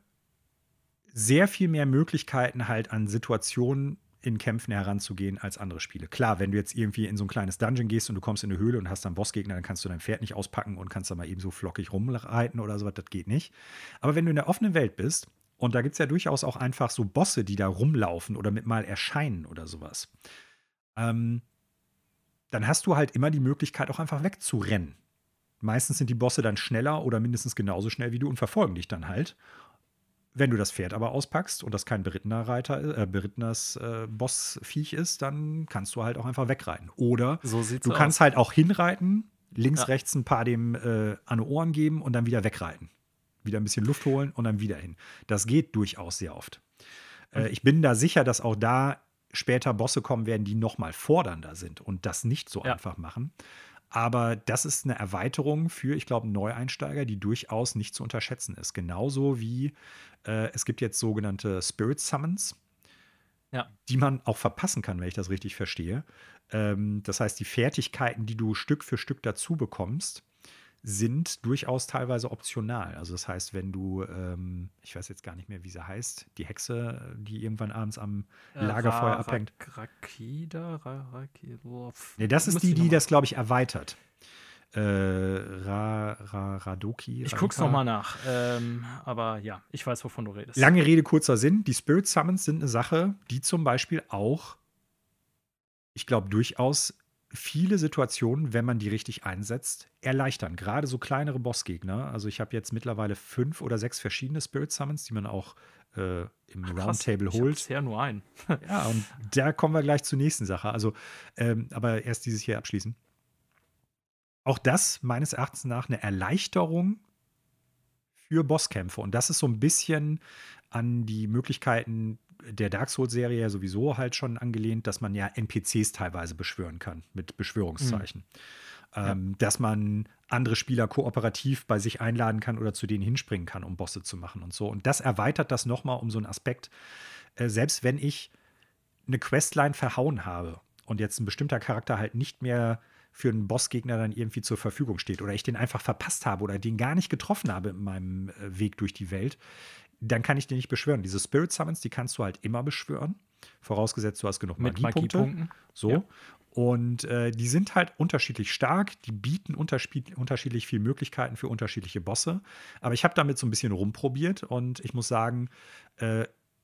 sehr viel mehr Möglichkeiten, halt an Situationen in Kämpfen heranzugehen als andere Spiele. Klar, wenn du jetzt irgendwie in so ein kleines Dungeon gehst und du kommst in eine Höhle und hast dann einen Bossgegner, dann kannst du dein Pferd nicht auspacken und kannst da mal eben so flockig rumreiten oder sowas, das geht nicht. Aber wenn du in der offenen Welt bist, und da gibt es ja durchaus auch einfach so Bosse, die da rumlaufen oder mit mal erscheinen oder sowas, ähm, dann hast du halt immer die Möglichkeit, auch einfach wegzurennen. Meistens sind die Bosse dann schneller oder mindestens genauso schnell wie du und verfolgen dich dann halt. Wenn du das Pferd aber auspackst und das kein berittener Reiter, äh, berittenes äh, Bossviech ist, dann kannst du halt auch einfach wegreiten. Oder So sieht's du kannst aus. halt auch hinreiten, links, Ja. rechts ein paar dem äh, an die Ohren geben und dann wieder wegreiten. Wieder ein bisschen Luft holen und dann wieder hin. Das geht durchaus sehr oft. Äh, ich bin da sicher, dass auch da später Bosse kommen werden, die noch mal fordernder sind und das nicht so Ja. einfach machen. Aber das ist eine Erweiterung für, ich glaube, Neueinsteiger, die durchaus nicht zu unterschätzen ist. Genauso wie äh, es gibt jetzt sogenannte Spirit Summons, Ja. die man auch verpassen kann, wenn ich das richtig verstehe. Ähm, das heißt, die Fertigkeiten, die du Stück für Stück dazu bekommst, sind durchaus teilweise optional. Also das heißt, wenn du, ähm, ich weiß jetzt gar nicht mehr, wie sie heißt, die Hexe, die irgendwann abends am Lagerfeuer Ra- abhängt. Ra- Rakida? Ra- Raki- oh, pf- Nee, das ist müsste die, ich noch die mal- das, glaube ich, erweitert. Äh, Ra, Ra, Radoki. Ich guck's Raduka. noch mal nach. Ähm, aber ja, ich weiß, wovon du redest. Lange Rede, kurzer Sinn. Die Spirit Summons sind eine Sache, die zum Beispiel auch, ich glaube, durchaus viele Situationen, wenn man die richtig einsetzt, erleichtern. Gerade so kleinere Bossgegner. Also ich habe jetzt mittlerweile fünf oder sechs verschiedene Spirit Summons, die man auch äh, im Ach, krass. Roundtable Ich hab holt. bisher nur einen. Ja, und da kommen wir gleich zur nächsten Sache. Also, ähm, aber erst dieses hier abschließen. Auch das meines Erachtens nach eine Erleichterung für Bosskämpfe. Und das ist so ein bisschen an die Möglichkeiten der Dark Souls-Serie ja sowieso halt schon angelehnt, dass man ja N P Cs teilweise beschwören kann mit Beschwörungszeichen. Ähm, dass man andere Spieler kooperativ bei sich einladen kann oder zu denen hinspringen kann, um Bosse zu machen und so. Und das erweitert das nochmal um so einen Aspekt. Äh, selbst wenn ich eine Questline verhauen habe und jetzt ein bestimmter Charakter halt nicht mehr für einen Bossgegner dann irgendwie zur Verfügung steht oder ich den einfach verpasst habe oder den gar nicht getroffen habe in meinem äh, Weg durch die Welt, dann kann ich den nicht beschwören. Diese Spirit Summons, die kannst du halt immer beschwören, vorausgesetzt du hast genug Mit Magiepunkte. Magiepunkten. So. Ja. Und äh, die sind halt unterschiedlich stark, die bieten unterschied unterschiedlich viele Möglichkeiten für unterschiedliche Bosse. Aber ich habe damit so ein bisschen rumprobiert und ich muss sagen, äh,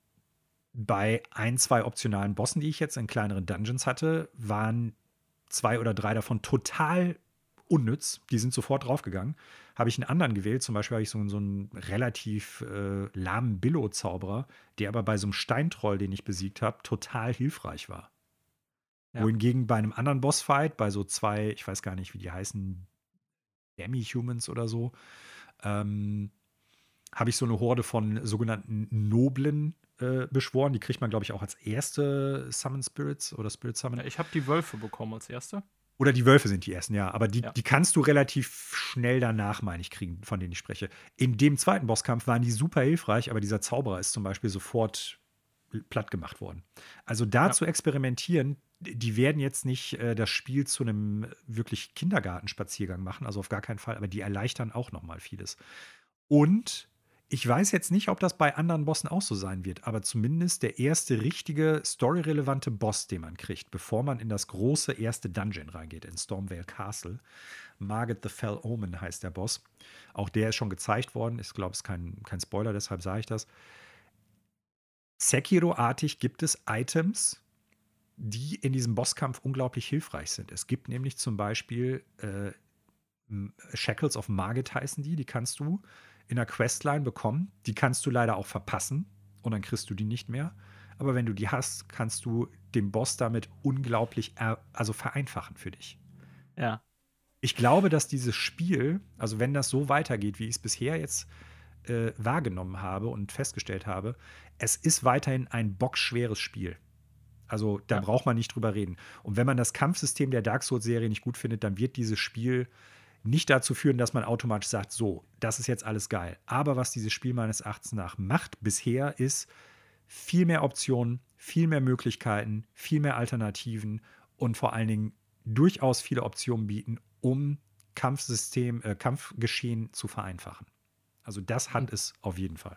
bei ein, zwei optionalen Bossen, die ich jetzt in kleineren Dungeons hatte, waren zwei oder drei davon total unnütz. Die sind sofort draufgegangen. Habe ich einen anderen gewählt, zum Beispiel habe ich so, so einen relativ äh, lahmen Billo-Zauberer, der aber bei so einem Steintroll, den ich besiegt habe, total hilfreich war. Ja. Wohingegen bei einem anderen Bossfight, bei so zwei, ich weiß gar nicht, wie die heißen, Demi-Humans oder so, ähm, habe ich so eine Horde von sogenannten Noblen äh, beschworen. Die kriegt man, glaube ich, auch als erste Summon Spirits oder Spirit Summon. Ja, ich habe die Wölfe bekommen als erste. Oder die Wölfe sind die ersten, ja. Aber die, Ja. die kannst du relativ schnell danach, meine ich, kriegen, von denen ich spreche. In dem zweiten Bosskampf waren die super hilfreich, aber dieser Zauberer ist zum Beispiel sofort platt gemacht worden. Also da Ja. zu experimentieren, die werden jetzt nicht äh, das Spiel zu einem wirklich Kindergartenspaziergang machen, also auf gar keinen Fall, aber die erleichtern auch noch mal vieles. Und ich weiß jetzt nicht, ob das bei anderen Bossen auch so sein wird, aber zumindest der erste richtige storyrelevante Boss, den man kriegt, bevor man in das große erste Dungeon reingeht, in Stormvale Castle. Margit the Fell Omen heißt der Boss. Auch der ist schon gezeigt worden. Ich glaube, es ist kein, kein Spoiler, deshalb sage ich das. Sekiro-artig gibt es Items, die in diesem Bosskampf unglaublich hilfreich sind. Es gibt nämlich zum Beispiel äh, Shackles of Margit heißen die, die kannst du in der Questline bekommen. Die kannst du leider auch verpassen und dann kriegst du die nicht mehr. Aber wenn du die hast, kannst du den Boss damit unglaublich er also vereinfachen für dich. Ja. Ich glaube, dass dieses Spiel, also wenn das so weitergeht, wie ich es bisher jetzt äh, wahrgenommen habe und festgestellt habe, es ist weiterhin ein bockschweres Spiel. Also da Ja. braucht man nicht drüber reden. Und wenn man das Kampfsystem der Dark Souls-Serie nicht gut findet, dann wird dieses Spiel nicht dazu führen, dass man automatisch sagt, so, das ist jetzt alles geil. Aber was dieses Spiel meines Erachtens nach macht bisher, ist viel mehr Optionen, viel mehr Möglichkeiten, viel mehr Alternativen und vor allen Dingen durchaus viele Optionen bieten, um Kampfsystem, äh, Kampfgeschehen zu vereinfachen. Also das hat es auf jeden Fall.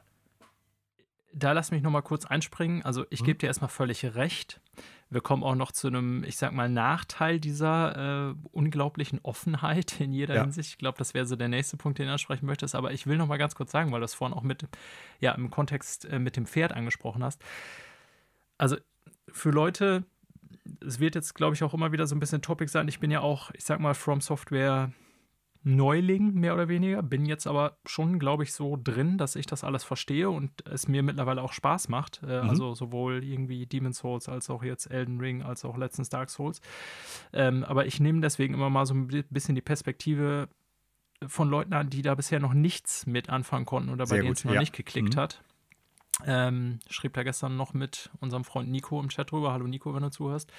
Da lass mich noch mal kurz einspringen. Also ich Mhm. gebe dir erstmal völlig recht. Wir kommen auch noch zu einem, ich sag mal, Nachteil dieser äh, unglaublichen Offenheit in jeder Ja. Hinsicht. Ich glaube, das wäre so der nächste Punkt, den du ansprechen möchtest. Aber ich will noch mal ganz kurz sagen, weil du es vorhin auch mit, ja, im Kontext äh, mit dem Pferd angesprochen hast. Also für Leute, es wird jetzt, glaube ich, auch immer wieder so ein bisschen Topic sein. Ich bin ja auch, ich sag mal, From Software Neuling, mehr oder weniger. Bin jetzt aber schon, glaube ich, so drin, dass ich das alles verstehe und es mir mittlerweile auch Spaß macht. Äh, Mhm. Also sowohl irgendwie Demon's Souls als auch jetzt Elden Ring, als auch letztens Dark Souls. Ähm, aber ich nehme deswegen immer mal so ein bi- bisschen die Perspektive von Leuten an, die da bisher noch nichts mit anfangen konnten oder bei Sehr denen gut, es noch ja. nicht geklickt Mhm. hat. Ähm, schrieb da gestern noch mit unserem Freund Nico im Chat drüber. Hallo Nico, wenn du zuhörst.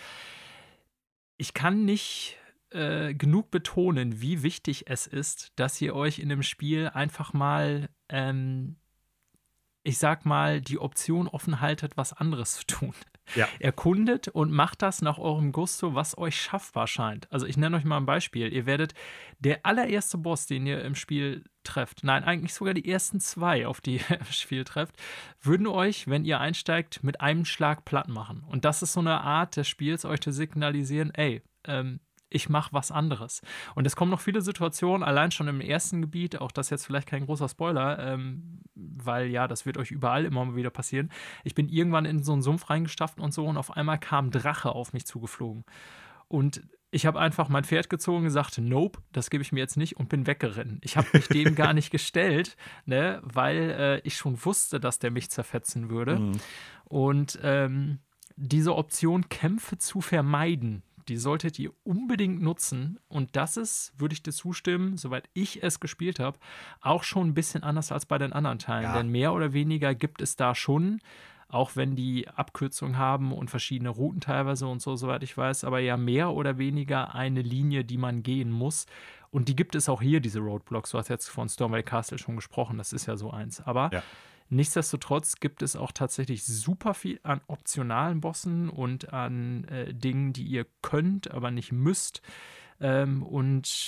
Ich kann nicht äh, genug betonen, wie wichtig es ist, dass ihr euch in dem Spiel einfach mal, ähm, ich sag mal, die Option offen haltet, was anderes zu tun. Ja. Erkundet und macht das nach eurem Gusto, was euch schaffbar scheint. Also ich nenne euch mal ein Beispiel. Ihr werdet der allererste Boss, den ihr im Spiel trefft, nein, eigentlich sogar die ersten zwei, auf die ihr im Spiel trefft, würden euch, wenn ihr einsteigt, mit einem Schlag platt machen. Und das ist so eine Art des Spiels, euch zu signalisieren, ey, ähm, ich mache was anderes. Und es kommen noch viele Situationen, allein schon im ersten Gebiet, auch das jetzt vielleicht kein großer Spoiler, ähm, weil ja, das wird euch überall immer mal wieder passieren. Ich bin irgendwann in so einen Sumpf reingestafft und so und auf einmal kam ein Drache auf mich zugeflogen. Und ich habe einfach mein Pferd gezogen und gesagt, nope, das gebe ich mir jetzt nicht und bin weggerannt. Ich habe mich dem gar nicht gestellt, ne, weil äh, ich schon wusste, dass der mich zerfetzen würde. Mhm. Und ähm, diese Option, Kämpfe zu vermeiden, die solltet ihr unbedingt nutzen. Und das ist, würde ich dir zustimmen, soweit ich es gespielt habe, auch schon ein bisschen anders als bei den anderen Teilen. Ja. Denn mehr oder weniger gibt es da schon, auch wenn die Abkürzungen haben und verschiedene Routen teilweise und so, soweit ich weiß, aber ja mehr oder weniger eine Linie, die man gehen muss. Und die gibt es auch hier, diese Roadblocks. Du hast jetzt von Stormvale Castle schon gesprochen, das ist ja so eins. Aber Ja. nichtsdestotrotz gibt es auch tatsächlich super viel an optionalen Bossen und an äh, Dingen, die ihr könnt, aber nicht müsst. Ähm, und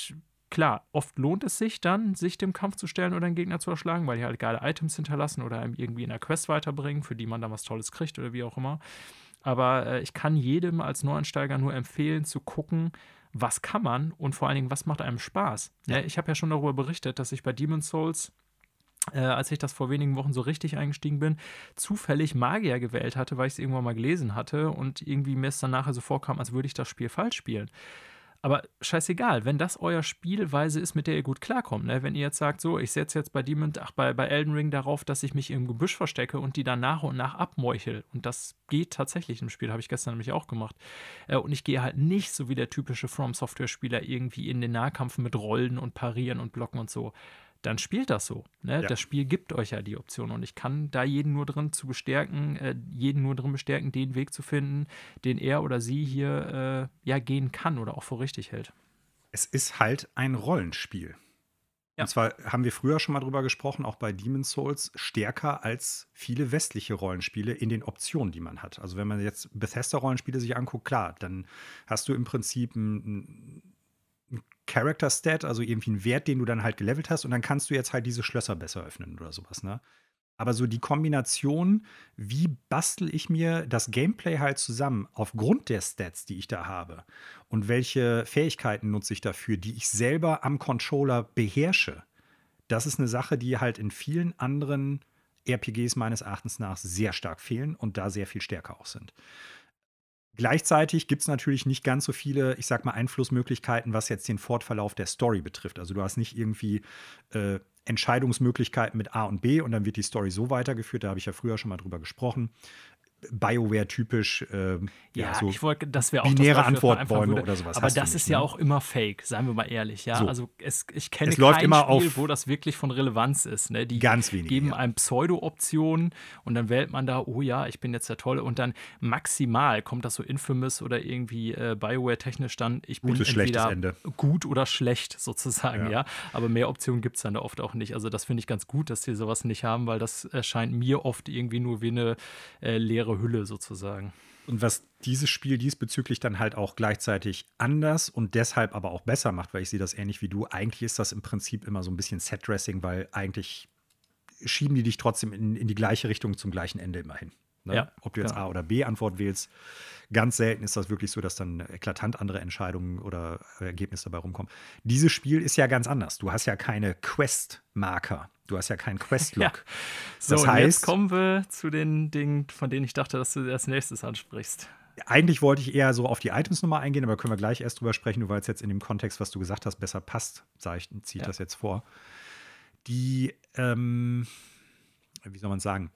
klar, oft lohnt es sich dann, sich dem Kampf zu stellen oder einen Gegner zu erschlagen, weil die halt geile Items hinterlassen oder einem irgendwie in der Quest weiterbringen, für die man dann was Tolles kriegt oder wie auch immer. Aber äh, ich kann jedem als Neueinsteiger nur empfehlen, zu gucken, was kann man und vor allen Dingen, was macht einem Spaß. Ja. Ja, ich habe ja schon darüber berichtet, dass ich bei Demon's Souls, äh, als ich das vor wenigen Wochen so richtig eingestiegen bin, zufällig Magier gewählt hatte, weil ich es irgendwann mal gelesen hatte und irgendwie mir es dann nachher so vorkam, als würde ich das Spiel falsch spielen. Aber scheißegal, wenn das euer Spielweise ist, mit der ihr gut klarkommt, ne? Wenn ihr jetzt sagt, so, ich setze jetzt bei Demon, ach, bei, bei Elden Ring darauf, dass ich mich im Gebüsch verstecke und die dann nach und nach abmeuchel. Und das geht tatsächlich im Spiel, habe ich gestern nämlich auch gemacht. Äh, und ich gehe halt nicht so wie der typische From-Software-Spieler irgendwie in den Nahkampf mit Rollen und Parieren und Blocken und so. Dann spielt das so. Ne? Ja. Das Spiel gibt euch ja die Option und ich kann da jeden nur drin zu bestärken, äh, jeden nur drin bestärken, den Weg zu finden, den er oder sie hier äh, ja gehen kann oder auch für richtig hält. Es ist halt ein Rollenspiel. Ja. Und zwar haben wir früher schon mal drüber gesprochen, auch bei Demon's Souls, stärker als viele westliche Rollenspiele in den Optionen, die man hat. Also wenn man jetzt Bethesda-Rollenspiele sich anguckt, klar, dann hast du im Prinzip ein, ein Character-Stat, also irgendwie einen Wert, den du dann halt gelevelt hast und dann kannst du jetzt halt diese Schlösser besser öffnen oder sowas, ne? Aber so die Kombination, wie bastel ich mir das Gameplay halt zusammen aufgrund der Stats, die ich da habe und welche Fähigkeiten nutze ich dafür, die ich selber am Controller beherrsche, das ist eine Sache, die halt in vielen anderen R P Gs meines Erachtens nach sehr stark fehlen und da sehr viel stärker auch sind. Gleichzeitig gibt es natürlich nicht ganz so viele, ich sag mal, Einflussmöglichkeiten, was jetzt den Fortverlauf der Story betrifft. Also du hast nicht irgendwie äh, Entscheidungsmöglichkeiten mit A und B und dann wird die Story so weitergeführt. Da habe ich ja früher schon mal drüber gesprochen. BioWare-typisch, äh, ja, Ja, so ich wollte, das wäre auch binäre das Beispiel, was man Antwortbäume einfach würde. oder sowas Aber hast du das nicht, ist ja ne? auch immer fake, seien wir mal ehrlich. Ja, So. also es, ich kenne Es läuft kein immer Spiel, auf wo das wirklich von Relevanz ist. Ne? Die ganz wenige, geben ja. einem Pseudo-Optionen und dann wählt man da, oh ja, ich bin jetzt der Tolle und dann maximal kommt das so Infamous oder irgendwie äh, BioWare-technisch dann, ich bin Gutes, schlechtes entweder Ende. gut oder schlecht sozusagen, Ja. ja. Aber mehr Optionen gibt es dann da oft auch nicht. Also das finde ich ganz gut, dass die sowas nicht haben, weil das erscheint mir oft irgendwie nur wie eine äh, leere Hülle sozusagen. Und was dieses Spiel diesbezüglich dann halt auch gleichzeitig anders und deshalb aber auch besser macht, weil ich sehe das ähnlich wie du, eigentlich ist das im Prinzip immer so ein bisschen Set-Dressing, weil eigentlich schieben die dich trotzdem in, in die gleiche Richtung zum gleichen Ende immer hin. Ne? Ja, Ob du jetzt genau. A- oder B-Antwort wählst. Ganz selten ist das wirklich so, dass dann eklatant andere Entscheidungen oder Ergebnisse dabei rumkommen. Dieses Spiel ist ja ganz anders. Du hast ja keine Quest-Marker. Du hast ja keinen Quest-Log. Ja. So, Das und jetzt heißt, kommen wir zu den Dingen, von denen ich dachte, dass du als nächstes ansprichst. eigentlich wollte ich eher so auf die Items nochmal eingehen, aber können wir gleich erst drüber sprechen, nur weil es jetzt in dem Kontext, was du gesagt hast, besser passt, sage ich, ziehe ich Ja. das jetzt vor. Die, ähm, wie soll man sagen?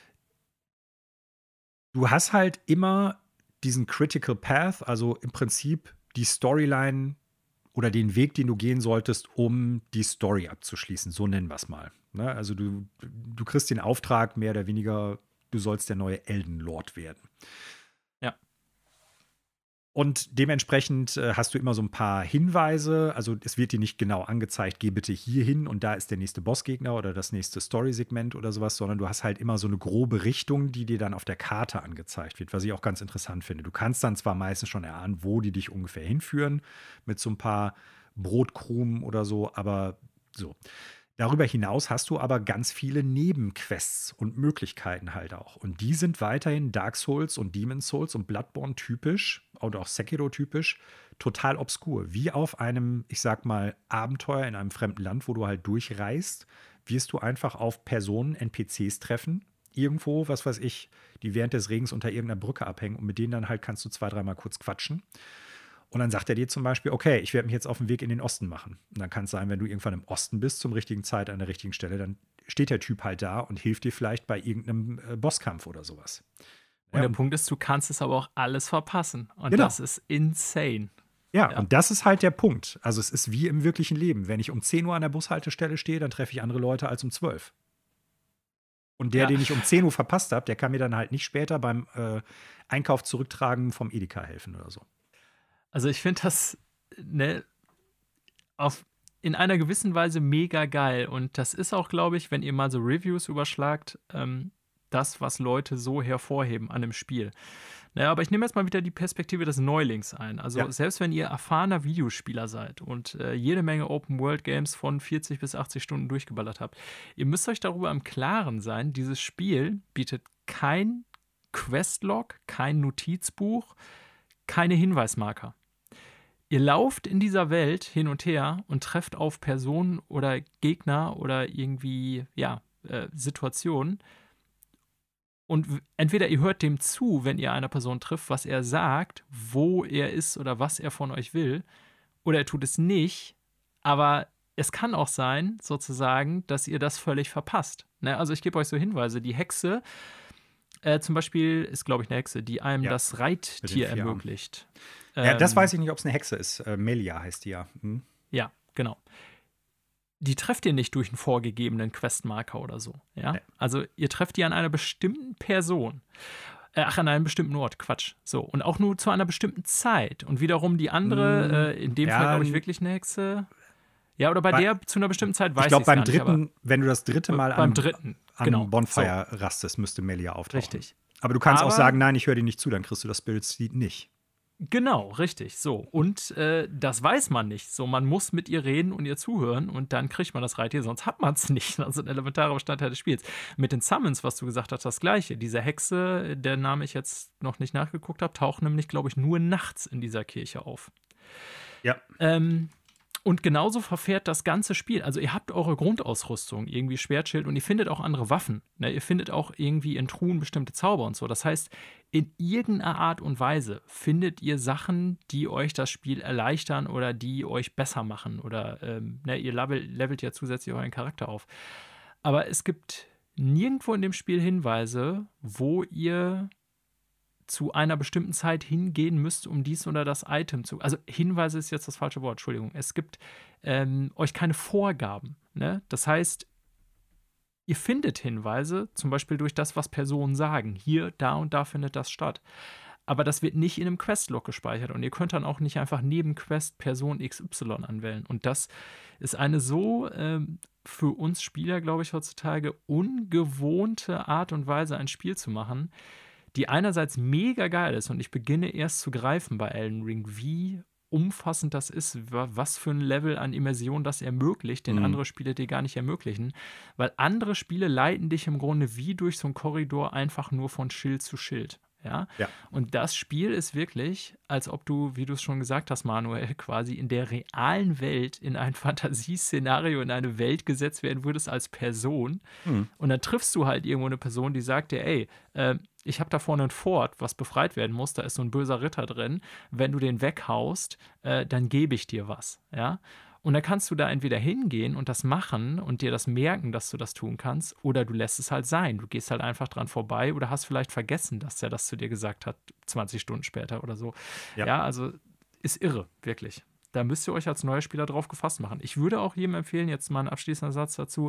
Du hast halt immer diesen Critical Path, also im Prinzip die Storyline oder den Weg, den du gehen solltest, um die Story abzuschließen. So nennen wir es mal. Ne? Also du, du kriegst den Auftrag, mehr oder weniger, du sollst der neue Elden Lord werden. Ja. Und dementsprechend äh, hast du immer so ein paar Hinweise. Also es wird dir nicht genau angezeigt, geh bitte hier hin und da ist der nächste Bossgegner oder das nächste Story-Segment oder sowas, sondern du hast halt immer so eine grobe Richtung, die dir dann auf der Karte angezeigt wird, was ich auch ganz interessant finde. Du kannst dann zwar meistens schon erahnen, wo die dich ungefähr hinführen, mit so ein paar Brotkrumen oder so, aber so. Darüber hinaus hast du aber ganz viele Nebenquests und Möglichkeiten halt auch. Und die sind weiterhin Dark Souls und Demon's Souls und Bloodborne typisch und auch Sekiro typisch total obskur. Wie auf einem, ich sag mal, Abenteuer in einem fremden Land, wo du halt durchreist, wirst du einfach auf Personen, N P Cs treffen. Irgendwo, was weiß ich, die während des Regens unter irgendeiner Brücke abhängen und mit denen dann halt kannst du zwei, dreimal kurz quatschen. Und dann sagt er dir zum Beispiel, okay, ich werde mich jetzt auf den Weg in den Osten machen. Und dann kann es sein, wenn du irgendwann im Osten bist, zum richtigen Zeit an der richtigen Stelle, dann steht der Typ halt da und hilft dir vielleicht bei irgendeinem äh, Bosskampf oder sowas. Und Ja, der Punkt ist, du kannst es aber auch alles verpassen. Und Genau. das ist insane. ja, Ja. und das ist halt der Punkt. Also es ist wie im wirklichen Leben. Wenn ich um zehn Uhr an der Bushaltestelle stehe, dann treffe ich andere Leute als um zwölf. Und der, Ja. den ich um zehn Uhr verpasst habe, der kann mir dann halt nicht später beim äh, Einkauf zurücktragen vom Edeka helfen oder so. Also ich finde das ne, auf, in einer gewissen Weise mega geil. Und das ist auch, glaube ich, wenn ihr mal so Reviews überschlagt, ähm, das, was Leute so hervorheben an dem Spiel. Naja, aber ich nehme jetzt mal wieder die Perspektive des Neulings ein. Also Ja. selbst wenn ihr erfahrener Videospieler seid und äh, jede Menge Open-World-Games von vierzig bis achtzig Stunden durchgeballert habt, ihr müsst euch darüber im Klaren sein, dieses Spiel bietet kein Questlog, kein Notizbuch, keine Hinweismarker. Ihr lauft in dieser Welt hin und her und trefft auf Personen oder Gegner oder irgendwie, ja, äh, Situationen. Und w- entweder ihr hört dem zu, wenn ihr einer Person trifft, was er sagt, wo er ist oder was er von euch will, oder er tut es nicht. Aber es kann auch sein, sozusagen, dass ihr das völlig verpasst. Ne? Also ich gebe euch so Hinweise. Die Hexe äh, zum Beispiel ist, glaube ich, eine Hexe, die einem Ja, das mit Reittier den vier Armen. ermöglicht. Ja, das Ähm, weiß ich nicht, ob es eine Hexe ist. Äh, Melia heißt die ja. Hm? Ja, genau. Die trefft ihr nicht durch einen vorgegebenen Questmarker oder so. Ja? Nee. Also ihr trefft die an einer bestimmten Person. Äh, Ach, an einem bestimmten Ort, Quatsch. So. Und auch nur zu einer bestimmten Zeit. Und wiederum die andere, Mm, äh, in dem ja, Fall, glaube ich, n- wirklich eine Hexe. Ja, oder bei, Bei- der zu einer bestimmten Zeit weiß Ich glaube, ich's gar beim nicht, aber dritten, wenn du das dritte Mal beim an, dritten, an genau. Bonfire rastest, müsste Melia So, auftauchen. richtig. Aber du kannst Aber- auch sagen, nein, ich höre dir nicht zu, dann kriegst du das Spirit Seed nicht. Genau, richtig. So. Und äh, das weiß man nicht. So, man muss mit ihr reden und ihr zuhören und dann kriegt man das Reittier, sonst hat man es nicht. Also ein elementarer Bestandteil des Spiels. Mit den Summons, was du gesagt hast, das Gleiche. Diese Hexe, der Name ich jetzt noch nicht nachgeguckt habe, taucht nämlich, glaube ich, nur nachts in dieser Kirche auf. Ja. Ähm, und genauso verfährt das ganze Spiel. Also ihr habt eure Grundausrüstung, irgendwie Schwertschild und ihr findet auch andere Waffen. Ne? Ihr findet auch irgendwie in Truhen bestimmte Zauber und so. Das heißt, in irgendeiner Art und Weise findet ihr Sachen, die euch das Spiel erleichtern oder die euch besser machen. Oder ähm, ne, ihr level, levelt ja zusätzlich euren Charakter auf. Aber es gibt nirgendwo in dem Spiel Hinweise, wo ihr zu einer bestimmten Zeit hingehen müsst, um dies oder das Item zu. Also Hinweise ist jetzt das falsche Wort, Entschuldigung. Es gibt ähm, euch keine Vorgaben. Ne? Das heißt, ihr findet Hinweise, zum Beispiel durch das, was Personen sagen. Hier, da und da findet das statt. Aber das wird nicht in einem Questlog gespeichert und ihr könnt dann auch nicht einfach neben Quest Person X Y anwählen. Und das ist eine so ähm, für uns Spieler, glaube ich, heutzutage ungewohnte Art und Weise, ein Spiel zu machen, die einerseits mega geil ist und ich beginne erst zu greifen bei Elden Ring, wie umfassend das ist, wa- was für ein Level an Immersion das ermöglicht, den Mhm. andere Spiele dir gar nicht ermöglichen, weil andere Spiele leiten dich im Grunde wie durch so einen Korridor einfach nur von Schild zu Schild. Ja? Ja. Und das Spiel ist wirklich, als ob du, wie du es schon gesagt hast, Manuel, quasi in der realen Welt in ein Fantasieszenario, in eine Welt gesetzt werden würdest als Person. Mhm. Und dann triffst du halt irgendwo eine Person, die sagt dir, ey, äh, ich habe da vorne ein Fort, was befreit werden muss, da ist so ein böser Ritter drin. Wenn du den weghaust, äh, dann gebe ich dir was, ja. Und dann kannst du da entweder hingehen und das machen und dir das merken, dass du das tun kannst, oder du lässt es halt sein. Du gehst halt einfach dran vorbei oder hast vielleicht vergessen, dass er das zu dir gesagt hat, zwanzig Stunden später oder so. Ja. Ja, also ist irre, wirklich. Da müsst ihr euch als neuer Spieler drauf gefasst machen. Ich würde auch jedem empfehlen, jetzt mal ein abschließender Satz dazu,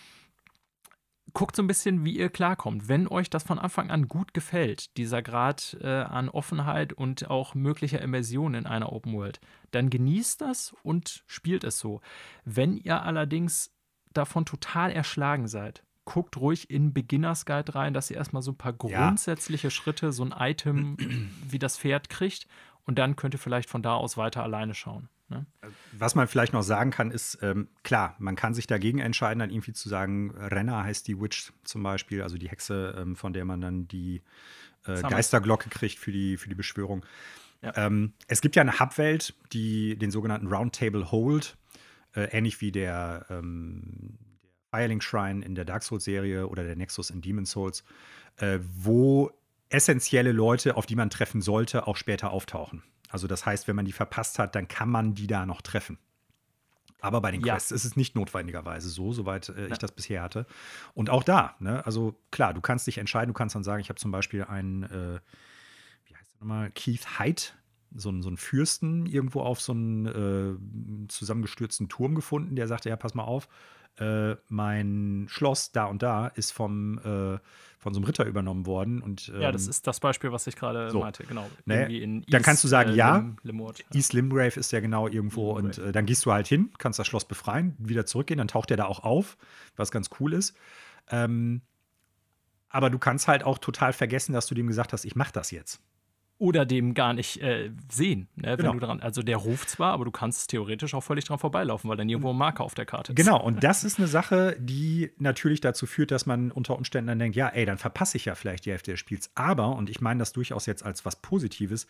guckt so ein bisschen, wie ihr klarkommt. Wenn euch das von Anfang an gut gefällt, dieser Grad äh, an Offenheit und auch möglicher Immersion in einer Open World, dann genießt das und spielt es so. Wenn ihr allerdings davon total erschlagen seid, guckt ruhig in Beginners Guide rein, dass ihr erstmal so ein paar Ja. grundsätzliche Schritte, so ein Item wie das Pferd kriegt und dann könnt ihr vielleicht von da aus weiter alleine schauen. Ne? Was man vielleicht noch sagen kann, ist, ähm, klar, man kann sich dagegen entscheiden, dann irgendwie zu sagen, Renna heißt die Witch zum Beispiel, also die Hexe, ähm, von der man dann die äh, Summon. Geisterglocke kriegt für die, für die Beschwörung. Ja. Ähm, es gibt ja eine Hubwelt, die den sogenannten Roundtable Hold, äh, ähnlich wie der, ähm, der Firelink Shrine in der Dark Souls-Serie oder der Nexus in Demon's Souls, äh, wo essentielle Leute, auf die man treffen sollte, auch später auftauchen. Also das heißt, wenn man die verpasst hat, dann kann man die da noch treffen. Aber bei den Ja. Quests ist es nicht notwendigerweise so, soweit äh, ich Ja. das bisher hatte. Und auch da, ne, also klar, du kannst dich entscheiden, du kannst dann sagen, ich habe zum Beispiel einen, äh, wie heißt der nochmal, Keith Hyde, so einen, so einen Fürsten irgendwo auf so einen äh, zusammengestürzten Turm gefunden, der sagte, ja, pass mal auf, äh, mein Schloss da und da ist vom, äh, von so einem Ritter übernommen worden. Und, ähm, Ja, das ist das Beispiel, was ich gerade so. meinte, genau. Ne, Irgendwie in dann kannst du sagen, ja, Lim, Limwood, ja. East Limgrave ist ja genau irgendwo Limgrave. und äh, dann gehst du halt hin, kannst das Schloss befreien, wieder zurückgehen, dann taucht der da auch auf, was ganz cool ist. Ähm, aber du kannst halt auch total vergessen, dass du dem gesagt hast, ich mach das jetzt. oder dem gar nicht äh, sehen, ne? Genau. Wenn du dran, also der ruft zwar, aber du kannst theoretisch auch völlig dran vorbeilaufen, weil dann irgendwo ein Marker auf der Karte ist. Genau, und das ist eine Sache, die natürlich dazu führt, dass man unter Umständen dann denkt, ja, ey, dann verpasse ich ja vielleicht die Hälfte des Spiels. Aber, und ich meine das durchaus jetzt als was Positives,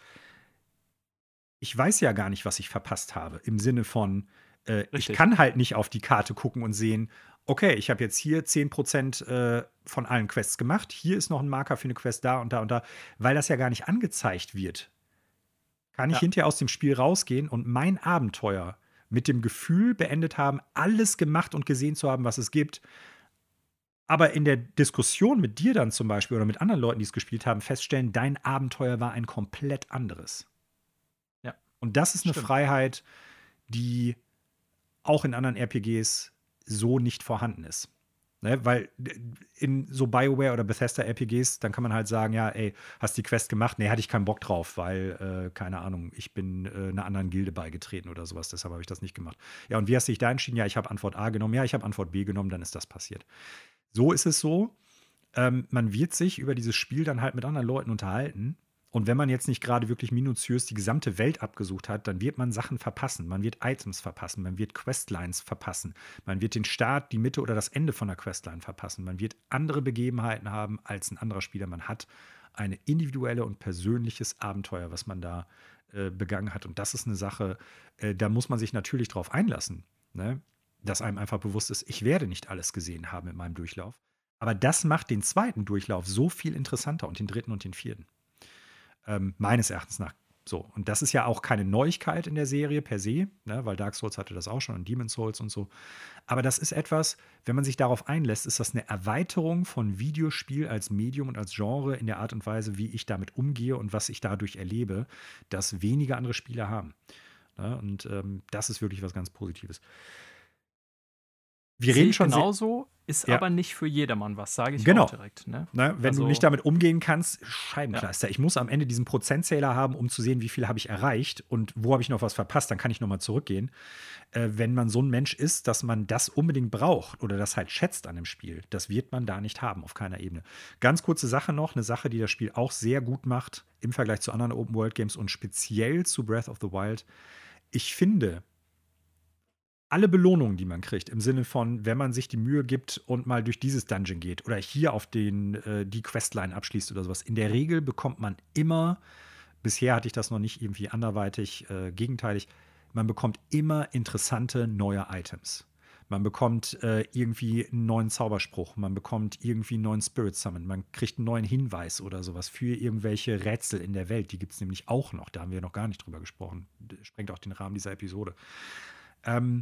ich weiß ja gar nicht, was ich verpasst habe. Im Sinne von, äh, ich Richtig. kann halt nicht auf die Karte gucken und sehen, okay, ich habe jetzt hier zehn Prozent äh, von allen Quests gemacht, hier ist noch ein Marker für eine Quest da und da und da, weil das ja gar nicht angezeigt wird. Kann ich Ja. hinterher aus dem Spiel rausgehen und mein Abenteuer mit dem Gefühl beendet haben, alles gemacht und gesehen zu haben, was es gibt, aber in der Diskussion mit dir dann zum Beispiel oder mit anderen Leuten, die es gespielt haben, feststellen, dein Abenteuer war ein komplett anderes. Ja. Und das ist eine Stimmt. Freiheit, die auch in anderen R P Gs so nicht vorhanden ist. Ne? Weil in so BioWare oder Bethesda-R P Gs, dann kann man halt sagen, ja, ey, hast die Quest gemacht? Nee, hatte ich keinen Bock drauf, weil, äh, keine Ahnung, ich bin äh, einer anderen Gilde beigetreten oder sowas, deshalb habe ich das nicht gemacht. Ja, und wie hast du dich da entschieden? Ja, ich habe Antwort A genommen, ja, ich habe Antwort B genommen, dann ist das passiert. So ist es so. Ähm, man wird sich über dieses Spiel dann halt mit anderen Leuten unterhalten. Und wenn man jetzt nicht gerade wirklich minutiös die gesamte Welt abgesucht hat, dann wird man Sachen verpassen. Man wird Items verpassen, man wird Questlines verpassen, man wird den Start, die Mitte oder das Ende von einer Questline verpassen. Man wird andere Begebenheiten haben als ein anderer Spieler. Man hat ein individuelles und persönliches Abenteuer, was man da äh, begangen hat. Und das ist eine Sache, äh, da muss man sich natürlich drauf einlassen, ne? Dass einem einfach bewusst ist, ich werde nicht alles gesehen haben in meinem Durchlauf. Aber das macht den zweiten Durchlauf so viel interessanter und den dritten und den vierten. Ähm, meines Erachtens nach so. Und das ist ja auch keine Neuigkeit in der Serie per se, ne, weil Dark Souls hatte das auch schon und Demon's Souls und so. Aber das ist etwas, wenn man sich darauf einlässt, ist das eine Erweiterung von Videospiel als Medium und als Genre in der Art und Weise, wie ich damit umgehe und was ich dadurch erlebe, das wenige andere Spiele haben. Ne? Und ähm, das ist wirklich was ganz Positives. Wir Sehe reden ich schon sehr- genauso, ist Ja. aber nicht für jedermann was, sage ich Genau. auch direkt. Ne? Ne, wenn Also- du nicht damit umgehen kannst, Scheibenkleister. Ich muss am Ende diesen Prozentzähler haben, um zu sehen, wie viel habe ich erreicht und wo habe ich noch was verpasst, dann kann ich noch mal zurückgehen. Äh, wenn man so ein Mensch ist, dass man das unbedingt braucht oder das halt schätzt an dem Spiel, das wird man da nicht haben, auf keiner Ebene. Ganz kurze Sache noch, eine Sache, die das Spiel auch sehr gut macht im Vergleich zu anderen Open-World-Games und speziell zu Breath of the Wild. Ich finde, alle Belohnungen, die man kriegt, im Sinne von, wenn man sich die Mühe gibt und mal durch dieses Dungeon geht oder hier auf den, äh, die Questline abschließt oder sowas, in der Regel bekommt man immer, bisher hatte ich das noch nicht irgendwie anderweitig äh, gegenteilig, man bekommt immer interessante neue Items. Man bekommt äh, irgendwie einen neuen Zauberspruch, man bekommt irgendwie einen neuen Spirit Summon, man kriegt einen neuen Hinweis oder sowas für irgendwelche Rätsel in der Welt. Die gibt es nämlich auch noch, da haben wir noch gar nicht drüber gesprochen. Das sprengt auch den Rahmen dieser Episode. Ähm,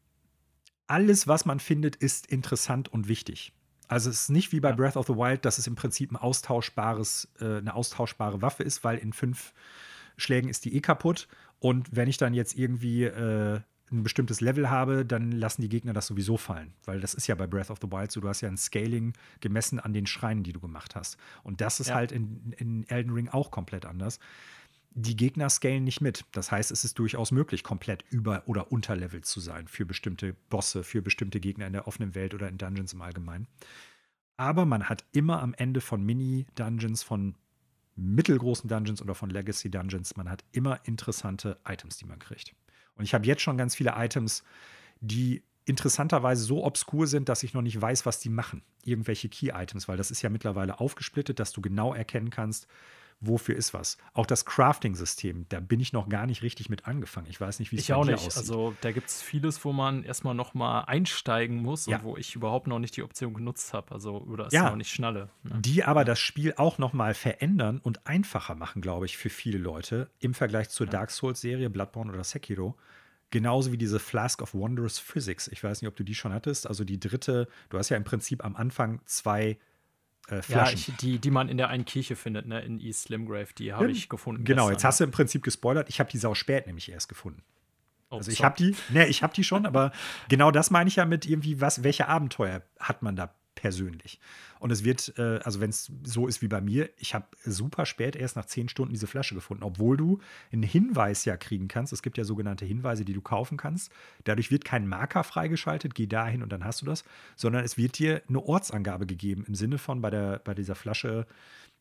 Alles, was man findet, ist interessant und wichtig. Also es ist nicht wie bei Ja. Breath of the Wild, dass es im Prinzip ein austauschbares, äh, eine austauschbare Waffe ist, weil in fünf Schlägen ist die eh kaputt. Und wenn ich dann jetzt irgendwie äh, ein bestimmtes Level habe, dann lassen die Gegner das sowieso fallen. Weil das ist ja bei Breath of the Wild so, du hast ja ein Scaling gemessen an den Schreinen, die du gemacht hast. Und das ist Ja. halt in, in Elden Ring auch komplett anders. Die Gegner scalen nicht mit. Das heißt, es ist durchaus möglich, komplett über- oder unterlevelt zu sein für bestimmte Bosse, für bestimmte Gegner in der offenen Welt oder in Dungeons im Allgemeinen. Aber man hat immer am Ende von Mini-Dungeons, von mittelgroßen Dungeons oder von Legacy-Dungeons, man hat immer interessante Items, die man kriegt. Und ich habe jetzt schon ganz viele Items, die interessanterweise so obskur sind, dass ich noch nicht weiß, was die machen. Irgendwelche Key-Items, weil das ist ja mittlerweile aufgesplittet, dass du genau erkennen kannst, wofür ist was. Auch das Crafting-System, da bin ich noch gar nicht richtig mit angefangen. Ich weiß nicht, wie es Ich bei auch dir nicht. aussieht. Also da gibt es vieles, wo man erstmal noch mal einsteigen muss Ja. und wo ich überhaupt noch nicht die Option genutzt habe. Also, oder es Ja. noch nicht schnalle. Ne? Die aber das Spiel auch noch mal verändern und einfacher machen, glaube ich, für viele Leute im Vergleich zur Dark Souls-Serie, Bloodborne oder Sekiro. Genauso wie diese Flask of Wondrous Physics. Ich weiß nicht, ob du die schon hattest. Also die dritte, du hast ja im Prinzip am Anfang zwei äh, Ja, Flaschen. ich, die, die man in der einen Kirche findet, ne, in East Limgrave, die habe ich gefunden. Genau, gestern. jetzt hast du im Prinzip gespoilert. Ich habe die sau spät nämlich erst gefunden. Oh, Also ich sorry. habe die, ne, ich habe die schon, aber genau das meine ich ja mit irgendwie, was, welche Abenteuer hat man da persönlich? Und es wird, äh, also wenn es so ist wie bei mir, ich habe super spät erst nach zehn Stunden diese Flasche gefunden, obwohl du einen Hinweis ja kriegen kannst. Es gibt ja sogenannte Hinweise, die du kaufen kannst. Dadurch wird kein Marker freigeschaltet, geh dahin und dann hast du das, sondern es wird dir eine Ortsangabe gegeben im Sinne von bei, der, bei dieser Flasche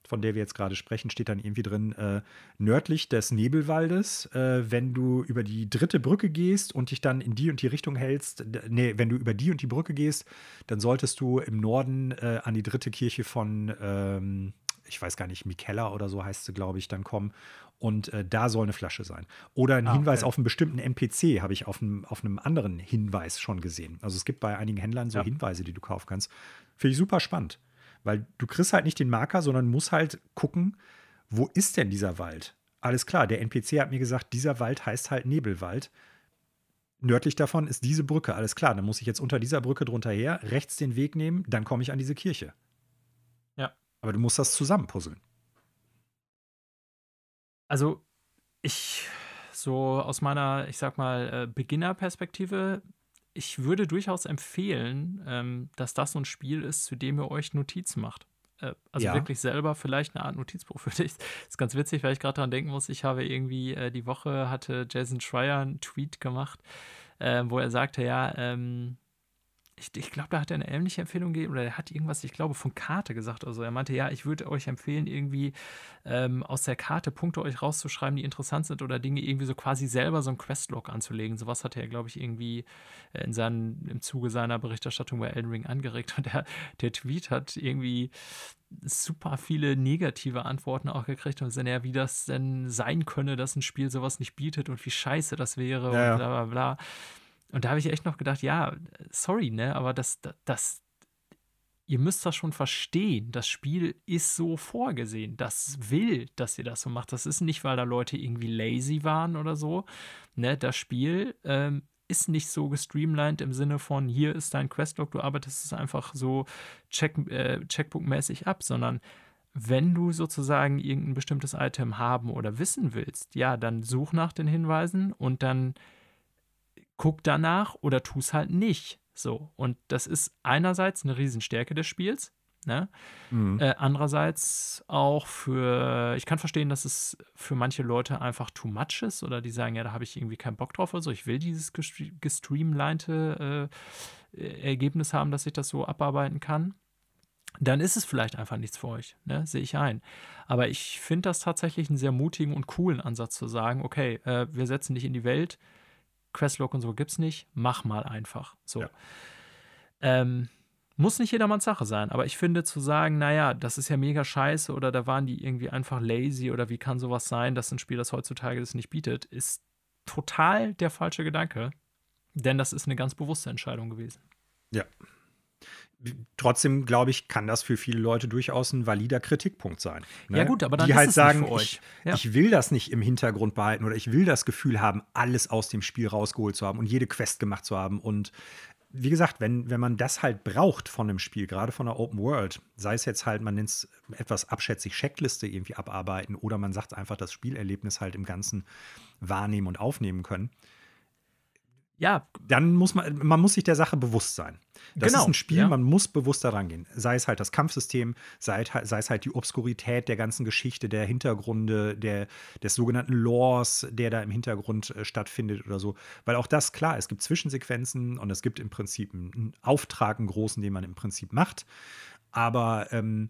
von der wir jetzt gerade sprechen, steht dann irgendwie drin, äh, nördlich des Nebelwaldes, äh, wenn du über die dritte Brücke gehst und dich dann in die und die Richtung hältst, d- nee, wenn du über die und die Brücke gehst, dann solltest du im Norden äh, an die dritte Kirche von, ähm, ich weiß gar nicht, Mikella oder so heißt sie, glaube ich, dann kommen. Und äh, da soll eine Flasche sein. Oder ein Ah, Hinweis okay. auf einen bestimmten N P C habe ich auf einem, auf einem anderen Hinweis schon gesehen. Also es gibt bei einigen Händlern so Ja. Hinweise, die du kaufen kannst. Finde ich super spannend. Weil du kriegst halt nicht den Marker, sondern musst halt gucken, wo ist denn dieser Wald? Alles klar, der N P C hat mir gesagt, dieser Wald heißt halt Nebelwald. Nördlich davon ist diese Brücke. Alles klar, dann muss ich jetzt unter dieser Brücke drunter her, rechts den Weg nehmen, dann komme ich an diese Kirche. Ja. Aber du musst das zusammenpuzzeln. Also, ich, so aus meiner, ich sag mal, äh, Beginner-Perspektive, ich würde durchaus empfehlen, ähm, dass das so ein Spiel ist, zu dem ihr euch Notizen macht. Äh, also Ja. wirklich selber vielleicht eine Art Notizbuch für dich. Das ist ganz witzig, weil ich gerade daran denken muss, ich habe irgendwie äh, die Woche hatte Jason Schreier einen Tweet gemacht, äh, wo er sagte, ja, ähm, ich, ich glaube, da hat er eine ähnliche Empfehlung gegeben oder er hat irgendwas, ich glaube, von Karte gesagt. Also er meinte, ja, ich würde euch empfehlen, irgendwie ähm, aus der Karte Punkte euch rauszuschreiben, die interessant sind oder Dinge irgendwie so quasi selber so ein Questlog anzulegen. Sowas hat er, glaube ich, irgendwie äh, in seinen, im Zuge seiner Berichterstattung bei Elden Ring angeregt. Und der, der Tweet hat irgendwie super viele negative Antworten auch gekriegt und sind ja, wie das denn sein könne, dass ein Spiel sowas nicht bietet und wie scheiße das wäre Ja, und ja. bla bla bla. Und da habe ich echt noch gedacht, ja, sorry, ne, aber das, das, das, ihr müsst das schon verstehen. Das Spiel ist so vorgesehen. Das will, dass ihr das so macht. Das ist nicht, weil da Leute irgendwie lazy waren oder so. Ne, das Spiel ähm, ist nicht so gestreamlined im Sinne von, hier ist dein Questlog, du arbeitest es einfach so check, äh, checkbookmäßig ab, sondern wenn du sozusagen irgendein bestimmtes Item haben oder wissen willst, ja, dann such nach den Hinweisen und dann guck danach oder tu es halt nicht. So. Und das ist einerseits eine Riesenstärke des Spiels. Ne? Mhm. Äh, andererseits auch für, ich kann verstehen, dass es für manche Leute einfach too much ist oder die sagen, ja, da habe ich irgendwie keinen Bock drauf oder so. Ich will dieses gestre- gestreamlinete äh, Ergebnis haben, dass ich das so abarbeiten kann. Dann ist es vielleicht einfach nichts für euch, ne? Sehe ich ein. Aber ich finde das tatsächlich einen sehr mutigen und coolen Ansatz zu sagen, okay, äh, wir setzen dich in die Welt, Questlog und so gibt's nicht, mach mal einfach. So. Ja. Ähm, muss nicht jedermanns Sache sein, aber ich finde zu sagen, naja, das ist ja mega scheiße oder da waren die irgendwie einfach lazy oder wie kann sowas sein, dass ein Spiel das heutzutage das nicht bietet, ist total der falsche Gedanke. Denn das ist eine ganz bewusste Entscheidung gewesen. Ja. Trotzdem, glaube ich, kann das für viele Leute durchaus ein valider Kritikpunkt sein. Ne? Ja, gut, aber dann die ist halt es sagen, nicht für euch. Ich, Ja. ich will das nicht im Hintergrund behalten oder ich will das Gefühl haben, alles aus dem Spiel rausgeholt zu haben und jede Quest gemacht zu haben. Und wie gesagt, wenn, wenn man das halt braucht von einem Spiel, gerade von einer Open World, sei es jetzt halt, man nennt es etwas abschätzig Checkliste irgendwie abarbeiten oder man sagt einfach das Spielerlebnis halt im Ganzen wahrnehmen und aufnehmen können, Ja, dann muss man, man muss sich der Sache bewusst sein. Das genau, ist ein Spiel, ja. man muss bewusst daran gehen. Sei es halt das Kampfsystem, sei, sei es halt die Obskurität der ganzen Geschichte, der Hintergründe, der, des sogenannten Lores, der da im Hintergrund äh, stattfindet oder so. Weil auch das, klar, es gibt Zwischensequenzen und es gibt im Prinzip einen, einen Auftrag, einen großen, den man im Prinzip macht. Aber ähm,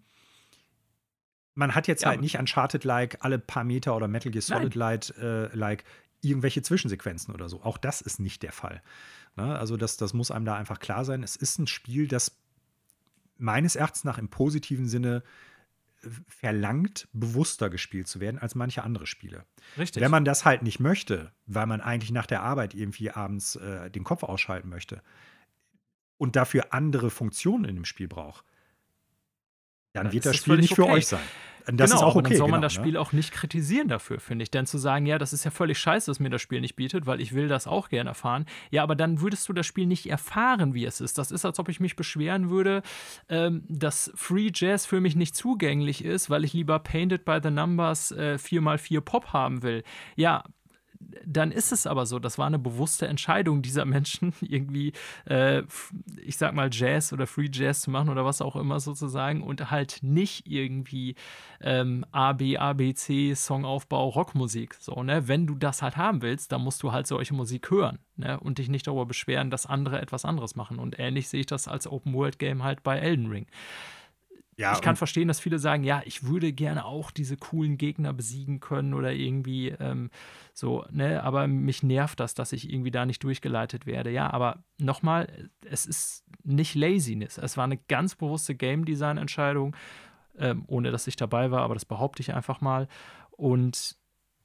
man hat jetzt Ja, halt nicht Uncharted-like alle paar Meter oder Metal Gear Solid-like äh, like irgendwelche Zwischensequenzen oder so. Auch das ist nicht der Fall. Ne? Also das, das muss einem da einfach klar sein. Es ist ein Spiel, das meines Erachtens nach im positiven Sinne verlangt, bewusster gespielt zu werden als manche andere Spiele. Richtig. Wenn man das halt nicht möchte, weil man eigentlich nach der Arbeit irgendwie abends äh, den Kopf ausschalten möchte und dafür andere Funktionen in dem Spiel braucht, dann, Dann wird ist das das Spiel völlig nicht für okay. euch sein. Das genau, ist auch aber okay. dann soll man genau, das Spiel ne? auch nicht kritisieren dafür, finde ich. Denn zu sagen, ja, das ist ja völlig scheiße, dass mir das Spiel nicht bietet, weil ich will das auch gerne erfahren. Ja, aber dann würdest du das Spiel nicht erfahren, wie es ist. Das ist, als ob ich mich beschweren würde, ähm, dass Free Jazz für mich nicht zugänglich ist, weil ich lieber Painted by the Numbers äh, vier mal vier Pop haben will. Ja, dann ist es aber so, das war eine bewusste Entscheidung dieser Menschen, irgendwie, äh, ich sag mal, Jazz oder Free Jazz zu machen oder was auch immer sozusagen und halt nicht irgendwie ähm, A, B, A, B, C, Songaufbau, Rockmusik. So, ne? Wenn du das halt haben willst, dann musst du halt solche Musik hören, ne? Und dich nicht darüber beschweren, dass andere etwas anderes machen. Und ähnlich sehe ich das als Open-World-Game halt bei Elden Ring. Ja, ich kann und verstehen, dass viele sagen, ja, ich würde gerne auch diese coolen Gegner besiegen können oder irgendwie ähm, so, ne, aber mich nervt das, dass ich irgendwie da nicht durchgeleitet werde. Ja, aber nochmal, es ist nicht Laziness. Es war eine ganz bewusste Game-Design-Entscheidung, ähm, ohne dass ich dabei war, aber das behaupte ich einfach mal. Und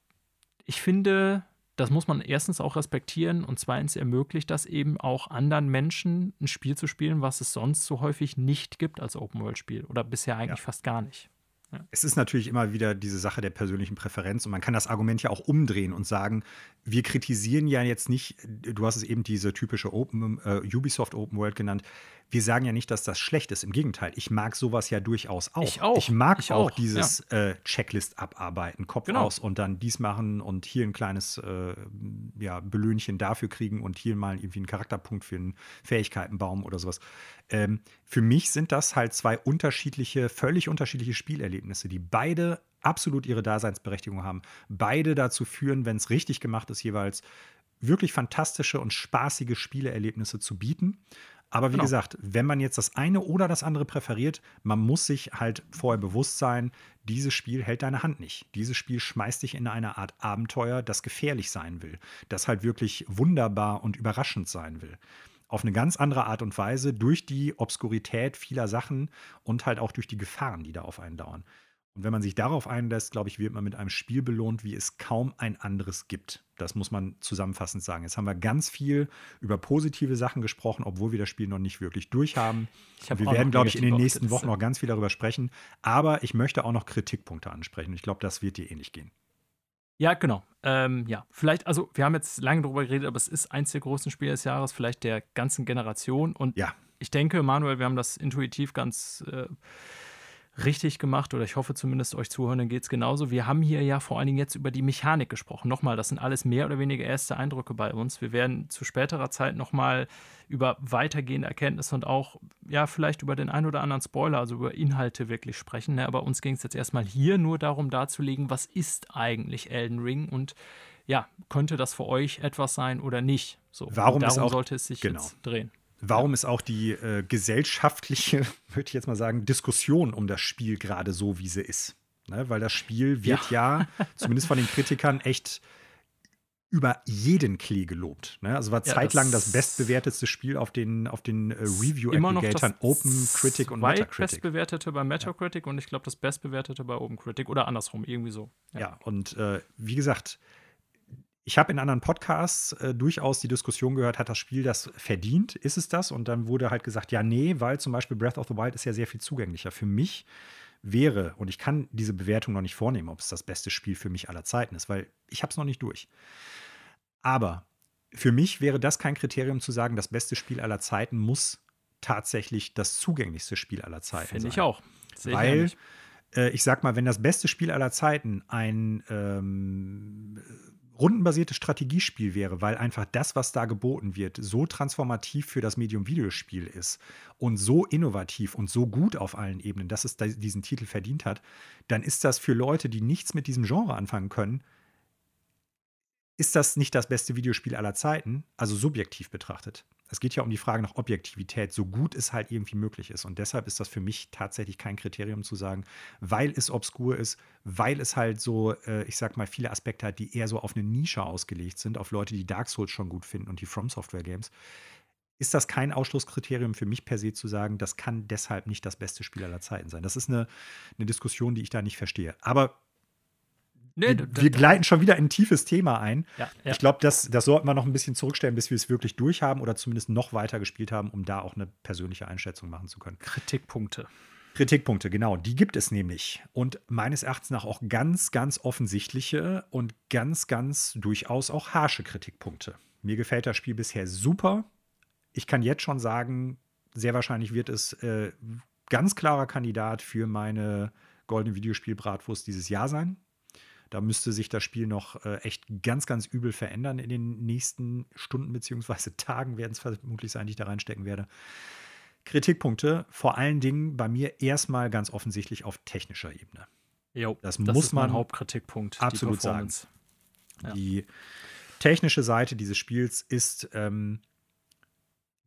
ich finde, das muss man erstens auch respektieren und zweitens ermöglicht das eben auch anderen Menschen ein Spiel zu spielen, was es sonst so häufig nicht gibt als Open-World-Spiel oder bisher ja. eigentlich fast gar nicht. Ja. Es ist natürlich immer wieder diese Sache der persönlichen Präferenz und man kann das Argument ja auch umdrehen und sagen, wir kritisieren ja jetzt nicht, du hast es eben diese typische Open, äh, Ubisoft Open World genannt, wir sagen ja nicht, dass das schlecht ist. Im Gegenteil, ich mag sowas ja durchaus auch. Ich auch. Ich mag ich auch, auch dieses ja. äh, Checklist abarbeiten, Kopf genau. aus und dann dies machen und hier ein kleines äh, ja, Belöhnchen dafür kriegen und hier mal irgendwie einen Charakterpunkt für einen Fähigkeitenbaum oder sowas. Ähm, für mich sind das halt zwei unterschiedliche, völlig unterschiedliche Spielerlebnisse, die beide absolut ihre Daseinsberechtigung haben. Beide dazu führen, wenn es richtig gemacht ist, jeweils wirklich fantastische und spaßige Spieleerlebnisse zu bieten. Aber wie Genau. gesagt, wenn man jetzt das eine oder das andere präferiert, man muss sich halt vorher bewusst sein, dieses Spiel hält deine Hand nicht. Dieses Spiel schmeißt dich in eine Art Abenteuer, das gefährlich sein will, das halt wirklich wunderbar und überraschend sein will. Auf eine ganz andere Art und Weise durch die Obskurität vieler Sachen und halt auch durch die Gefahren, die da auf einen dauern. Und wenn man sich darauf einlässt, glaube ich, wird man mit einem Spiel belohnt, wie es kaum ein anderes gibt. Das muss man zusammenfassend sagen. Jetzt haben wir ganz viel über positive Sachen gesprochen, obwohl wir das Spiel noch nicht wirklich durchhaben. Ich hab wir auch werden, noch glaube ich, in den negative nächsten auf der Wochen Liste. noch ganz viel darüber sprechen. Aber ich möchte auch noch Kritikpunkte ansprechen. Und ich glaube, das wird dir ähnlich gehen. Ja, genau. Ähm, ja, vielleicht, also wir haben jetzt lange darüber geredet, aber es ist eins der größten Spiele des Jahres, vielleicht der ganzen Generation. Und Ja. ich denke, Manuel, wir haben das intuitiv ganz äh, richtig gemacht oder ich hoffe zumindest euch Zuhörern geht es genauso. Wir haben hier ja vor allen Dingen jetzt über die Mechanik gesprochen. Nochmal, das sind alles mehr oder weniger erste Eindrücke bei uns. Wir werden zu späterer Zeit nochmal über weitergehende Erkenntnisse und auch, ja, vielleicht über den ein oder anderen Spoiler, also über Inhalte wirklich sprechen. Ne? Aber uns ging es jetzt erstmal hier nur darum darzulegen, was ist eigentlich Elden Ring und ja, könnte das für euch etwas sein oder nicht? So, Warum und darum ist auch, sollte es sich genau. jetzt drehen. Warum ja. ist auch die äh, gesellschaftliche, würde ich jetzt mal sagen, Diskussion um das Spiel gerade so, wie sie ist? Ne? Weil das Spiel wird ja, ja zumindest von den Kritikern, echt über jeden Klee gelobt. Ne? Also war Ja, zeitlang das das bestbewertetste Spiel auf den, auf den äh, Review-Aggregatoren Open Critic und Metacritic. Bestbewertete bei Metacritic ja. und ich glaube das bestbewertete bei Open Critic oder andersrum, irgendwie so. Ja, ja und äh, wie gesagt, ich habe in anderen Podcasts äh, durchaus die Diskussion gehört, hat das Spiel das verdient? Ist es das? Und dann wurde halt gesagt, ja, nee, weil zum Beispiel Breath of the Wild ist ja sehr viel zugänglicher. Für mich wäre, und ich kann diese Bewertung noch nicht vornehmen, ob es das beste Spiel für mich aller Zeiten ist, weil ich habe es noch nicht durch. Aber für mich wäre das kein Kriterium zu sagen, das beste Spiel aller Zeiten muss tatsächlich das zugänglichste Spiel aller Zeiten Finde sein. ich auch. Sehe weil, ich, äh, ich sag mal, wenn das beste Spiel aller Zeiten ein ähm, rundenbasiertes Strategiespiel wäre, weil einfach das, was da geboten wird, so transformativ für das Medium Videospiel ist und so innovativ und so gut auf allen Ebenen, dass es diesen Titel verdient hat, dann ist das für Leute, die nichts mit diesem Genre anfangen können, ist das nicht das beste Videospiel aller Zeiten, also subjektiv betrachtet. Es geht ja um die Frage nach Objektivität, so gut es halt irgendwie möglich ist. Und deshalb ist das für mich tatsächlich kein Kriterium zu sagen, weil es obskur ist, weil es halt so, äh, ich sag mal, viele Aspekte hat, die eher so auf eine Nische ausgelegt sind, auf Leute, die Dark Souls schon gut finden und die From Software Games. Ist das kein Ausschlusskriterium für mich per se zu sagen, das kann deshalb nicht das beste Spiel aller Zeiten sein. Das ist eine, eine Diskussion, die ich da nicht verstehe. Aber Nee, wir, wir gleiten schon wieder in ein tiefes Thema ein. Ja, ja. Ich glaube, das, das sollten wir noch ein bisschen zurückstellen, bis wir es wirklich durchhaben oder zumindest noch weiter gespielt haben, um da auch eine persönliche Einschätzung machen zu können. Kritikpunkte. Kritikpunkte, genau, die gibt es nämlich. Und meines Erachtens nach auch ganz, ganz offensichtliche und ganz, ganz durchaus auch harsche Kritikpunkte. Mir gefällt das Spiel bisher super. Ich kann jetzt schon sagen, sehr wahrscheinlich wird es äh, ganz klarer Kandidat für meine goldene Videospiel-Bratwurst dieses Jahr sein. Da müsste sich das Spiel noch äh, echt ganz, ganz übel verändern in den nächsten Stunden beziehungsweise Tagen werden es vermutlich sein, die ich da reinstecken werde. Kritikpunkte, vor allen Dingen bei mir erstmal ganz offensichtlich auf technischer Ebene. Jo, das, das muss ist mein man Hauptkritikpunkt. absolut die sagen. Ja. Die technische Seite dieses Spiels ist ähm,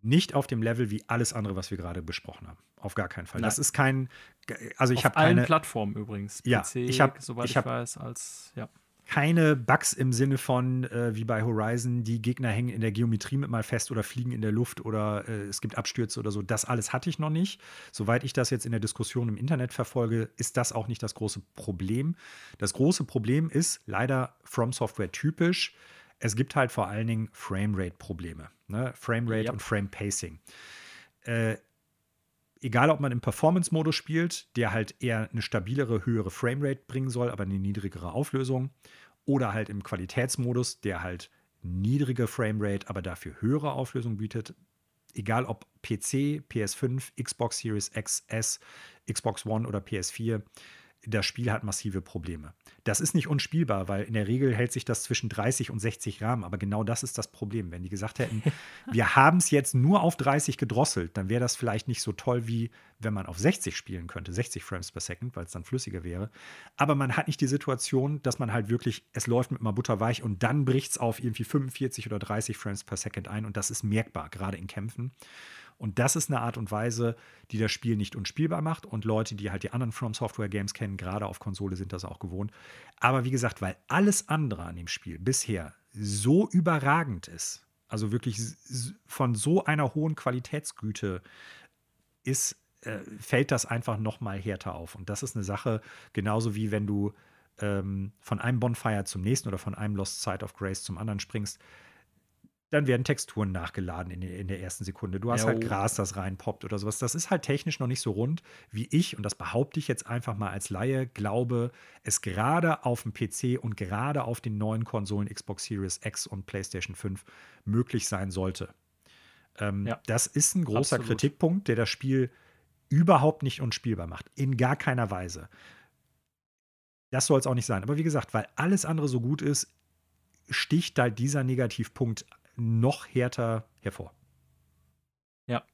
Nicht auf dem Level wie alles andere, was wir gerade besprochen haben. Auf gar keinen Fall. Nein. Das ist kein, also ich habe Auf allen keine, Plattformen übrigens. ja, P C, ich habe, soweit ich ich habe weiß, als, ja. keine Bugs im Sinne von, äh, wie bei Horizon, die Gegner hängen in der Geometrie mit mal fest oder fliegen in der Luft oder äh, es gibt Abstürze oder so. Das alles hatte ich noch nicht. Soweit ich das jetzt in der Diskussion im Internet verfolge, ist das auch nicht das große Problem. Das große Problem ist leider From Software typisch. Es gibt halt vor allen Dingen Framerate-Probleme. Ne? Framerate Ja. und Frame-Pacing. Äh, egal, ob man im Performance-Modus spielt, der halt eher eine stabilere, höhere Framerate bringen soll, aber eine niedrigere Auflösung, oder halt im Qualitätsmodus, der halt niedrige Framerate, aber dafür höhere Auflösung bietet. Egal ob P C, P S fünf, Xbox Series X S, Xbox One oder P S vier, das Spiel hat massive Probleme. Das ist nicht unspielbar, weil in der Regel hält sich das zwischen dreißig und sechzig Rahmen. Aber genau das ist das Problem. Wenn die gesagt hätten, wir haben es jetzt nur auf dreißig gedrosselt, dann wäre das vielleicht nicht so toll, wie wenn man auf sechzig spielen könnte, sechzig Frames per Second, weil es dann flüssiger wäre. Aber man hat nicht die Situation, dass man halt wirklich, es läuft mit mal butterweich und dann bricht es auf irgendwie fünfundvierzig oder dreißig Frames per Second ein. Und das ist merkbar, gerade in Kämpfen. Und das ist eine Art und Weise, die das Spiel nicht unspielbar macht. Und Leute, die halt die anderen From Software Games kennen, gerade auf Konsole, sind das auch gewohnt. Aber wie gesagt, weil alles andere an dem Spiel bisher so überragend ist, also wirklich von so einer hohen Qualitätsgüte ist, äh, fällt das einfach noch mal härter auf. Und das ist eine Sache, genauso wie wenn du ähm, von einem Bonfire zum nächsten oder von einem Lost Site of Grace zum anderen springst, dann werden Texturen nachgeladen in, in der ersten Sekunde. Du hast Jo. halt Gras, das reinpoppt oder sowas. Das ist halt technisch noch nicht so rund, wie ich, und das behaupte ich jetzt einfach mal als Laie, glaube, es gerade auf dem P C und gerade auf den neuen Konsolen Xbox Series X und PlayStation fünf möglich sein sollte. Ähm, Ja, das ist ein großer absolut. Kritikpunkt, der das Spiel überhaupt nicht unspielbar macht. In gar keiner Weise. Das soll es auch nicht sein. Aber wie gesagt, weil alles andere so gut ist, sticht halt dieser Negativpunkt noch härter hervor. Ja.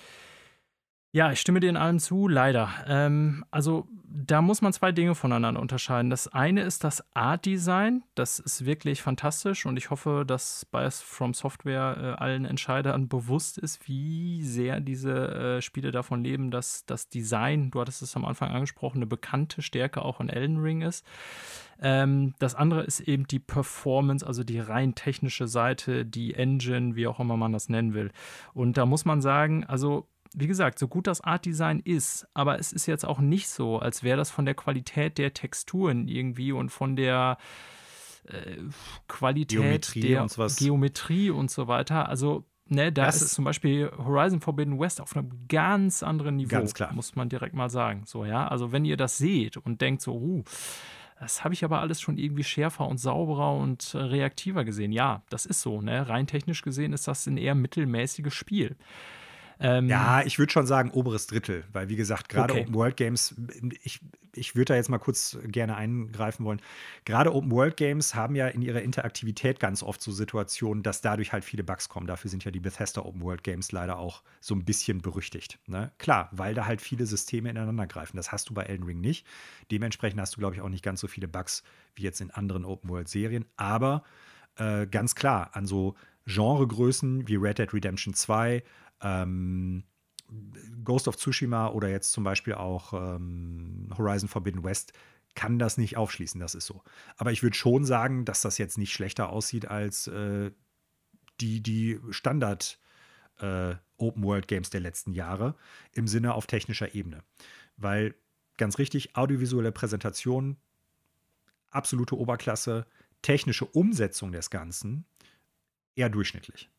Ja, ich stimme dir in allem zu, leider. Ähm, also da muss man zwei Dinge voneinander unterscheiden. Das eine ist das Art-Design. Das ist wirklich fantastisch und ich hoffe, dass bei From Software äh, allen Entscheidern bewusst ist, wie sehr diese äh, Spiele davon leben, dass das Design, du hattest es am Anfang angesprochen, eine bekannte Stärke auch in Elden Ring ist. Ähm, das andere ist eben die Performance, also die rein technische Seite, die Engine, wie auch immer man das nennen will. Und da muss man sagen, also wie gesagt, so gut das Art-Design ist, aber es ist jetzt auch nicht so, als wäre das von der Qualität der Texturen irgendwie und von der äh, Qualität Geometrie der und sowas. Geometrie und so weiter. Also, ne, da Das ist zum Beispiel Horizon Forbidden West auf einem ganz anderen Niveau, Ganz klar. muss man direkt mal sagen. So, ja, also wenn ihr das seht und denkt so, uh, das habe ich aber alles schon irgendwie schärfer und sauberer und äh, reaktiver gesehen. Ja, das ist so, ne? Rein technisch gesehen ist das ein eher mittelmäßiges Spiel. Ähm, Ja, ich würde schon sagen, oberes Drittel, weil wie gesagt, gerade Okay. Open-World-Games, ich, ich würde da jetzt mal kurz gerne eingreifen wollen. Gerade Open-World-Games haben ja in ihrer Interaktivität ganz oft so Situationen, dass dadurch halt viele Bugs kommen. Dafür sind ja die Bethesda Open-World-Games leider auch so ein bisschen berüchtigt. Ne? Klar, weil da halt viele Systeme ineinander greifen. Das hast du bei Elden Ring nicht. Dementsprechend hast du, glaube ich, auch nicht ganz so viele Bugs wie jetzt in anderen Open-World-Serien. Aber äh, ganz klar, an so Genregrößen wie Red Dead Redemption zwei, Ähm, Ghost of Tsushima oder jetzt zum Beispiel auch ähm, Horizon Forbidden West kann das nicht aufschließen, das ist so. Aber ich würde schon sagen, dass das jetzt nicht schlechter aussieht als äh, die, die Standard äh, Open-World-Games der letzten Jahre im Sinne auf technischer Ebene. Weil, ganz richtig, audiovisuelle Präsentation, absolute Oberklasse, technische Umsetzung des Ganzen eher durchschnittlich.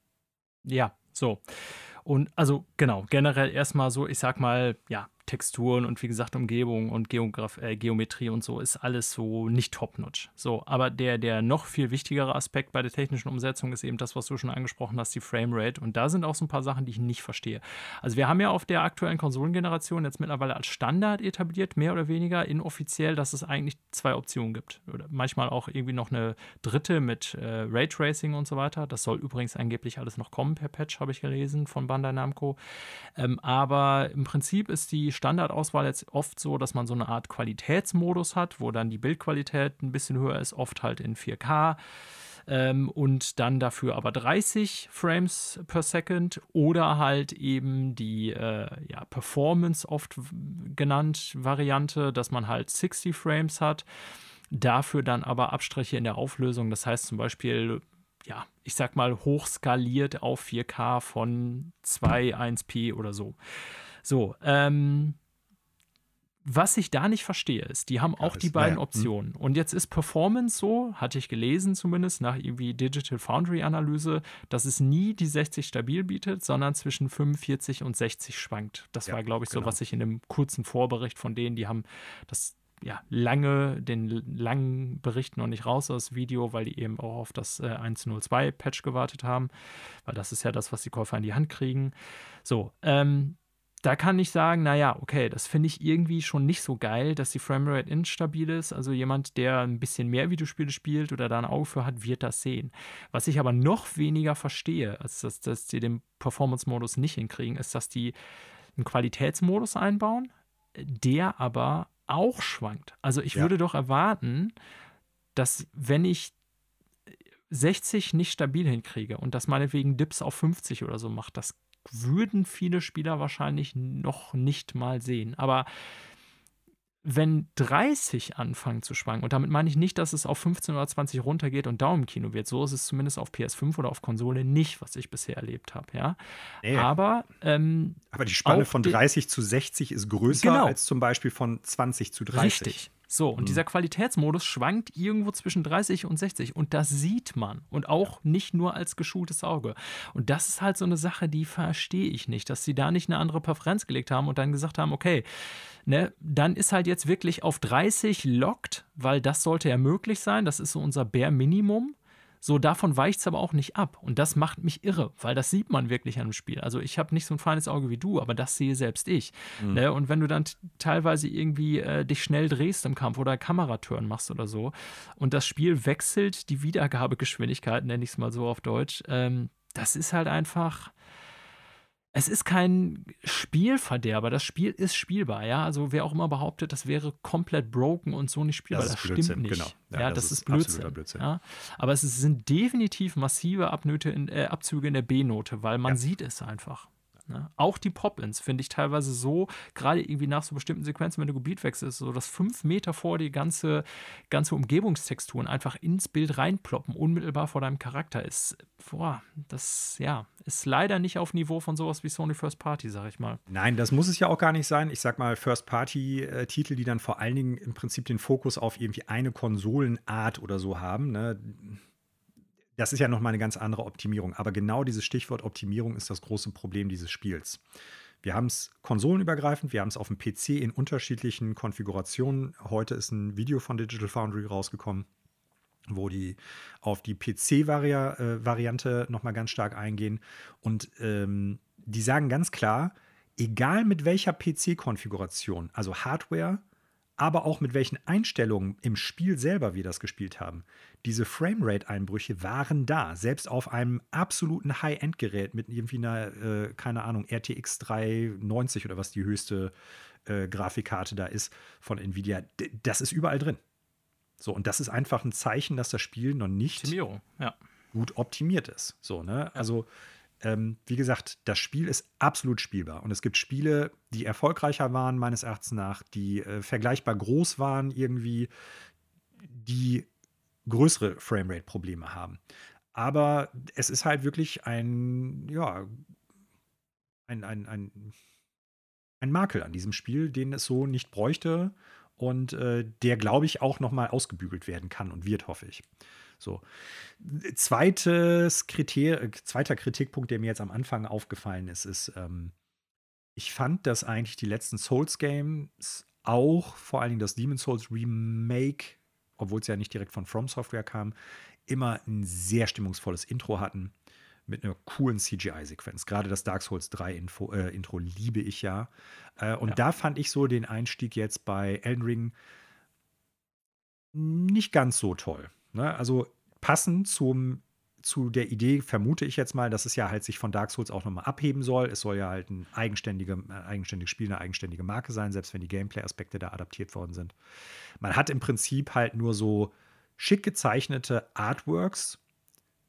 Ja, so. Und also genau, generell erstmal so, ich sag mal, ja, Texturen und wie gesagt Umgebung und Geograf äh, Geometrie und so ist alles so nicht top-notch. So, aber der, der noch viel wichtigere Aspekt bei der technischen Umsetzung ist eben das, was du schon angesprochen hast, die Framerate. Und da sind auch so ein paar Sachen, die ich nicht verstehe. Also wir haben ja auf der aktuellen Konsolengeneration jetzt mittlerweile als Standard etabliert, mehr oder weniger inoffiziell, dass es eigentlich zwei Optionen gibt. Oder manchmal auch irgendwie noch eine dritte mit äh, Raytracing und so weiter. Das soll übrigens angeblich alles noch kommen per Patch, habe ich gelesen, von Bandai Namco. Ähm, aber im Prinzip ist die Standardauswahl jetzt oft so, dass man so eine Art Qualitätsmodus hat, wo dann die Bildqualität ein bisschen höher ist, oft halt in vier K. ähm, und dann dafür aber dreißig Frames per Second oder halt eben die äh, ja, Performance oft genannt Variante, dass man halt sechzig Frames hat, dafür dann aber Abstriche in der Auflösung, das heißt zum Beispiel, ja, ich sag mal hochskaliert auf vier K von zwei Komma eins p oder so. So, ähm, was ich da nicht verstehe, ist, die haben auch Ja, die ist- beiden naja, hm. Optionen. Und jetzt ist Performance so, hatte ich gelesen zumindest, nach irgendwie Digital Foundry-Analyse, dass es nie die sechzig stabil bietet, sondern zwischen fünfundvierzig und sechzig schwankt. Das Ja, war, glaube ich, so, genau. was ich in einem kurzen Vorbericht von denen, die haben das ja lange, den langen Bericht noch nicht raus aus Video, weil die eben auch auf das äh, eins Punkt null zwei Patch gewartet haben, weil das ist ja das, was die Käufer in die Hand kriegen. So, ähm, da kann ich sagen, naja, okay, das finde ich irgendwie schon nicht so geil, dass die Framerate instabil ist. Also jemand, der ein bisschen mehr Videospiele spielt oder da ein Auge für hat, wird das sehen. Was ich aber noch weniger verstehe, als dass, dass die den Performance-Modus nicht hinkriegen, ist, dass die einen Qualitätsmodus einbauen, der aber auch schwankt. Also ich Ja. würde doch erwarten, dass wenn ich sechzig nicht stabil hinkriege und das meinetwegen Dips auf fünfzig oder so macht, das würden viele Spieler wahrscheinlich noch nicht mal sehen. Aber wenn dreißig anfangen zu schwanken, und damit meine ich nicht, dass es auf fünfzehn oder zwanzig runtergeht und Daumenkino wird, so ist es zumindest auf P S fünf oder auf Konsole nicht, was ich bisher erlebt habe, ja. Nee. Aber, ähm, Aber die Spanne auch von die- dreißig zu sechzig ist größer Genau. als zum Beispiel von zwanzig zu dreißig. Richtig. So, und Mhm. dieser Qualitätsmodus schwankt irgendwo zwischen dreißig und sechzig. Und das sieht man. Und auch nicht nur als geschultes Auge. Und das ist halt so eine Sache, die verstehe ich nicht, dass sie da nicht eine andere Präferenz gelegt haben und dann gesagt haben, okay, ne, dann ist halt jetzt wirklich auf dreißig locked, weil das sollte ja möglich sein. Das ist so unser Bare Minimum. So, davon weicht es aber auch nicht ab. Und das macht mich irre, weil das sieht man wirklich an dem Spiel. Also ich habe nicht so ein feines Auge wie du, aber das sehe selbst ich. Mhm. Ne? Und wenn du dann t- teilweise irgendwie äh, dich schnell drehst im Kampf oder Kameraturn machst oder so und das Spiel wechselt die Wiedergabegeschwindigkeit, nenne ich es mal so auf Deutsch, ähm, das ist halt einfach... Es ist kein Spielverderber. Das Spiel ist spielbar, ja. Also wer auch immer behauptet, das wäre komplett broken und so nicht spielbar, Das das, ist stimmt Blödsinn, nicht. genau. Ja, Ja, das, das ist ist Blödsinn. absoluter Blödsinn. Ja. Aber es ist- sind definitiv massive Abnöte in, äh, Abzüge in der B-Note, weil man Ja. sieht es einfach. Ne? Auch die Pop-Ins finde ich teilweise so, gerade irgendwie nach so bestimmten Sequenzen, wenn du Gebiet wechselst, so dass fünf Meter vor die ganze, ganze Umgebungstexturen einfach ins Bild reinploppen, unmittelbar vor deinem Charakter ist. Boah, das ja, ist leider nicht auf Niveau von sowas wie Sony First Party, sag ich mal. Nein, das muss es ja auch gar nicht sein. Ich sag mal, First-Party-Titel, die dann vor allen Dingen im Prinzip den Fokus auf irgendwie eine Konsolenart oder so haben, ne? Das ist ja noch mal eine ganz andere Optimierung. Aber genau dieses Stichwort Optimierung ist das große Problem dieses Spiels. Wir haben es konsolenübergreifend, wir haben es auf dem P C in unterschiedlichen Konfigurationen. Heute ist ein Video von Digital Foundry rausgekommen, wo die auf die P C-Variante noch mal ganz stark eingehen. Und ähm, die sagen ganz klar, egal mit welcher P C-Konfiguration, also Hardware, aber auch mit welchen Einstellungen im Spiel selber wir das gespielt haben, diese Framerate-Einbrüche waren da. Selbst auf einem absoluten High-End-Gerät mit irgendwie einer, äh, keine Ahnung, R T X dreihundertneunzig oder was die höchste äh, Grafikkarte da ist von Nvidia, d- das ist überall drin. So, und das ist einfach ein Zeichen, dass das Spiel noch nicht Optimierung, ja. gut optimiert ist. So, ne? Also, ähm, wie gesagt, das Spiel ist absolut spielbar. Und es gibt Spiele, die erfolgreicher waren, meines Erachtens nach, die äh, vergleichbar groß waren, irgendwie, die größere Framerate-Probleme haben. Aber es ist halt wirklich ein, ja, ein, ein, ein, ein Makel an diesem Spiel, den es so nicht bräuchte und äh, der, glaube ich, auch noch mal ausgebügelt werden kann und wird, hoffe ich. So. Zweites Kriter zweiter Kritikpunkt, der mir jetzt am Anfang aufgefallen ist, ist, ähm, ich fand, dass eigentlich die letzten Souls-Games, auch vor allen Dingen das Demon's Souls Remake, obwohl es ja nicht direkt von From Software kam, immer ein sehr stimmungsvolles Intro hatten mit einer coolen C G I-Sequenz. Gerade das Dark Souls drei Info, äh, Intro liebe ich ja. Äh, und Ja. da fand ich so den Einstieg jetzt bei Elden Ring nicht ganz so toll. Ne? Also passend zum, zu der Idee vermute ich jetzt mal, dass es ja halt sich von Dark Souls auch nochmal abheben soll. Es soll ja halt ein eigenständige, äh, eigenständiges Spiel, eine eigenständige Marke sein, selbst wenn die Gameplay-Aspekte da adaptiert worden sind. Man hat im Prinzip halt nur so schick gezeichnete Artworks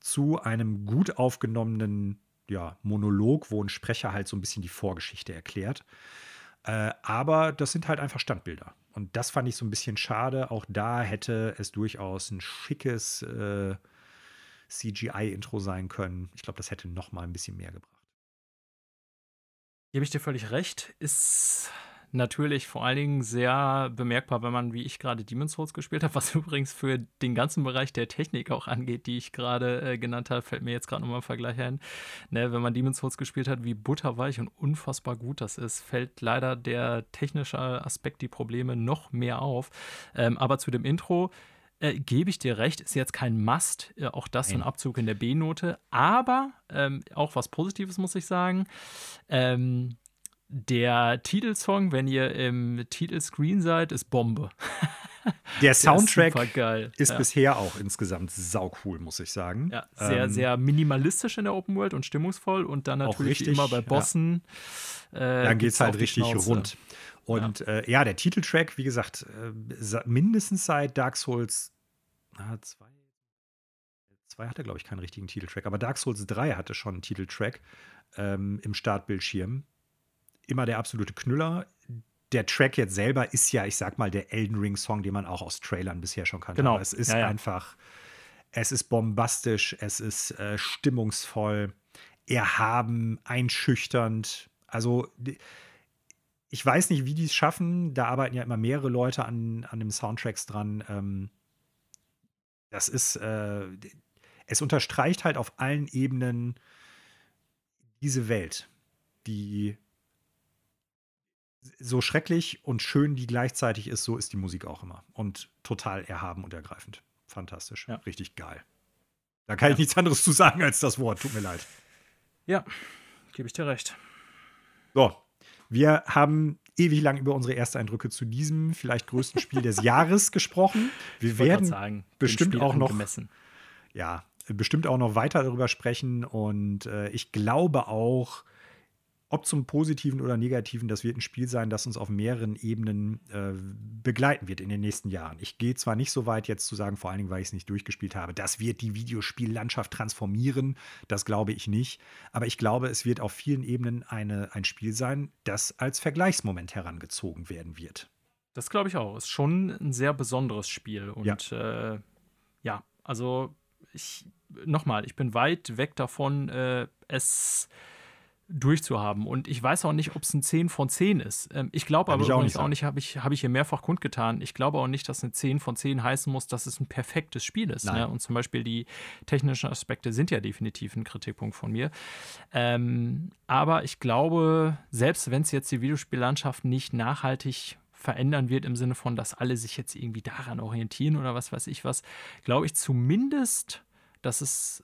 zu einem gut aufgenommenen ja, Monolog, wo ein Sprecher halt so ein bisschen die Vorgeschichte erklärt. Äh, aber das sind halt einfach Standbilder. Und das fand ich so ein bisschen schade. Auch da hätte es durchaus ein schickes äh, C G I-Intro sein können. Ich glaube, das hätte noch mal ein bisschen mehr gebracht. Gebe ich dir völlig recht. Ist natürlich vor allen Dingen sehr bemerkbar, wenn man, wie ich gerade Demon's Souls gespielt habe, was übrigens für den ganzen Bereich der Technik auch angeht, die ich gerade äh, genannt habe, fällt mir jetzt gerade nochmal ein Vergleich ein. Ne, wenn man Demon's Souls gespielt hat, wie butterweich und unfassbar gut das ist, fällt leider der technische Aspekt, die Probleme noch mehr auf. Ähm, aber zu dem Intro Äh, gebe ich dir recht, ist jetzt kein Must, äh, auch das ein Nein. Abzug in der B-Note, aber ähm, auch was Positives, muss ich sagen. Ähm, der Titelsong, wenn ihr im Titelscreen seid, ist Bombe. Der Soundtrack ist, supergeil. ist Ja. bisher auch insgesamt saucool, muss ich sagen. Ja, sehr, ähm, sehr minimalistisch in der Open World und stimmungsvoll und dann Auch natürlich wie richtig, immer bei ja. Bossen. Äh, Dann geht gibt's es halt auf die richtig Schnauze. rund. Und ja. Äh, ja, der Titeltrack, wie gesagt, äh, sa- mindestens seit Dark Souls ah, zwei. zwei hatte, glaube ich, keinen richtigen Titeltrack, aber Dark Souls drei hatte schon einen Titeltrack ähm, im Startbildschirm. Immer der absolute Knüller. Der Track jetzt selber ist ja, ich sag mal, der Elden Ring-Song, den man auch aus Trailern bisher schon kannte. Genau. Aber es ist Ja, ja. einfach, es ist bombastisch, es ist äh, stimmungsvoll, erhaben, einschüchternd. Also, die- ich weiß nicht, wie die es schaffen. Da arbeiten ja immer mehrere Leute an, an den Soundtracks dran. Ähm, das ist, äh, es unterstreicht halt auf allen Ebenen diese Welt, die so schrecklich und schön die gleichzeitig ist, so ist die Musik auch immer. Und total erhaben und ergreifend. Fantastisch. Ja. Richtig geil. Da kann Ja. ich nichts anderes zu sagen als das Wort. Tut mir leid. Ja, gebe ich dir recht. So, wir haben ewig lang über unsere Ersteindrücke zu diesem vielleicht größten Spiel des Jahres gesprochen. Wir Ich wollte werden grad sagen, dem bestimmt Spiel auch noch angemessen. ja, bestimmt auch noch weiter darüber sprechen. Und äh, ich glaube auch, ob zum Positiven oder Negativen, das wird ein Spiel sein, das uns auf mehreren Ebenen äh, begleiten wird in den nächsten Jahren. Ich gehe zwar nicht so weit jetzt zu sagen, vor allen Dingen, weil ich es nicht durchgespielt habe, das wird die Videospiellandschaft transformieren. Das glaube ich nicht. Aber ich glaube, es wird auf vielen Ebenen eine, ein Spiel sein, das als Vergleichsmoment herangezogen werden wird. Das glaube ich auch. Ist schon ein sehr besonderes Spiel. Und ja, äh, ja also ich nochmal, ich bin weit weg davon, äh, es durchzuhaben. Und ich weiß auch nicht, ob es ein zehn von zehn ist. Ähm, ich glaube aber ich auch übrigens nicht auch nicht, habe ich, hab ich hier mehrfach kundgetan, ich glaube auch nicht, dass eine zehn von zehn heißen muss, dass es ein perfektes Spiel ist. Ne? Und zum Beispiel die technischen Aspekte sind ja definitiv ein Kritikpunkt von mir. Ähm, aber ich glaube, selbst wenn es jetzt die Videospiellandschaft nicht nachhaltig verändern wird, im Sinne von, dass alle sich jetzt irgendwie daran orientieren oder was weiß ich was, glaube ich zumindest, dass es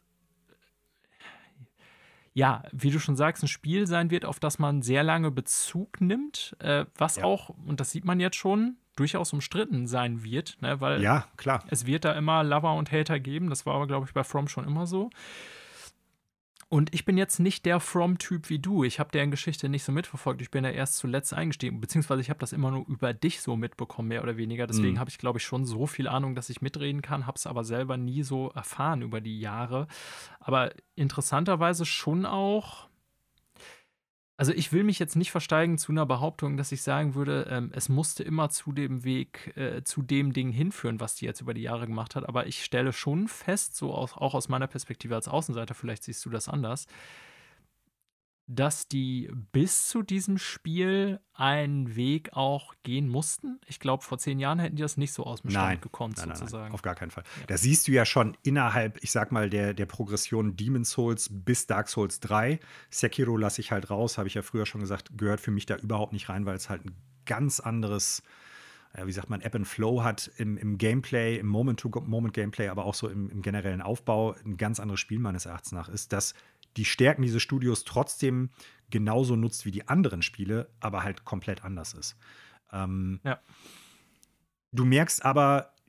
ja, wie du schon sagst, ein Spiel sein wird, auf das man sehr lange Bezug nimmt, äh, was Ja. auch, und das sieht man jetzt schon, durchaus umstritten sein wird, ne? Weil Ja, klar. es wird da immer Lover und Hater geben, das war aber, glaube ich, bei From schon immer so. Und ich bin jetzt nicht der From-Typ wie du. Ich habe deren Geschichte nicht so mitverfolgt. Ich bin ja erst zuletzt eingestiegen. Beziehungsweise ich habe das immer nur über dich so mitbekommen, mehr oder weniger. Deswegen Mhm. habe ich, glaube ich, schon so viel Ahnung, dass ich mitreden kann. Habe es aber selber nie so erfahren über die Jahre. Aber interessanterweise schon auch. Also ich will mich jetzt nicht versteigen zu einer Behauptung, dass ich sagen würde, ähm, es musste immer zu dem Weg, äh, zu dem Ding hinführen, was die jetzt über die Jahre gemacht hat. Aber ich stelle schon fest, so aus, auch aus meiner Perspektive als Außenseiter, vielleicht siehst du das anders, dass die bis zu diesem Spiel einen Weg auch gehen mussten. Ich glaube, vor zehn Jahren hätten die das nicht so aus dem Stand Nein, gekonnt, nein, nein, sozusagen. nein, auf gar keinen Fall. Ja. Das siehst du ja schon innerhalb, ich sag mal, der, der Progression Demon's Souls bis Dark Souls drei. Sekiro lasse ich halt raus, habe ich ja früher schon gesagt, gehört für mich da überhaupt nicht rein, weil es halt ein ganz anderes, ja, wie sagt man, Ebb and Flow hat im, im Gameplay, im Moment-to-Moment-Gameplay, aber auch so im, im generellen Aufbau ein ganz anderes Spiel meines Erachtens nach ist, dass die Stärken dieses Studios trotzdem genauso nutzt wie die anderen Spiele, aber halt komplett anders ist. Ähm, ja. Du merkst aber,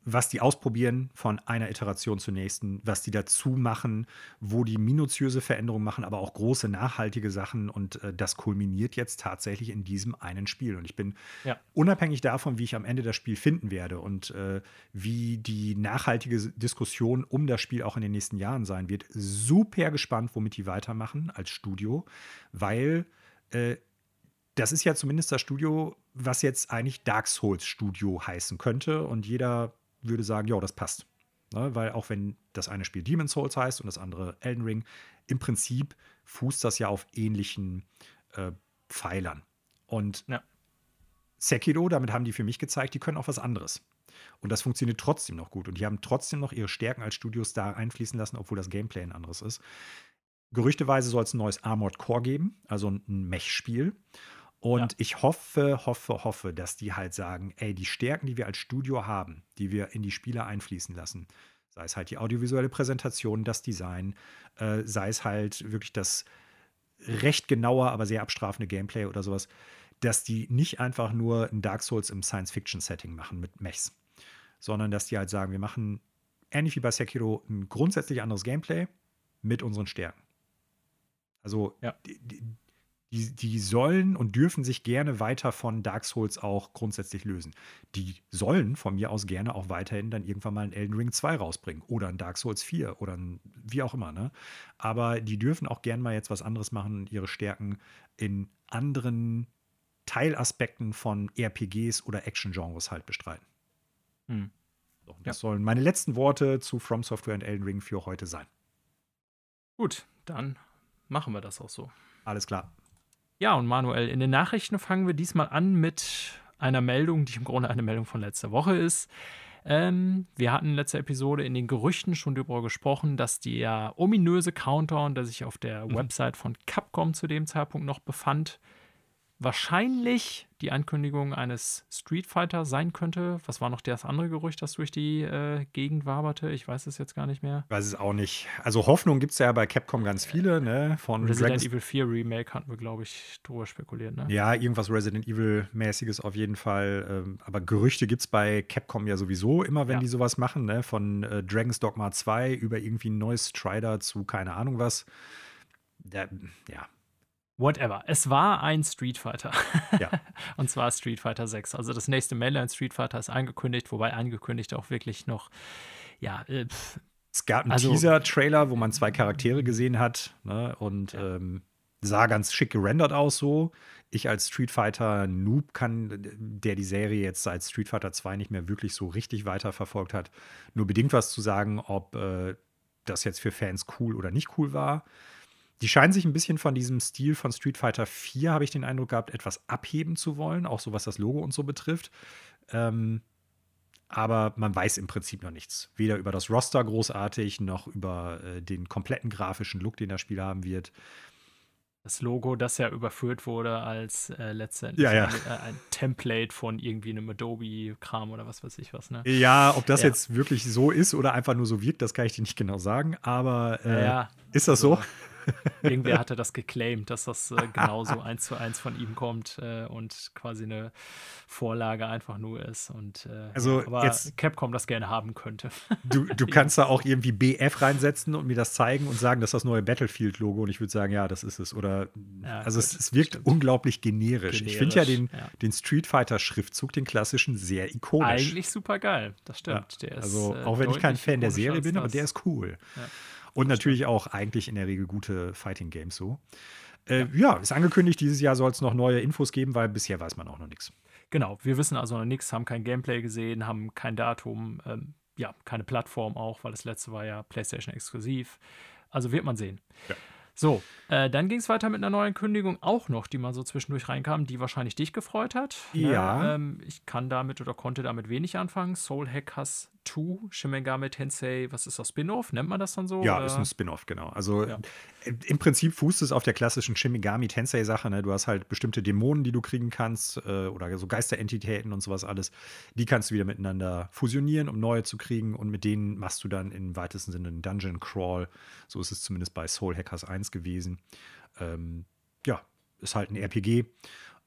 was die ausprobieren von einer Iteration zur nächsten, was die dazu machen, wo die minutiöse Veränderungen machen, aber auch große nachhaltige Sachen. Und äh, das kulminiert jetzt tatsächlich in diesem einen Spiel. Und ich bin Ja. unabhängig davon, wie ich am Ende das Spiel finden werde und äh, wie die nachhaltige Diskussion um das Spiel auch in den nächsten Jahren sein wird, super gespannt, womit die weitermachen als Studio, weil äh, das ist ja zumindest das Studio, was jetzt eigentlich Dark Souls Studio heißen könnte. Und jeder würde sagen, ja, das passt. Ne? Weil auch wenn das eine Spiel Demon's Souls heißt und das andere Elden Ring, im Prinzip fußt das ja auf ähnlichen äh, Pfeilern. Und Ja. Sekiro, damit haben die für mich gezeigt, die können auch was anderes. Und das funktioniert trotzdem noch gut. Und die haben trotzdem noch ihre Stärken als Studios da einfließen lassen, obwohl das Gameplay ein anderes ist. Gerüchteweise soll es ein neues Armored Core geben, also ein Mech-Spiel. Und Ja. ich hoffe, hoffe, hoffe, dass die halt sagen, ey, die Stärken, die wir als Studio haben, die wir in die Spiele einfließen lassen, sei es halt die audiovisuelle Präsentation, das Design, äh, sei es halt wirklich das recht genaue, aber sehr abstrafende Gameplay oder sowas, dass die nicht einfach nur ein Dark Souls im Science-Fiction-Setting machen mit Mechs, sondern dass die halt sagen, wir machen ähnlich wie bei Sekiro ein grundsätzlich anderes Gameplay mit unseren Stärken. Also Ja. die, die, die, die sollen und dürfen sich gerne weiter von Dark Souls auch grundsätzlich lösen. Die sollen von mir aus gerne auch weiterhin dann irgendwann mal ein Elden Ring zwei rausbringen oder ein Dark Souls vier oder ein, wie auch immer. Ne? Aber die dürfen auch gerne mal jetzt was anderes machen und ihre Stärken in anderen Teilaspekten von R P Gs oder Action-Genres halt bestreiten. Hm. So, das ja. sollen meine letzten Worte zu From Software und Elden Ring für heute sein. Gut, dann machen wir das auch so. Alles klar. Ja, und Manuel, in den Nachrichten fangen wir diesmal an mit einer Meldung, die im Grunde eine Meldung von letzter Woche ist. Ähm, wir hatten in letzter Episode in den Gerüchten schon darüber gesprochen, dass der ominöse Countdown, der sich auf der mhm. Website von Capcom zu dem Zeitpunkt noch befand, wahrscheinlich die Ankündigung eines Street Fighter sein könnte. Was war noch das andere Gerücht, das durch die äh, Gegend waberte? Ich weiß es jetzt gar nicht mehr. Weiß es auch nicht. Also Hoffnung gibt es ja bei Capcom ganz viele. Ne? Von Resident Dragons- Evil vier Remake hatten wir, glaube ich, drüber spekuliert. Ne? Ja, irgendwas Resident Evil-mäßiges auf jeden Fall. Ähm, aber Gerüchte gibt es bei Capcom ja sowieso immer, wenn Ja. die sowas machen. Ne? Von äh, Dragon's Dogma zwei über irgendwie ein neues Strider zu keine Ahnung was. Da, ja. Whatever. Es war ein Street Fighter. Ja. Und zwar Street Fighter sechs. Also das nächste Mainline Street Fighter ist angekündigt, wobei angekündigt auch wirklich noch, ja, äh, pff. Es gab einen Also- Teaser-Trailer, wo man zwei Charaktere gesehen hat, ne? Und Ja. ähm, sah ganz schick gerendert aus so. Ich als Street Fighter-Noob kann, der die Serie jetzt seit Street Fighter zwei nicht mehr wirklich so richtig weiterverfolgt hat, nur bedingt was zu sagen, ob äh, das jetzt für Fans cool oder nicht cool war. Die scheinen sich ein bisschen von diesem Stil von Street Fighter vier, habe ich den Eindruck gehabt, etwas abheben zu wollen, auch so was das Logo und so betrifft. Ähm, aber man weiß im Prinzip noch nichts. Weder über das Roster großartig, noch über äh, den kompletten grafischen Look, den das Spiel haben wird. Das Logo, das ja überführt wurde als äh, letztendlich Ja, ja. Ein, äh, ein Template von irgendwie einem Adobe-Kram oder was weiß ich was, ne? Ja, ob das Ja. jetzt wirklich so ist oder einfach nur so wirkt, das kann ich dir nicht genau sagen. Aber äh, Ja, ja. ist das Also, so? Irgendwer hatte das geclaimt, dass das äh, genauso eins zu eins von ihm kommt äh, und quasi eine Vorlage einfach nur ist. Und, äh, Also ja, aber jetzt- Capcom das gerne haben könnte. Du, du kannst da auch irgendwie B F reinsetzen und mir das zeigen und sagen, das ist das neue Battlefield-Logo. Und ich würde sagen, ja, das ist es. Oder Ja, also es, gut, es wirkt stimmt. unglaublich generisch. Ich finde ja den, Generisch, ja. den Street Fighter-Schriftzug, den klassischen, sehr ikonisch. Eigentlich super geil, das stimmt. Ja, Der ist, also äh, auch wenn ich kein deutlich Fan der ikonischer Serie als bin, aber das. der ist cool. Ja, Und das natürlich auch eigentlich in der Regel gute Fighting-Games so. Äh, Ja. ja. ist angekündigt, dieses Jahr soll es noch neue Infos geben, weil bisher weiß man auch noch nichts. Genau, wir wissen also noch nichts, haben kein Gameplay gesehen, haben kein Datum, ähm, ja, keine Plattform auch, weil das letzte war ja PlayStation exklusiv. Also wird man sehen. Ja. So, äh, dann ging es weiter mit einer neuen Kündigung auch noch, die mal so zwischendurch reinkam, die wahrscheinlich dich gefreut hat. Ja. Ne? Ähm, ich kann damit oder konnte damit wenig anfangen. Soul Hackers zwei, Shin Megami Tensei, was ist das, Spin-off? Nennt man das dann so? Ja, oder? ist ein Spin-off, genau. Also Ja. äh, im Prinzip fußt es auf der klassischen Shin Megami Tensei-Sache. Ne? Du hast halt bestimmte Dämonen, die du kriegen kannst, äh, oder so Geisterentitäten und sowas alles. Die kannst du wieder miteinander fusionieren, um neue zu kriegen. Und mit denen machst du dann im weitesten Sinne einen Dungeon Crawl. So ist es zumindest bei Soul Hackers eins gewesen. Ähm, ja, ist halt ein R P G.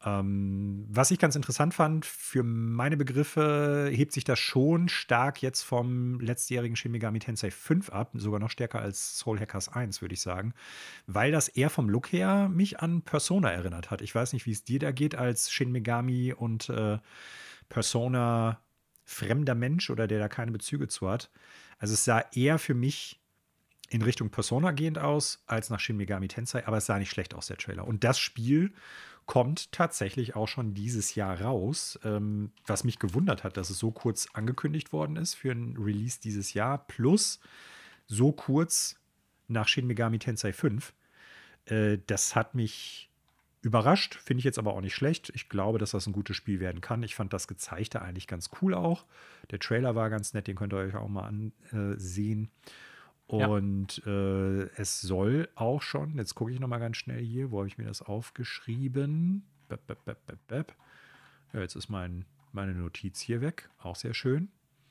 Ähm, was ich ganz interessant fand, für meine Begriffe hebt sich das schon stark jetzt vom letztjährigen Shin Megami Tensei fünf ab, sogar noch stärker als Soul Hackers eins, würde ich sagen, weil das eher vom Look her mich an Persona erinnert hat. Ich weiß nicht, wie es dir da geht als Shin Megami und äh, Persona fremder Mensch oder der da keine Bezüge zu hat. Also es sah eher für mich in Richtung Persona gehend aus, als nach Shin Megami Tensei, aber es sah nicht schlecht aus, der Trailer. Und das Spiel kommt tatsächlich auch schon dieses Jahr raus, ähm, was mich gewundert hat, dass es so kurz angekündigt worden ist für ein Release dieses Jahr, plus so kurz nach Shin Megami Tensei fünf. Äh, das hat mich überrascht, finde ich jetzt aber auch nicht schlecht. Ich glaube, dass das ein gutes Spiel werden kann. Ich fand das Gezeigte eigentlich ganz cool auch. Der Trailer war ganz nett, den könnt ihr euch auch mal ansehen. Ja. Und äh, es soll auch schon, jetzt gucke ich noch mal ganz schnell hier, wo habe ich mir das aufgeschrieben? Bep, bep, bep, bep, bep. Ja, jetzt ist mein, meine Notiz hier weg, auch sehr schön.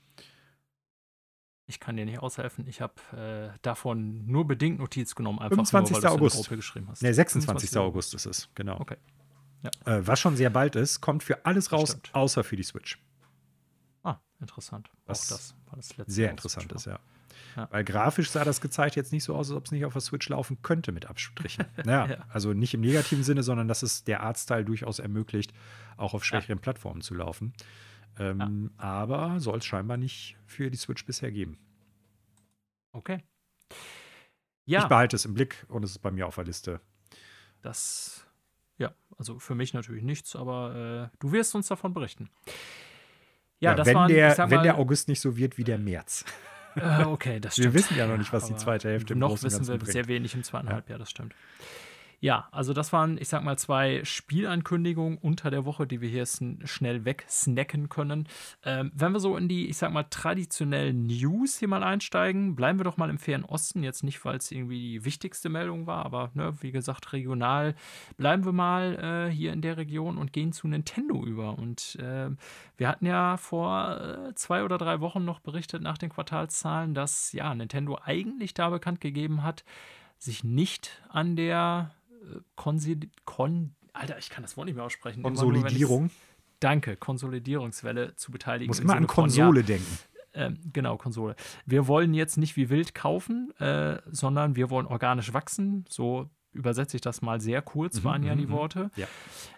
Ich kann dir nicht aushelfen. Ich habe äh, davon nur bedingt Notiz genommen, einfach fünfundzwanzigster nur, weil du es in August. die Gruppe geschrieben hast. Ne, sechsundzwanzigster August ist es, genau. Okay. Ja. Äh, was schon sehr bald ist, kommt für alles raus, Stimmt. außer für die Switch. Ah, interessant. Was auch das war das letzte. Sehr Mal interessant Switch ist, ja. Ja. Weil grafisch sah das gezeigt jetzt nicht so aus, als ob es nicht auf der Switch laufen könnte mit Abstrichen. Naja, Ja. also nicht im negativen Sinne, sondern dass es der Artstyle durchaus ermöglicht, auch auf schwächeren Plattformen zu laufen. Ähm, aber soll es scheinbar nicht für die Switch bisher geben. Okay. Ich Ja, behalte es im Blick und es ist bei mir auf der Liste. das, ja, also für mich natürlich nichts, aber äh, du wirst uns davon berichten. Ja, Ja, das wenn, waren, ich der, sag wenn mal, der August nicht so wird wie der März. Äh, okay, das Wir stimmt. wissen ja noch nicht, was die Aber zweite Hälfte im noch Großen und wissen Ganzen wir bringt. sehr wenig im zweiten Ja. Halbjahr, das stimmt. Ja, also das waren, ich sag mal, zwei Spielankündigungen unter der Woche, die wir hier sn- schnell wegsnacken können. Ähm, wenn wir so in die, ich sag mal, traditionellen News hier mal einsteigen, bleiben wir doch mal im Fernen Osten. Jetzt nicht, weil es irgendwie die wichtigste Meldung war, aber ne, wie gesagt, regional bleiben wir mal äh, hier in der Region und gehen zu Nintendo über. Und äh, wir hatten ja vor äh, zwei oder drei Wochen noch berichtet nach den Quartalszahlen, dass ja Nintendo eigentlich da bekannt gegeben hat, sich nicht an der äh, Konsi Kon Alter, ich kann das Wort nicht mehr aussprechen. Immer nur, wenn ich's- Konsolidierung. Danke, Konsolidierungswelle zu beteiligen. Muss im immer Sinne an von, Konsole ja, denken. ähm, genau, Konsole. Wir wollen jetzt nicht wie wild kaufen, äh, sondern wir wollen organisch wachsen. So übersetze ich das mal sehr kurz, Mhm, waren ja mhm, die mhm. Worte. Ja.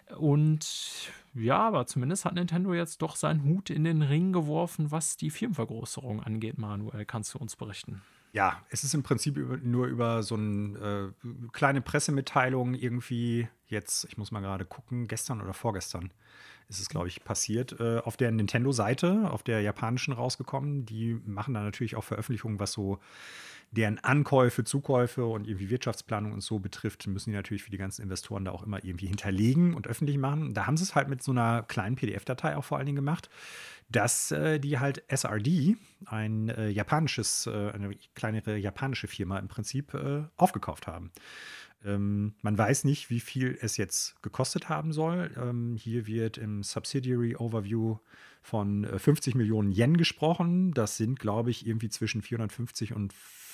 Und ja, aber zumindest hat Nintendo jetzt doch seinen Hut in den Ring geworfen, was die Firmenvergrößerung angeht. Manuel, kannst du uns berichten? Ja, es ist im Prinzip über, nur über so eine äh, kleine Pressemitteilung irgendwie jetzt, ich muss mal gerade gucken, gestern oder vorgestern ist es, glaube ich, passiert, äh, auf der Nintendo-Seite, auf der japanischen rausgekommen. Die machen da natürlich auch Veröffentlichungen, was so deren Ankäufe, Zukäufe und irgendwie Wirtschaftsplanung und so betrifft, müssen die natürlich für die ganzen Investoren da auch immer irgendwie hinterlegen und öffentlich machen. Da haben sie es halt mit so einer kleinen P D F-Datei auch vor allen Dingen gemacht, dass äh, die halt S R D, ein äh, japanisches, äh, eine kleinere japanische Firma im Prinzip, äh, aufgekauft haben. Ähm, man weiß nicht, wie viel es jetzt gekostet haben soll. Ähm, hier wird im Subsidiary Overview von äh, fünfzig Millionen Yen gesprochen. Das sind, glaube ich, irgendwie zwischen vierhundertfünfzig und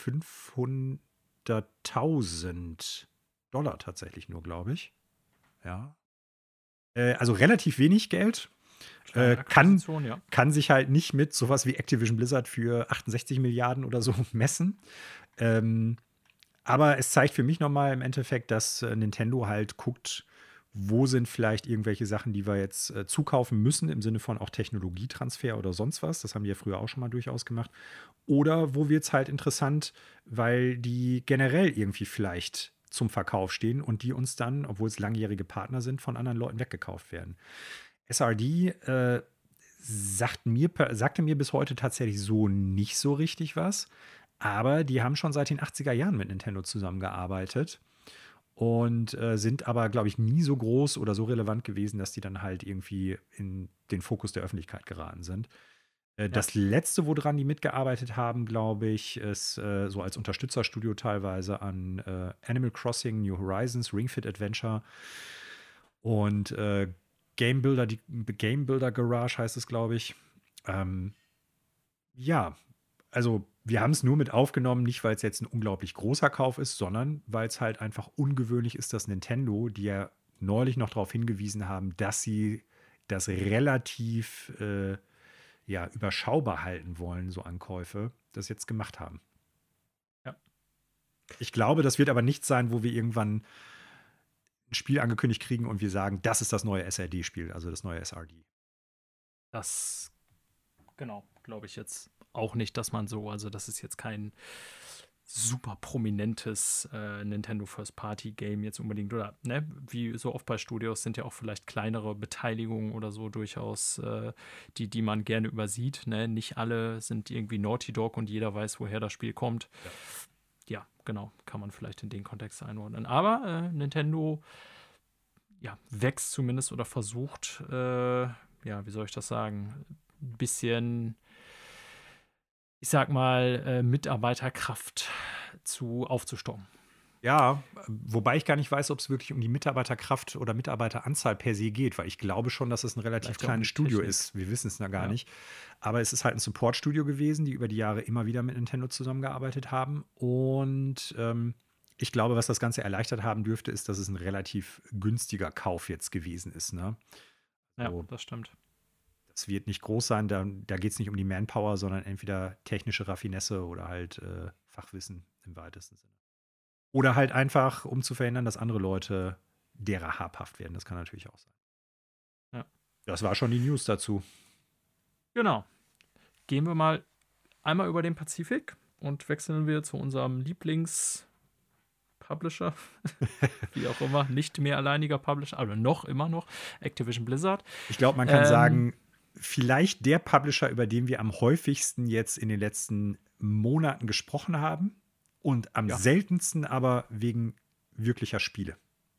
fünfhunderttausend Dollar tatsächlich nur, glaube ich. Ja. Äh, also relativ wenig Geld. Äh, kann, Akquisition, ja. kann sich halt nicht mit sowas wie Activision Blizzard für achtundsechzig Milliarden oder so messen. Ähm, aber es zeigt für mich nochmal im Endeffekt, dass äh, Nintendo halt guckt, wo sind vielleicht irgendwelche Sachen, die wir jetzt äh, zukaufen müssen, im Sinne von auch Technologietransfer oder sonst was. Das haben die ja früher auch schon mal durchaus gemacht. Oder wo wird es halt interessant, weil die generell irgendwie vielleicht zum Verkauf stehen und die uns dann, obwohl es langjährige Partner sind, von anderen Leuten weggekauft werden. S R D äh, sagt mir, sagte mir bis heute tatsächlich so nicht so richtig was. Aber die haben schon seit den achtziger Jahren mit Nintendo zusammengearbeitet und äh, sind aber, glaube ich, nie so groß oder so relevant gewesen, dass die dann halt irgendwie in den Fokus der Öffentlichkeit geraten sind. Äh, das letzte, woran die mitgearbeitet haben, glaube ich, ist äh, so als Unterstützerstudio teilweise an äh, Animal Crossing, New Horizons, Ring Fit Adventure und äh, Game Builder, die Game Builder Garage heißt es, glaube ich. Ähm, ja, also wir haben es nur mit aufgenommen, nicht weil es jetzt ein unglaublich großer Kauf ist, sondern weil es halt einfach ungewöhnlich ist, dass Nintendo, die ja neulich noch darauf hingewiesen haben, dass sie das relativ äh, ja, überschaubar halten wollen, so Ankäufe, das jetzt gemacht haben. Ja. Ich glaube, das wird aber nicht sein, wo wir irgendwann ein Spiel angekündigt kriegen und wir sagen, das ist das neue S R D-Spiel, also das neue S R D. Das, genau, glaube ich jetzt auch nicht, dass man so, also das ist jetzt kein super prominentes äh, Nintendo First-Party-Game jetzt unbedingt, oder ne, wie so oft bei Studios sind ja auch vielleicht kleinere Beteiligungen oder so durchaus, äh, die, die man gerne übersieht, ne? Nicht alle sind irgendwie Naughty Dog und jeder weiß, woher das Spiel kommt. Ja, ja, genau, kann man vielleicht in den Kontext einordnen. Aber äh, Nintendo ja, wächst zumindest oder versucht, äh, ja, wie soll ich das sagen, ein bisschen, ich sag mal, äh, Mitarbeiterkraft zu aufzustocken. Ja, wobei ich gar nicht weiß, ob es wirklich um die Mitarbeiterkraft oder Mitarbeiteranzahl per se geht, weil ich glaube schon, dass es ein relativ Vielleicht auch um kleines die Studio Technik. ist. Wir wissen es ja gar Ja. nicht. Aber es ist halt ein Support-Studio gewesen, die über die Jahre immer wieder mit Nintendo zusammengearbeitet haben. Und ähm, ich glaube, was das Ganze erleichtert haben dürfte, ist, dass es ein relativ günstiger Kauf jetzt gewesen ist. Ne? Ja, So, das stimmt. das wird nicht groß sein. Da, da geht es nicht um die Manpower, sondern entweder technische Raffinesse oder halt äh, Fachwissen im weitesten Sinne. Oder halt einfach, um zu verhindern, dass andere Leute derer habhaft werden. Das kann natürlich auch sein. Ja. Das war schon die News dazu. Genau. Gehen wir mal einmal über den Pazifik und wechseln wir zu unserem Lieblings-Publisher, wie auch immer, nicht mehr alleiniger Publisher, aber noch immer noch, Activision Blizzard. Ich glaube, man kann Ähm, sagen, vielleicht der Publisher, über den wir am häufigsten jetzt in den letzten Monaten gesprochen haben und am Ja. seltensten aber wegen wirklicher Spiele.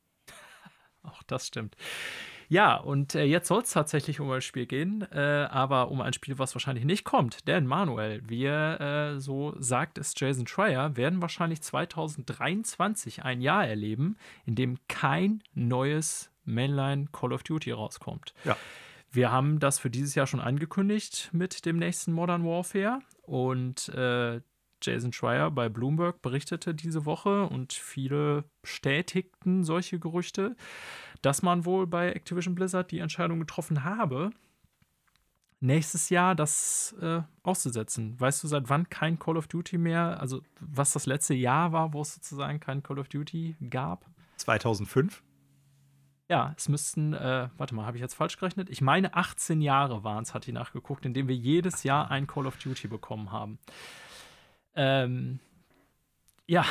Auch das stimmt. Ja, und äh, jetzt soll es tatsächlich um ein Spiel gehen, äh, aber um ein Spiel, was wahrscheinlich nicht kommt. Denn Manuel, wir, äh, so sagt es Jason Schreier, werden wahrscheinlich zwanzig dreiundzwanzig ein Jahr erleben, in dem kein neues Mainline Call of Duty rauskommt. Ja. Wir haben das für dieses Jahr schon angekündigt mit dem nächsten Modern Warfare und äh, Jason Schreier bei Bloomberg berichtete diese Woche und viele bestätigten solche Gerüchte, dass man wohl bei Activision Blizzard die Entscheidung getroffen habe, nächstes Jahr das äh, auszusetzen. Weißt du, seit wann kein Call of Duty mehr, also was das letzte Jahr war, wo es sozusagen kein Call of Duty gab? zweitausendfünf? Ja, es müssten, äh, warte mal, habe ich jetzt falsch gerechnet? Ich meine, achtzehn Jahre waren es, hat die nachgeguckt, in denen wir jedes Jahr ein Call of Duty bekommen haben. Ähm, ja.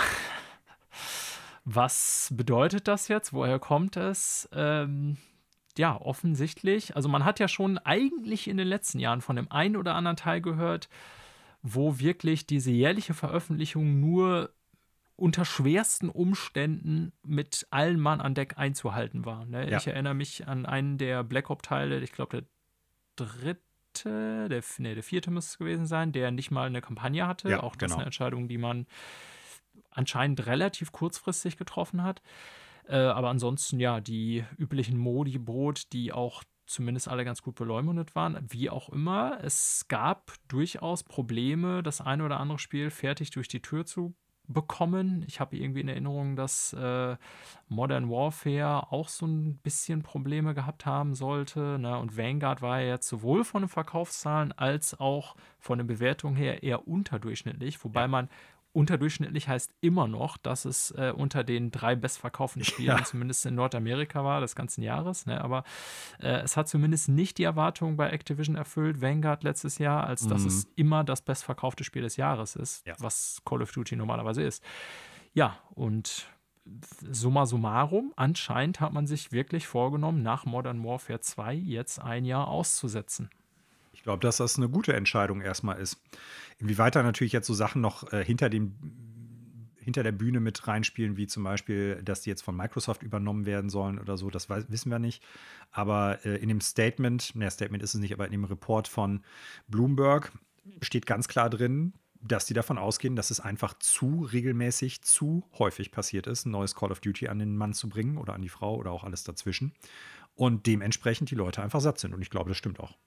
Was bedeutet das jetzt? Woher kommt es? Ähm, ja, offensichtlich. Also man hat ja schon eigentlich in den letzten Jahren von dem einen oder anderen Teil gehört, wo wirklich diese jährliche Veröffentlichung nur unter schwersten Umständen mit allen Mann an Deck einzuhalten war. Ne? Ja. Ich erinnere mich an einen der Black Ops-Teile, ich glaube der dritte, der, nee, der vierte müsste es gewesen sein, der nicht mal eine Kampagne hatte. Ja, Auch das genau. eine Entscheidung, die man anscheinend relativ kurzfristig getroffen hat. Äh, aber ansonsten, ja, die üblichen Modi bot, die auch zumindest alle ganz gut beleumundet waren. Wie auch immer, es gab durchaus Probleme, das eine oder andere Spiel fertig durch die Tür zu bekommen. Ich habe irgendwie in Erinnerung, dass äh, Modern Warfare auch so ein bisschen Probleme gehabt haben sollte. Ne? Und Vanguard war ja jetzt sowohl von den Verkaufszahlen als auch von den Bewertungen her eher unterdurchschnittlich, wobei Ja. man unterdurchschnittlich heißt immer noch, dass es äh, unter den drei bestverkauften Spielen, Ja. zumindest in Nordamerika war, des ganzen Jahres. Ne? Aber äh, es hat zumindest nicht die Erwartungen bei Activision erfüllt, Vanguard letztes Jahr, als dass Mhm. es immer das bestverkaufte Spiel des Jahres ist, Ja. was Call of Duty normalerweise ist. Ja, und summa summarum, anscheinend hat man sich wirklich vorgenommen, nach Modern Warfare zwei jetzt ein Jahr auszusetzen. Ich glaube, dass das eine gute Entscheidung erstmal ist. Inwieweit da natürlich jetzt so Sachen noch äh, hinter, dem, hinter der Bühne mit reinspielen, wie zum Beispiel, dass die jetzt von Microsoft übernommen werden sollen oder so, das weiß, wissen wir nicht. Aber äh, in dem Statement, ne, Statement ist es nicht, aber in dem Report von Bloomberg steht ganz klar drin, dass die davon ausgehen, dass es einfach zu regelmäßig, zu häufig passiert ist, ein neues Call of Duty an den Mann zu bringen oder an die Frau oder auch alles dazwischen. Und dementsprechend die Leute einfach satt sind. Und ich glaube, das stimmt auch.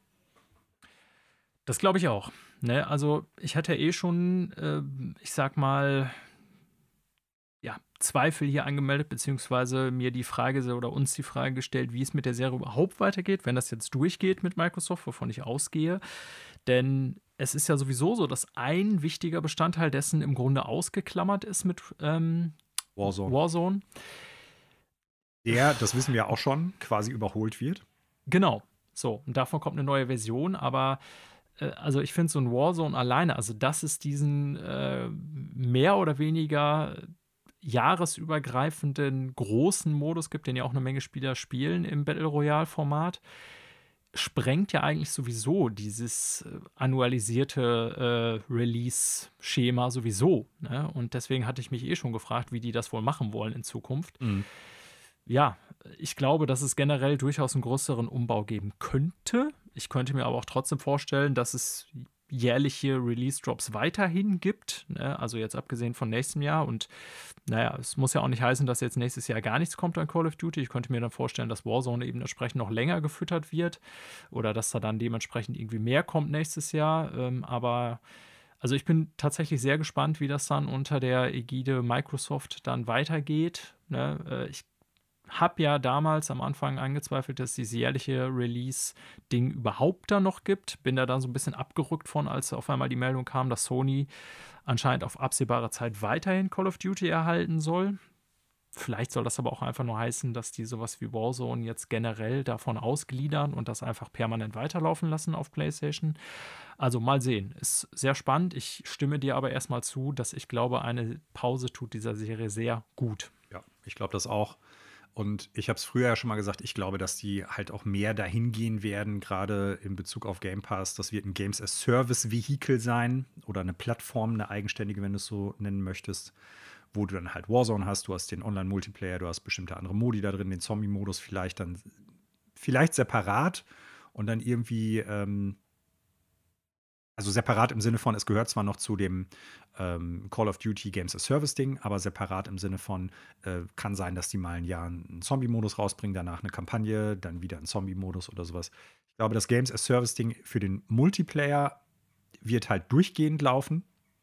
Das glaube ich auch. Ne? Also ich hatte eh schon, äh, ich sag mal, ja, Zweifel hier angemeldet, beziehungsweise mir die Frage so- oder uns die Frage gestellt, wie es mit der Serie überhaupt weitergeht, wenn das jetzt durchgeht mit Microsoft, wovon ich ausgehe. Denn es ist ja sowieso so, dass ein wichtiger Bestandteil dessen im Grunde ausgeklammert ist mit ähm, Warzone. Warzone. Der, das wissen wir auch schon, quasi überholt wird. Genau. So, und davon kommt eine neue Version, aber äh, also ich finde so ein Warzone alleine, also dass es diesen äh, mehr oder weniger jahresübergreifenden großen Modus gibt, den ja auch eine Menge Spieler spielen im Battle Royale-Format, sprengt ja eigentlich sowieso dieses äh, annualisierte äh, Release-Schema sowieso. Ne? Und deswegen hatte ich mich eh schon gefragt, wie die das wohl machen wollen in Zukunft. Mhm. Ja, ich glaube, dass es generell durchaus einen größeren Umbau geben könnte. Ich könnte mir aber auch trotzdem vorstellen, dass es jährliche Release-Drops weiterhin gibt. Ne? Also jetzt abgesehen von nächstem Jahr. Und naja, es muss ja auch nicht heißen, dass jetzt nächstes Jahr gar nichts kommt an Call of Duty. Ich könnte mir dann vorstellen, dass Warzone eben entsprechend noch länger gefüttert wird. Oder dass da dann dementsprechend irgendwie mehr kommt nächstes Jahr. Ähm, aber also ich bin tatsächlich sehr gespannt, wie das dann unter der Ägide Microsoft dann weitergeht. Ne? Äh, ich habe ja damals am Anfang angezweifelt, dass dieses jährliche Release-Ding überhaupt da noch gibt. Bin da dann so ein bisschen abgerückt von, als auf einmal die Meldung kam, dass Sony anscheinend auf absehbare Zeit weiterhin Call of Duty erhalten soll. Vielleicht soll das aber auch einfach nur heißen, dass die sowas wie Warzone jetzt generell davon ausgliedern und das einfach permanent weiterlaufen lassen auf PlayStation. Also mal sehen. Ist sehr spannend. Ich stimme dir aber erstmal zu, dass ich glaube, eine Pause tut dieser Serie sehr gut. Ja, ich glaube das auch. Und ich habe es früher ja schon mal gesagt, ich glaube, dass die halt auch mehr dahin gehen werden, gerade in Bezug auf Game Pass. Das wird ein Games-as-Service-Vehikel sein oder eine Plattform, eine eigenständige, wenn du es so nennen möchtest, wo du dann halt Warzone hast, du hast den Online-Multiplayer, du hast bestimmte andere Modi da drin, den Zombie-Modus vielleicht dann vielleicht separat und dann irgendwie ähm, also separat im Sinne von, es gehört zwar noch zu dem ähm, Call of Duty Games as Service Ding, aber separat im Sinne von, äh, kann sein, dass die mal ein Jahr einen Zombie-Modus rausbringen, danach eine Kampagne, dann wieder einen Zombie-Modus oder sowas. Ich glaube, das Games as Service Ding für den Multiplayer wird halt durchgehend laufen.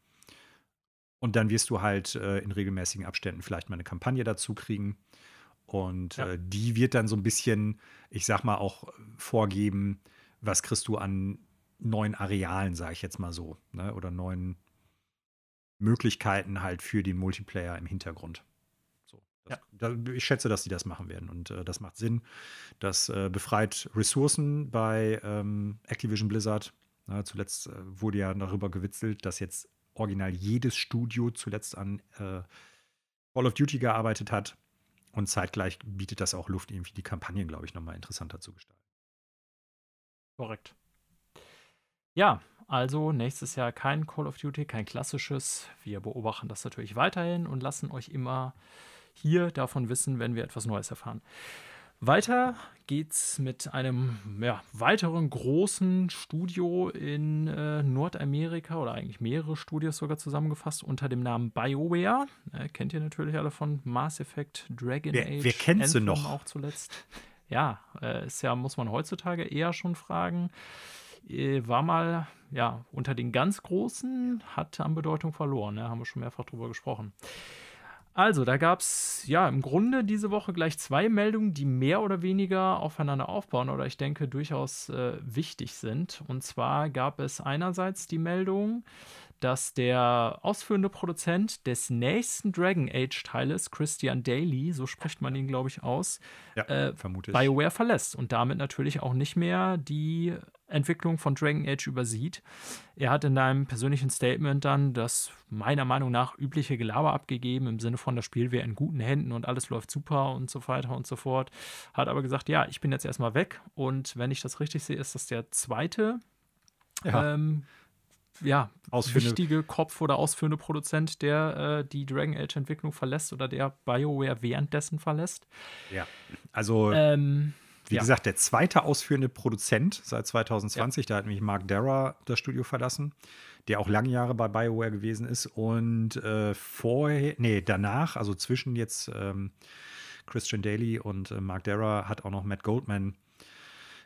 Und dann wirst du halt äh, in regelmäßigen Abständen vielleicht mal eine Kampagne dazu kriegen. Und Ja. äh, die wird dann so ein bisschen, ich sag mal, auch vorgeben, was kriegst du an neuen Arealen, sage ich jetzt mal so, ne? Oder neuen Möglichkeiten halt für den Multiplayer im Hintergrund. So, das, Ja. da, ich schätze, dass die das machen werden und äh, das macht Sinn. Das äh, befreit Ressourcen bei ähm, Activision Blizzard. Na, zuletzt äh, wurde ja darüber gewitzelt, dass jetzt original jedes Studio zuletzt an äh, Call of Duty gearbeitet hat und zeitgleich bietet das auch Luft, irgendwie die Kampagnen, glaube ich, nochmal interessanter zu gestalten. Korrekt. Ja, also nächstes Jahr kein Call of Duty, kein klassisches. Wir beobachten das natürlich weiterhin und lassen euch immer hier davon wissen, wenn wir etwas Neues erfahren. Weiter geht's mit einem ja, weiteren großen Studio in äh, Nordamerika oder eigentlich mehrere Studios sogar zusammengefasst unter dem Namen BioWare. Äh, kennt ihr natürlich alle von Mass Effect, Dragon Wer- Age, wer kennt sie Anthem noch? auch zuletzt. Ja, äh, ist ja, muss man heutzutage eher schon fragen. Äh, war mal ja unter den ganz Großen, hat an Bedeutung verloren. Ne? Haben wir schon mehrfach drüber gesprochen. Also, da gab es ja im Grunde diese Woche gleich zwei Meldungen, die mehr oder weniger aufeinander aufbauen oder ich denke durchaus äh, wichtig sind. Und zwar gab es einerseits die Meldung, dass der ausführende Produzent des nächsten Dragon Age-Teiles, Christian Daly, so spricht man ihn, glaube ich, aus, Ja, äh, vermute ich. BioWare verlässt und damit natürlich auch nicht mehr die Entwicklung von Dragon Age übersieht. Er hat in einem persönlichen Statement dann das meiner Meinung nach übliche Gelaber abgegeben, im Sinne von, das Spiel wäre in guten Händen und alles läuft super und so weiter und so fort. Hat aber gesagt, ja, ich bin jetzt erstmal weg und wenn ich das richtig sehe, ist das der zweite Ja, ähm, ja, Ausführende- wichtige Kopf oder ausführende Produzent, der äh, die Dragon Age-Entwicklung verlässt oder der BioWare währenddessen verlässt. ja. Also, Ähm, wie ja. gesagt, der zweite ausführende Produzent seit zwanzig zwanzig, da hat nämlich Mark Darrah das Studio verlassen, der auch lange Jahre bei BioWare gewesen ist. Und äh, vorher, nee, danach, also zwischen jetzt ähm, Christian Daly und äh, Mark Darrah, hat auch noch Matt Goldman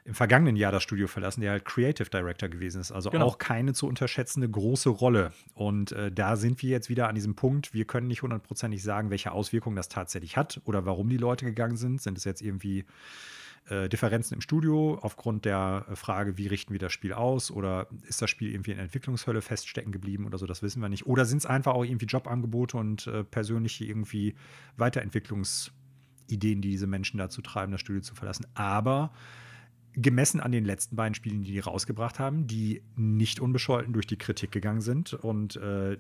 im vergangenen Jahr das Studio verlassen, der halt Creative Director gewesen ist. Also Genau. auch keine zu unterschätzende große Rolle. Und äh, da sind wir jetzt wieder an diesem Punkt, wir können nicht hundertprozentig sagen, welche Auswirkungen das tatsächlich hat oder warum die Leute gegangen sind. Sind es jetzt irgendwie äh, Differenzen im Studio aufgrund der äh, Frage, wie richten wir das Spiel aus, oder ist das Spiel irgendwie in Entwicklungshölle feststecken geblieben oder so, das wissen wir nicht. Oder sind es einfach auch irgendwie Jobangebote und äh, persönliche irgendwie Weiterentwicklungsideen, die diese Menschen dazu treiben, das Studio zu verlassen. Aber gemessen an den letzten beiden Spielen, die die rausgebracht haben, die nicht unbescholten durch die Kritik gegangen sind und äh,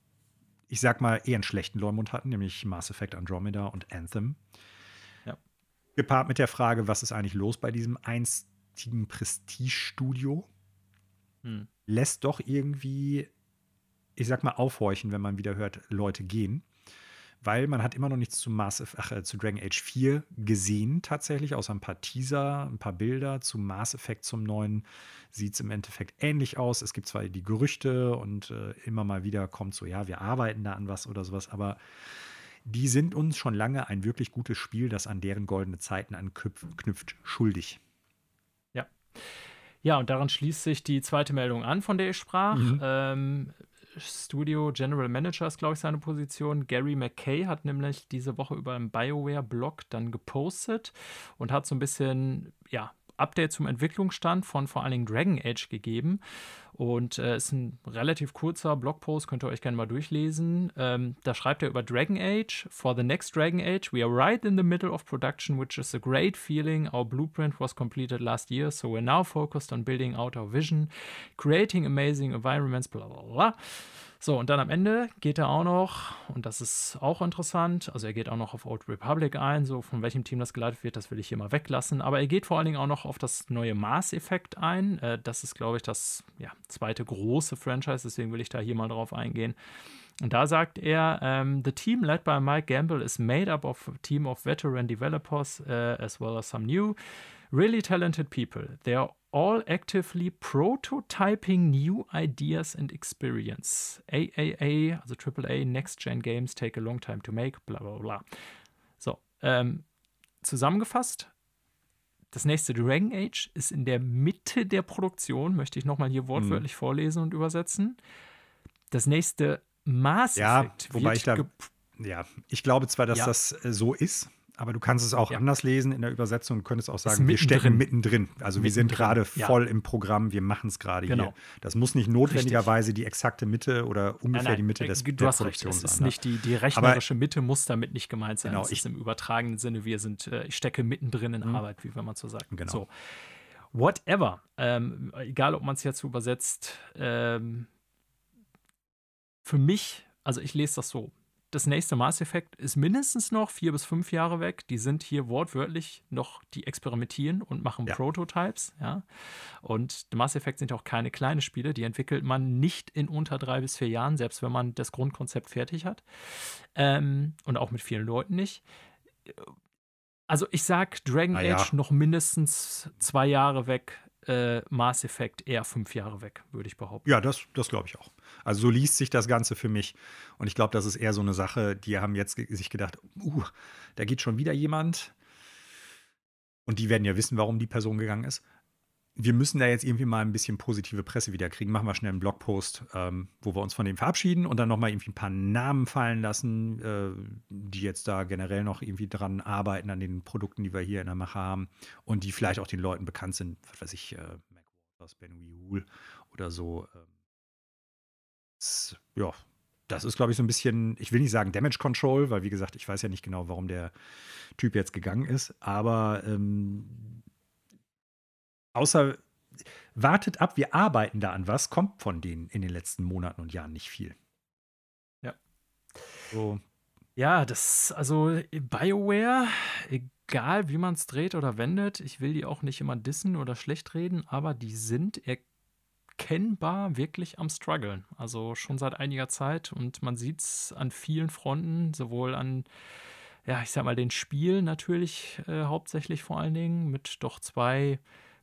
ich sag mal eher einen schlechten Leumund hatten, nämlich Mass Effect Andromeda und Anthem. Ja. Gepaart mit der Frage, was ist eigentlich los bei diesem einstigen Prestige-Studio, hm. lässt doch irgendwie, ich sag mal, aufhorchen, wenn man wieder hört, Leute gehen. Weil man hat immer noch nichts zu, Mass, ach, äh, zu Dragon Age vier gesehen, tatsächlich, außer ein paar Teaser, ein paar Bilder. Zu Mass Effect zum neuen sieht es im Endeffekt ähnlich aus. Es gibt zwar die Gerüchte und äh, immer mal wieder kommt so, ja, wir arbeiten da an was oder sowas, aber die sind uns schon lange ein wirklich gutes Spiel, das an deren goldene Zeiten anknüpft, schuldig. Ja. Ja, und daran schließt sich die zweite Meldung an, von der ich sprach. Mhm. Ähm, Studio General Manager ist, glaube ich, seine Position. Gary McKay hat nämlich diese Woche über einen BioWare-Blog dann gepostet und hat so ein bisschen, ja, Update zum Entwicklungsstand von vor allen Dingen Dragon Age gegeben. Und es äh, ist ein relativ kurzer Blogpost, könnt ihr euch gerne mal durchlesen. Ähm, da schreibt er über Dragon Age. For the next Dragon Age, we are right in the middle of production, which is a great feeling. Our blueprint was completed last year, so we're now focused on building out our vision, creating amazing environments, bla bla bla. So, und dann am Ende geht er auch noch, und das ist auch interessant, also er geht auch noch auf Old Republic ein, so von welchem Team das geleitet wird, das will ich hier mal weglassen, aber er geht vor allen Dingen auch noch auf das neue Mass Effect ein. Äh, das ist, glaube ich, das ja, zweite große Franchise, deswegen will ich da hier mal drauf eingehen. Und da sagt er, um, the team led by Mike Gamble is made up of a team of veteran developers uh, as well as some new, really talented people. They are all actively prototyping new ideas and experience. A A A, also Triple A, Next-Gen Games take a long time to make, bla bla bla. So, ähm, zusammengefasst, das nächste Dragon Age ist in der Mitte der Produktion, möchte ich nochmal hier wortwörtlich hm. vorlesen und übersetzen. Das nächste Mass Effect ja, wobei ich da, ja, ich glaube zwar, dass ja. das äh, so ist, aber du kannst es auch ja. anders lesen in der Übersetzung. Du könntest auch sagen, wir stecken mittendrin. Also mittendrin. Wir sind gerade ja. voll im Programm, wir machen es gerade genau. hier. Das muss nicht notwendigerweise Richtig. die exakte Mitte oder ungefähr nein, nein, die Mitte des, du der hast Produktion recht. Es ist sein. nicht die, die rechnerische aber, Mitte muss damit nicht gemeint sein. Genau, es ich, ist im übertragenen Sinne, wir sind, äh, ich stecke mittendrin in mhm. Arbeit, wie wenn man so sagt. Genau. So. Whatever. Ähm, egal, ob man es jetzt übersetzt. Ähm, für mich, also ich lese das so. Das nächste Mass Effect ist mindestens noch vier bis fünf Jahre weg. Die sind hier wortwörtlich noch, die experimentieren und machen ja. Prototypes. Ja? Und Mass Effect sind auch keine kleinen Spiele. Die entwickelt man nicht in unter drei bis vier Jahren, selbst wenn man das Grundkonzept fertig hat. Ähm, und auch mit vielen Leuten nicht. Also ich sag Dragon ja. Age noch mindestens zwei Jahre weg. Äh, Mass Effect eher fünf Jahre weg, würde ich behaupten. Ja, das, das glaube ich auch. Also so liest sich das Ganze für mich. Und ich glaube, das ist eher so eine Sache, die haben jetzt ge- sich gedacht, uh, da geht schon wieder jemand. Und die werden ja wissen, warum die Person gegangen ist. Wir müssen da jetzt irgendwie mal ein bisschen positive Presse wieder kriegen. Machen wir schnell einen Blogpost, ähm, wo wir uns von dem verabschieden und dann noch mal irgendwie ein paar Namen fallen lassen, äh, die jetzt da generell noch irgendwie dran arbeiten an den Produkten, die wir hier in der Mache haben und die vielleicht auch den Leuten bekannt sind. Was weiß ich, äh, Mac Waters, Ben Wheeler oder so. Ähm, das, ja, das ist, glaube ich, so ein bisschen, ich will nicht sagen Damage Control, weil wie gesagt, ich weiß ja nicht genau, warum der Typ jetzt gegangen ist, aber ähm, außer, wartet ab, wir arbeiten da an was, kommt von denen in den letzten Monaten und Jahren nicht viel. Ja. So. Ja, das, also BioWare, egal wie man es dreht oder wendet, ich will die auch nicht immer dissen oder schlecht reden, aber die sind erkennbar wirklich am struggeln. Also schon seit einiger Zeit und man sieht es an vielen Fronten, sowohl an ja, ich sag mal, den Spielen natürlich äh, hauptsächlich vor allen Dingen, mit doch zwei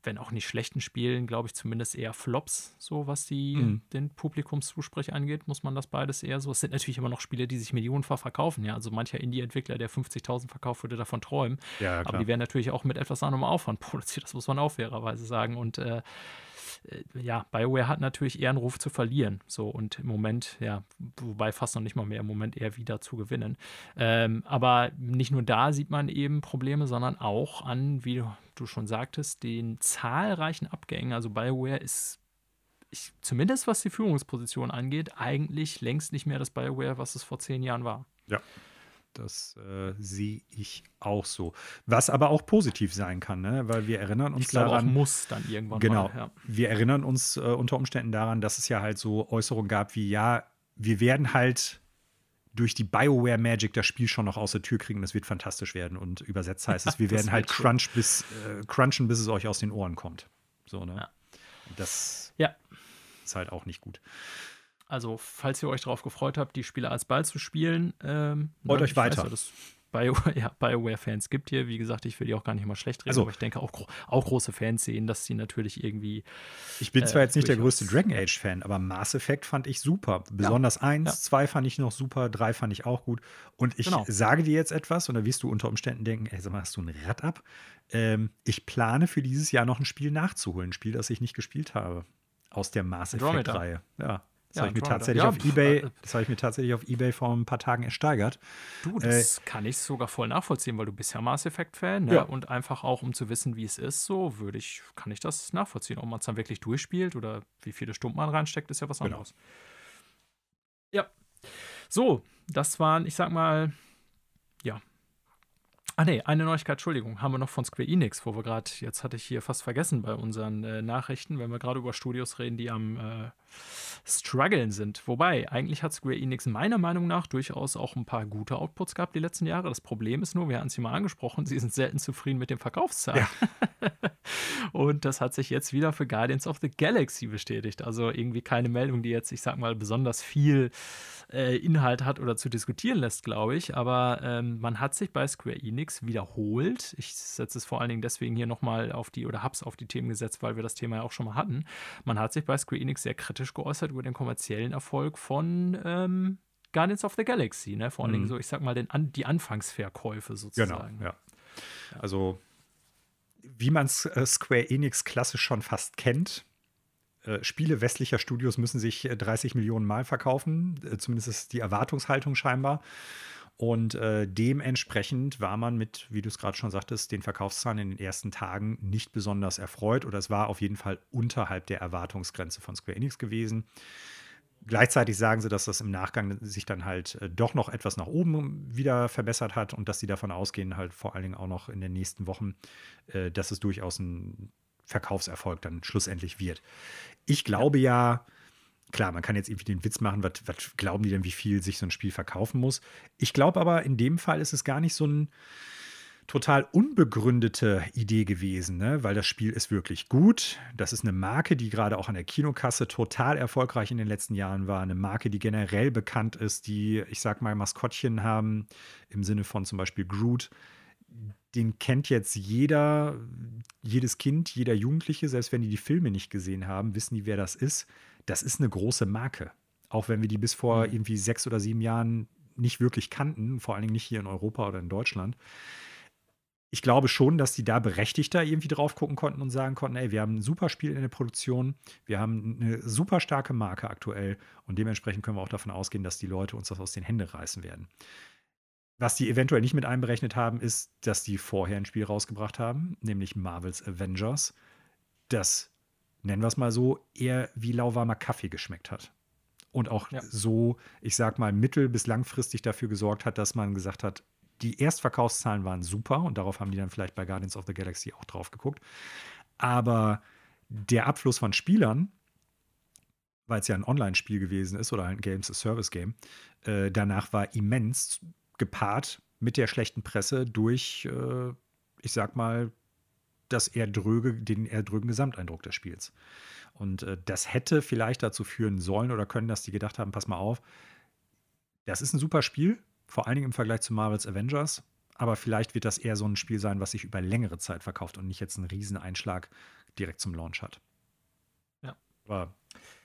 wenn auch nicht schlechten Spielen, glaube ich, zumindest eher Flops, so was die, Mhm. den Publikumszuspruch angeht, muss man das beides eher so. Es sind natürlich immer noch Spiele, die sich millionenfach verkaufen, ja. Also mancher Indie-Entwickler, der fünfzigtausend verkauft, würde davon träumen. Ja, Aber klar. die werden natürlich auch mit etwas anderem Aufwand produziert, das muss man auch fairerweise sagen. Und äh, äh, ja, BioWare hat natürlich eher einen Ruf zu verlieren. So, und im Moment, ja, wobei fast noch nicht mal mehr im Moment eher wieder zu gewinnen. Ähm, aber nicht nur da sieht man eben Probleme, sondern auch an, wie du schon sagtest, den zahlreichen Abgängen. Also BioWare ist, ich, zumindest was die Führungsposition angeht, eigentlich längst nicht mehr das BioWare, was es vor zehn Jahren war. Ja. Das äh, sehe ich auch so. Was aber auch positiv sein kann, ne? Weil wir erinnern uns Ich glaube daran. auch muss dann irgendwann Genau. mal. Ja. Wir erinnern uns äh, unter Umständen daran, dass es ja halt so Äußerungen gab wie, ja, wir werden halt durch die BioWare Magic das Spiel schon noch aus der Tür kriegen, das wird fantastisch werden. Und übersetzt heißt es, wir Das werden halt wird schön. crunch bis, äh, crunchen, bis es euch aus den Ohren kommt. So, ne? Ja. Das Ja. ist halt auch nicht gut. Also, falls ihr euch darauf gefreut habt, die Spiele als Ball zu spielen, ähm, Freut ne, euch ich weiß weiter. ja, dass BioWare, ja, BioWare-Fans gibt hier. Wie gesagt, ich will die auch gar nicht mal schlecht reden, Also- aber ich denke auch, gro auch große Fans sehen, dass sie natürlich irgendwie. Ich bin zwar Äh, jetzt nicht der durchaus. größte Dragon Age-Fan, aber Mass Effect fand ich super. Besonders eins, ja. zwei fand ich noch super, drei fand ich auch gut. Und ich Genau. sage dir jetzt etwas, und da wirst du unter Umständen denken, ey, sag mal, hast du ein Rad ab? Ähm, ich plane für dieses Jahr noch ein Spiel nachzuholen, ein Spiel, das ich nicht gespielt habe. Aus der Mass Andromeda. Effect-Reihe. Ja. Das Ja, habe ich mir Andromeda. tatsächlich Ja, auf pf, eBay, äh, das habe ich mir tatsächlich auf eBay vor ein paar Tagen ersteigert. Du, das kann ich sogar voll nachvollziehen, weil du bist ja Mass Effect-Fan, ne? Ja. Und einfach auch, um zu wissen, wie es ist, so würde ich, kann ich das nachvollziehen. Ob man es dann wirklich durchspielt oder wie viele Stunden man reinsteckt, ist ja was Genau. anderes. Ja. So, das waren, ich sag mal, ja. Ah ne, eine Neuigkeit, Entschuldigung, haben wir noch von Square Enix, wo wir gerade, jetzt hatte ich hier fast vergessen bei unseren äh, Nachrichten, wenn wir gerade über Studios reden, die am äh, struggeln sind. Wobei, eigentlich hat Square Enix meiner Meinung nach durchaus auch ein paar gute Outputs gehabt die letzten Jahre. Das Problem ist nur, wir hatten es hier mal angesprochen, sie sind selten zufrieden mit den Verkaufszahlen. Ja. Und das hat sich jetzt wieder für Guardians of the Galaxy bestätigt. Also irgendwie keine Meldung, die jetzt, ich sag mal, besonders viel äh, Inhalt hat oder zu diskutieren lässt, glaube ich. Aber ähm, man hat sich bei Square Enix wiederholt. Ich setze es vor allen Dingen deswegen hier nochmal auf die, oder hab's auf die Themen gesetzt, weil wir das Thema ja auch schon mal hatten. Man hat sich bei Square Enix sehr kritisch geäußert über den kommerziellen Erfolg von ähm, Guardians of the Galaxy. Ne? Vor allen Mhm. Dingen so, ich sag mal, den, an, die Anfangsverkäufe sozusagen. Genau, ja. Also, wie man es äh, Square Enix klassisch schon fast kennt, äh, Spiele westlicher Studios müssen sich äh, dreißig Millionen Mal verkaufen. Äh, zumindest ist die Erwartungshaltung scheinbar. Und äh, dementsprechend war man mit, wie du es gerade schon sagtest, den Verkaufszahlen in den ersten Tagen nicht besonders erfreut. Oder es war auf jeden Fall unterhalb der Erwartungsgrenze von Square Enix gewesen. Gleichzeitig sagen sie, dass das im Nachgang sich dann halt äh, doch noch etwas nach oben wieder verbessert hat und dass sie davon ausgehen, halt vor allen Dingen auch noch in den nächsten Wochen, äh, dass es durchaus ein Verkaufserfolg dann schlussendlich wird. Ich glaube ja, klar, man kann jetzt irgendwie den Witz machen, was, was glauben die denn, wie viel sich so ein Spiel verkaufen muss. Ich glaube aber, in dem Fall ist es gar nicht so ein total unbegründete Idee gewesen, ne? Weil das Spiel ist wirklich gut. Das ist eine Marke, die gerade auch an der Kinokasse total erfolgreich in den letzten Jahren war. Eine Marke, die generell bekannt ist, die, ich sag mal, Maskottchen haben, im Sinne von zum Beispiel Groot. Den kennt jetzt jeder, jedes Kind, jeder Jugendliche, selbst wenn die die Filme nicht gesehen haben, wissen die, wer das ist. Das ist eine große Marke. Auch wenn wir die bis vor Mhm. irgendwie sechs oder sieben Jahren nicht wirklich kannten, vor allen Dingen nicht hier in Europa oder in Deutschland. Ich glaube schon, dass die da berechtigter irgendwie drauf gucken konnten und sagen konnten, ey, wir haben ein super Spiel in der Produktion, wir haben eine super starke Marke aktuell und dementsprechend können wir auch davon ausgehen, dass die Leute uns das aus den Händen reißen werden. Was die eventuell nicht mit einberechnet haben, ist, dass die vorher ein Spiel rausgebracht haben, nämlich Marvel's Avengers, das, nennen wir es mal so, eher wie lauwarmer Kaffee geschmeckt hat. Und auch Ja. so, ich sag mal, mittel- bis langfristig dafür gesorgt hat, dass man gesagt hat, die Erstverkaufszahlen waren super und darauf haben die dann vielleicht bei Guardians of the Galaxy auch drauf geguckt. Aber der Abfluss von Spielern, weil es ja ein Online-Spiel gewesen ist oder ein Games-as-Service-Game, äh, danach war immens, gepaart mit der schlechten Presse durch, äh, ich sag mal, das eher dröge, den eher drögen Gesamteindruck des Spiels. Und äh, das hätte vielleicht dazu führen sollen oder können, dass die gedacht haben, pass mal auf, das ist ein super Spiel, vor allen Dingen im Vergleich zu Marvel's Avengers, aber vielleicht wird das eher so ein Spiel sein, was sich über längere Zeit verkauft und nicht jetzt ein Rieseneinschlag direkt zum Launch hat. Ja. Aber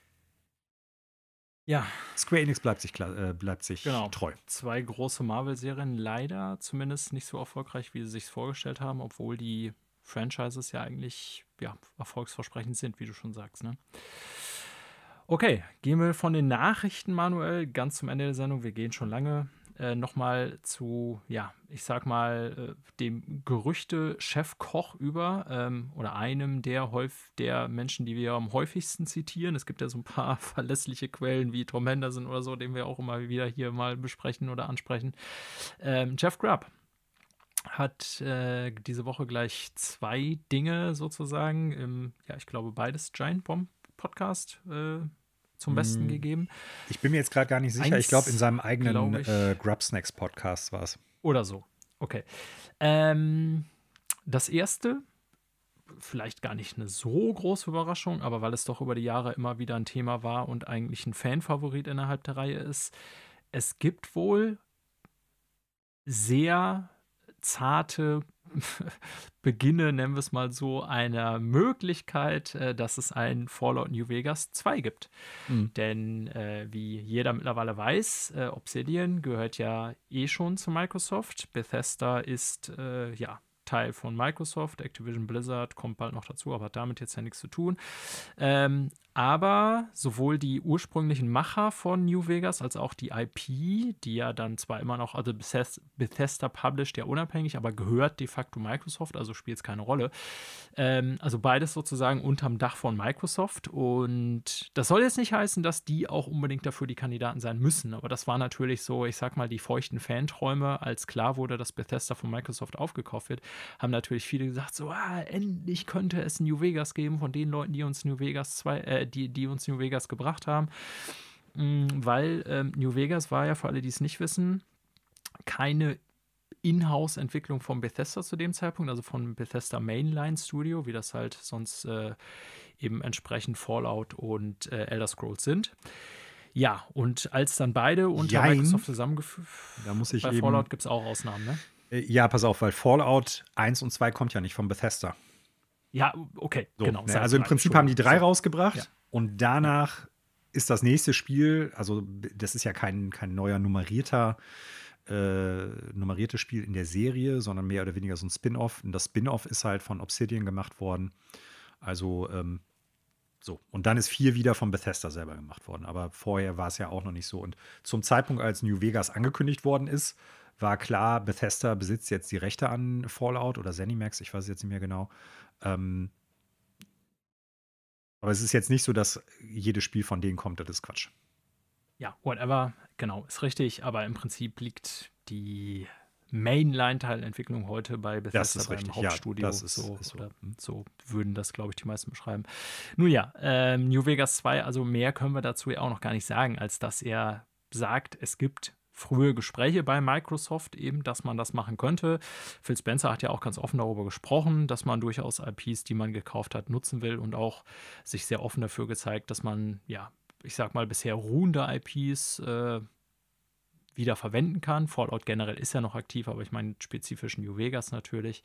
ja. Square Enix bleibt sich, äh, bleibt sich genau. treu. Zwei große Marvel-Serien, leider zumindest nicht so erfolgreich, wie sie sich vorgestellt haben, obwohl die Franchises ja eigentlich ja, erfolgsversprechend sind, wie du schon sagst. Ne? Okay, gehen wir von den Nachrichten, Manuel, ganz zum Ende der Sendung. Wir gehen schon lange. Äh, Nochmal zu, ja, ich sag mal, äh, dem Gerüchte-Chefkoch über ähm, oder einem der, häuf der Menschen, die wir am häufigsten zitieren. Es gibt ja so ein paar verlässliche Quellen wie Tom Henderson oder so, den wir auch immer wieder hier mal besprechen oder ansprechen. Ähm, Jeff Grubb hat äh, diese Woche gleich zwei Dinge sozusagen im, ja, ich glaube, beides Giant Bomb Podcast äh, zum Besten Mm. gegeben. Ich bin mir jetzt gerade gar nicht sicher. Eins, ich glaube, in seinem eigenen glaub ich- äh, Grubsnacks Podcast war es. Oder so. Okay. Ähm, das erste, vielleicht gar nicht eine so große Überraschung, aber weil es doch über die Jahre immer wieder ein Thema war und eigentlich ein Fanfavorit innerhalb der Reihe ist, es gibt wohl sehr zarte Beginne, nennen wir es mal so, einer Möglichkeit, äh, dass es ein Fallout New Vegas zwei gibt. Mhm. Denn äh, wie jeder mittlerweile weiß, äh, Obsidian gehört ja eh schon zu Microsoft. Bethesda ist äh, ja Teil von Microsoft. Activision Blizzard kommt bald noch dazu, aber hat damit jetzt ja nichts zu tun. Ähm, aber sowohl die ursprünglichen Macher von New Vegas als auch die I P, die ja dann zwar immer noch, also Bethesda, Bethesda published ja unabhängig, aber gehört de facto Microsoft, also spielt es keine Rolle. Ähm, also beides sozusagen unterm Dach von Microsoft. Und das soll jetzt nicht heißen, dass die auch unbedingt dafür die Kandidaten sein müssen. Aber das war natürlich so, ich sag mal, die feuchten Fanträume, als klar wurde, dass Bethesda von Microsoft aufgekauft wird, haben natürlich viele gesagt, so, ah, endlich könnte es New Vegas geben von den Leuten, die uns New Vegas zwei, äh, die, die uns New Vegas gebracht haben. Mhm, weil ähm, New Vegas war ja, für alle, die es nicht wissen, keine Inhouse-Entwicklung von Bethesda zu dem Zeitpunkt, also von Bethesda Mainline Studio, wie das halt sonst äh, eben entsprechend Fallout und äh, Elder Scrolls sind. Ja, und als dann beide unter Jein. Microsoft zusammengeführt, Da muss ich bei eben, Fallout gibt es auch Ausnahmen, ne? äh, ja, pass auf, weil Fallout eins und zwei kommt ja nicht von Bethesda. Ja, okay, So, genau. ne, Seit also im drei, Prinzip haben die drei so. rausgebracht Ja. und danach ist das nächste Spiel, also das ist ja kein, kein neuer nummerierter äh, nummeriertes Spiel in der Serie, sondern mehr oder weniger so ein Spin-off. Und das Spin-off ist halt von Obsidian gemacht worden. Also ähm, so. Und dann ist vier wieder von Bethesda selber gemacht worden. Aber vorher war es ja auch noch nicht so. Und zum Zeitpunkt, als New Vegas angekündigt worden ist, war klar, Bethesda besitzt jetzt die Rechte an Fallout oder ZeniMax, ich weiß es jetzt nicht mehr genau. Ähm, aber es ist jetzt nicht so, dass jedes Spiel von denen kommt, das ist Quatsch. Ja, whatever, genau, ist richtig, aber im Prinzip liegt die Mainline-Teilentwicklung heute bei Bethesda ist beim richtig, ja, Hauptstudio. das ist- so, ist so. oder Hm. so würden das, glaube ich, die meisten beschreiben. Nun ja, ähm, New Vegas zwei, also mehr können wir dazu ja auch noch gar nicht sagen, als dass er sagt, es gibt frühe Gespräche bei Microsoft eben, dass man das machen könnte. Phil Spencer hat ja auch ganz offen darüber gesprochen, dass man durchaus I Ps, die man gekauft hat, nutzen will und auch sich sehr offen dafür gezeigt, dass man, ja, ich sag mal, bisher ruhende I Ps äh, wieder verwenden kann. Fallout generell ist ja noch aktiv, aber ich meine spezifisch New Vegas natürlich.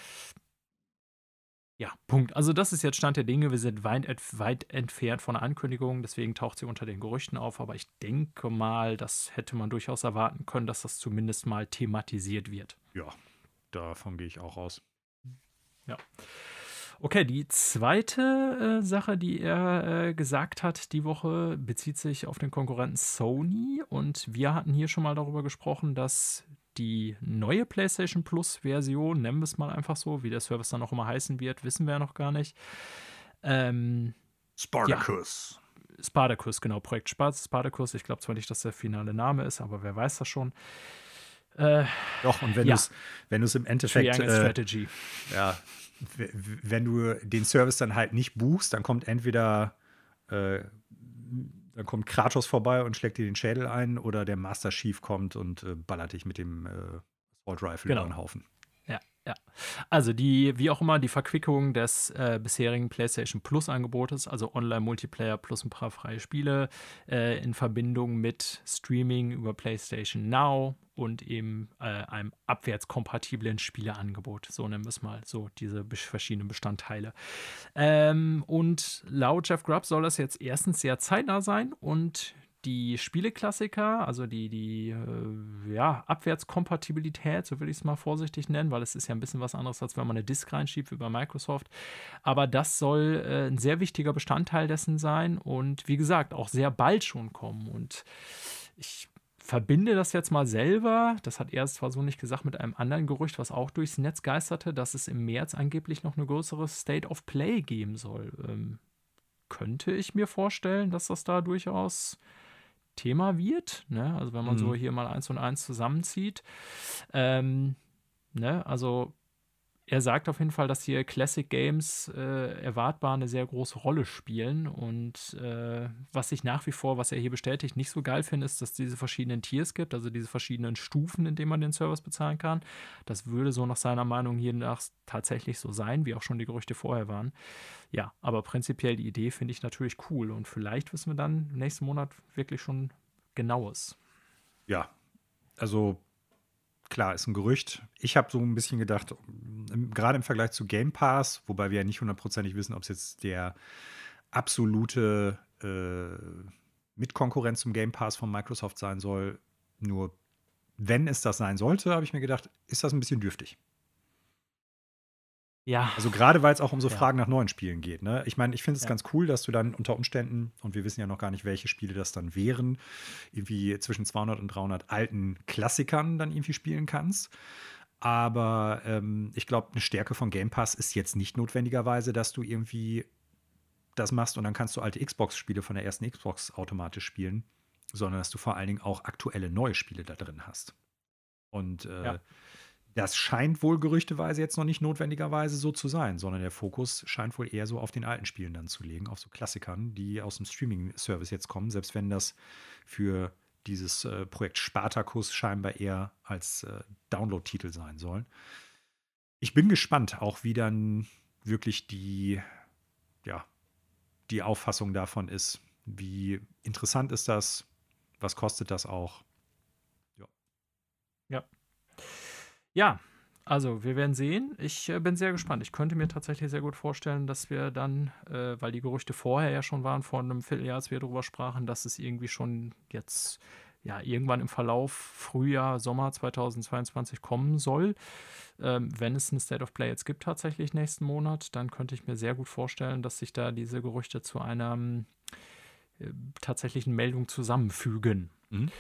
Ja, Punkt. Also das ist jetzt Stand der Dinge. Wir sind weit, weit entfernt von der Ankündigung, deswegen taucht sie unter den Gerüchten auf. Aber ich denke mal, das hätte man durchaus erwarten können, dass das zumindest mal thematisiert wird. Ja, davon gehe ich auch aus. Ja. Okay, die zweite äh, Sache, die er äh, gesagt hat die Woche, bezieht sich auf den Konkurrenten Sony. Und wir hatten hier schon mal darüber gesprochen, dass die neue PlayStation Plus-Version, nennen wir es mal einfach so, wie der Service dann auch immer heißen wird, wissen wir ja noch gar nicht. Ähm, Spartacus. Ja, Spartacus, genau, Projekt Spartacus. Ich glaube zwar nicht, dass der finale Name ist, aber wer weiß das schon. Äh, Doch, und wenn ja. du es wenn du's im Endeffekt Triangle äh, Strategy. ja, w- w- wenn du den Service dann halt nicht buchst, dann kommt entweder äh, dann kommt Kratos vorbei und schlägt dir den Schädel ein oder der Master Chief kommt und äh, ballert dich mit dem äh, Assault Rifle Genau. über den Haufen. Ja, Ja, also die, wie auch immer, die Verquickung des äh, bisherigen PlayStation Plus-Angebotes, also Online-Multiplayer plus ein paar freie Spiele, äh, in Verbindung mit Streaming über PlayStation Now und eben äh, einem abwärtskompatiblen Spieleangebot. So nennen wir es mal, so diese be- verschiedenen Bestandteile. Ähm, und laut Jeff Grubb soll das jetzt erstens sehr zeitnah sein und die Spieleklassiker, also die, die äh, ja, Abwärtskompatibilität, so will ich es mal vorsichtig nennen, weil es ist ja ein bisschen was anderes, als wenn man eine Disk reinschiebt wie bei Microsoft. Aber das soll äh, ein sehr wichtiger Bestandteil dessen sein und wie gesagt, auch sehr bald schon kommen. Und ich verbinde das jetzt mal selber, das hat er zwar so nicht gesagt, mit einem anderen Gerücht, was auch durchs Netz geisterte, dass es im März angeblich noch eine größere State of Play geben soll. Ähm, könnte ich mir vorstellen, dass das da durchaus Thema wird, ne? Also wenn man so Mhm. hier mal eins und eins zusammenzieht. Ähm, ne? Also er sagt auf jeden Fall, dass hier Classic Games äh, erwartbar eine sehr große Rolle spielen. Und äh, was ich nach wie vor, was er hier bestätigt, nicht so geil finde, ist, dass es diese verschiedenen Tiers gibt, also diese verschiedenen Stufen, in denen man den Service bezahlen kann. Das würde so nach seiner Meinung hier nach tatsächlich so sein, wie auch schon die Gerüchte vorher waren. Ja, aber prinzipiell die Idee finde ich natürlich cool. Und vielleicht wissen wir dann nächsten Monat wirklich schon Genaues. Ja, also klar, ist ein Gerücht. Ich habe so ein bisschen gedacht, ähm, gerade im Vergleich zu Game Pass, wobei wir ja nicht hundertprozentig wissen, ob es jetzt der absolute äh, Mitkonkurrent zum Game Pass von Microsoft sein soll. Nur wenn es das sein sollte, habe ich mir gedacht, ist das ein bisschen dürftig. Ja, Also gerade weil es auch um so ja, Fragen nach neuen Spielen geht. Ne? Ich meine, ich finde es ja. ganz cool, dass du dann unter Umständen, und wir wissen ja noch gar nicht, welche Spiele das dann wären, irgendwie zwischen zweihundert und dreihundert alten Klassikern dann irgendwie spielen kannst. Aber ähm, ich glaube, eine Stärke von Game Pass ist jetzt nicht notwendigerweise, dass du irgendwie das machst und dann kannst du alte Xbox-Spiele von der ersten Xbox automatisch spielen, sondern dass du vor allen Dingen auch aktuelle neue Spiele da drin hast. Und Ja. äh, das scheint wohl gerüchteweise jetzt noch nicht notwendigerweise so zu sein, sondern der Fokus scheint wohl eher so auf den alten Spielen dann zu legen, auf so Klassikern, die aus dem Streaming-Service jetzt kommen, selbst wenn das für dieses äh, Projekt Spartacus scheinbar eher als äh, Download-Titel sein soll. Ich bin gespannt, auch wie dann wirklich die, ja, die Auffassung davon ist. Wie interessant ist das? Was kostet das auch? Ja. Ja. Ja, also wir werden sehen. Ich äh, bin sehr gespannt. Ich könnte mir tatsächlich sehr gut vorstellen, dass wir dann, äh, weil die Gerüchte vorher ja schon waren, vor einem Vierteljahr, als wir darüber sprachen, dass es irgendwie schon jetzt ja irgendwann im Verlauf Frühjahr, Sommer zweitausendzweiundzwanzig kommen soll. Ähm, wenn es ein State of Play jetzt gibt, tatsächlich nächsten Monat, dann könnte ich mir sehr gut vorstellen, dass sich da diese Gerüchte zu einer ähm, äh, tatsächlichen Meldung zusammenfügen. Mhm.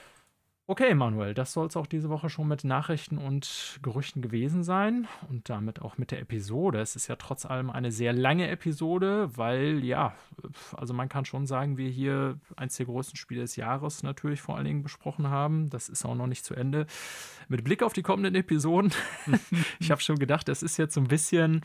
Okay, Manuel, das soll es auch diese Woche schon mit Nachrichten und Gerüchten gewesen sein und damit auch mit der Episode. Es ist ja trotz allem eine sehr lange Episode, weil ja, also man kann schon sagen, wir hier eins der größten Spiele des Jahres natürlich vor allen Dingen besprochen haben. Das ist auch noch nicht zu Ende. Mit Blick auf die kommenden Episoden, ich habe schon gedacht, das ist jetzt so ein bisschen.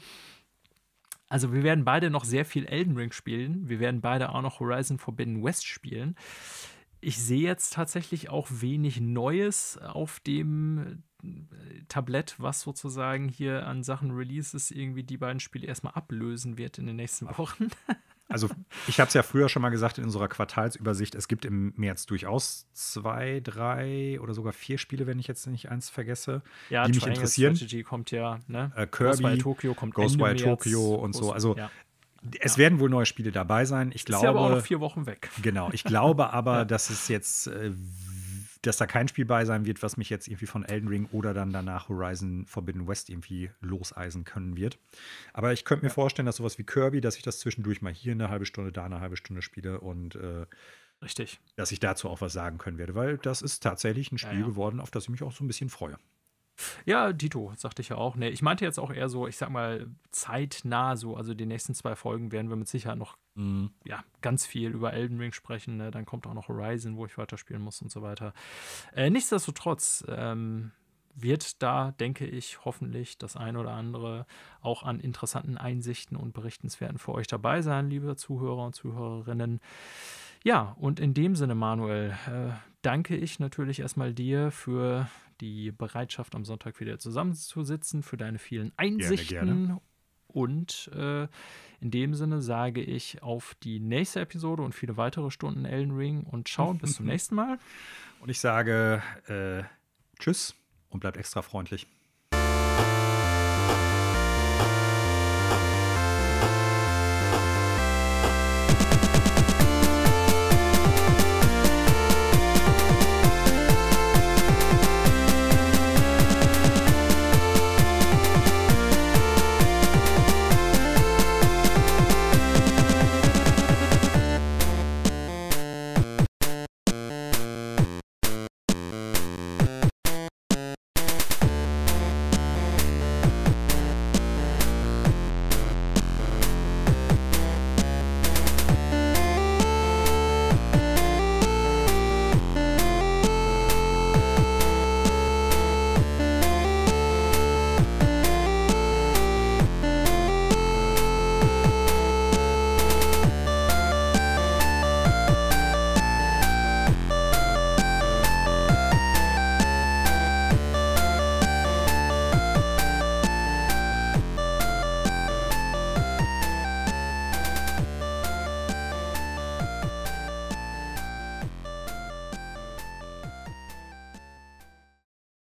Also wir werden beide noch sehr viel Elden Ring spielen. Wir werden beide auch noch Horizon Forbidden West spielen. Ich sehe jetzt tatsächlich auch wenig Neues auf dem äh, Tablett, was sozusagen hier an Sachen Releases irgendwie die beiden Spiele erstmal ablösen wird in den nächsten Wochen. Also, ich habe es ja früher schon mal gesagt in unserer Quartalsübersicht, es gibt im März durchaus zwei, drei oder sogar vier Spiele, wenn ich jetzt nicht eins vergesse, Ja, die mich Triangle interessieren. Strategy kommt ja, ne? Äh, Ghostwire Kirby, Tokyo kommt Ghostwire Ende März. Tokyo und so. Ghost, Also, ja, es ja. werden wohl neue Spiele dabei sein. Ich Ist ja aber auch noch glaube, vier Wochen weg. genau, ich glaube aber, Ja. dass es jetzt, äh, dass da kein Spiel bei sein wird, was mich jetzt irgendwie von Elden Ring oder dann danach Horizon Forbidden West irgendwie loseisen können wird. Aber ich könnte mir Ja. vorstellen, dass sowas wie Kirby, dass ich das zwischendurch mal hier eine halbe Stunde, da eine halbe Stunde spiele und äh, Richtig. dass ich dazu auch was sagen können werde, weil das ist tatsächlich ein Spiel Ja, ja. geworden, auf das ich mich auch so ein bisschen freue. Ja, Dito, sagte ich ja auch. Nee, ich meinte jetzt auch eher so, ich sag mal, zeitnah so. Also die nächsten zwei Folgen werden wir mit Sicherheit noch Mhm. ja, ganz viel über Elden Ring sprechen. Ne? Dann kommt auch noch Horizon, wo ich weiterspielen muss und so weiter. Äh, nichtsdestotrotz ähm, wird da, denke ich, hoffentlich das ein oder andere auch an interessanten Einsichten und Berichtenswerten für euch dabei sein, liebe Zuhörer und Zuhörerinnen. Ja, und in dem Sinne, Manuel, äh, danke ich natürlich erstmal dir für die Bereitschaft, am Sonntag wieder zusammenzusitzen, für deine vielen Einsichten. Gerne, gerne. Und äh, in dem Sinne sage ich auf die nächste Episode und viele weitere Stunden Elden Ring und schauen. Bis zum nächsten Mal. Und ich sage äh, Tschüss und bleibt extra freundlich.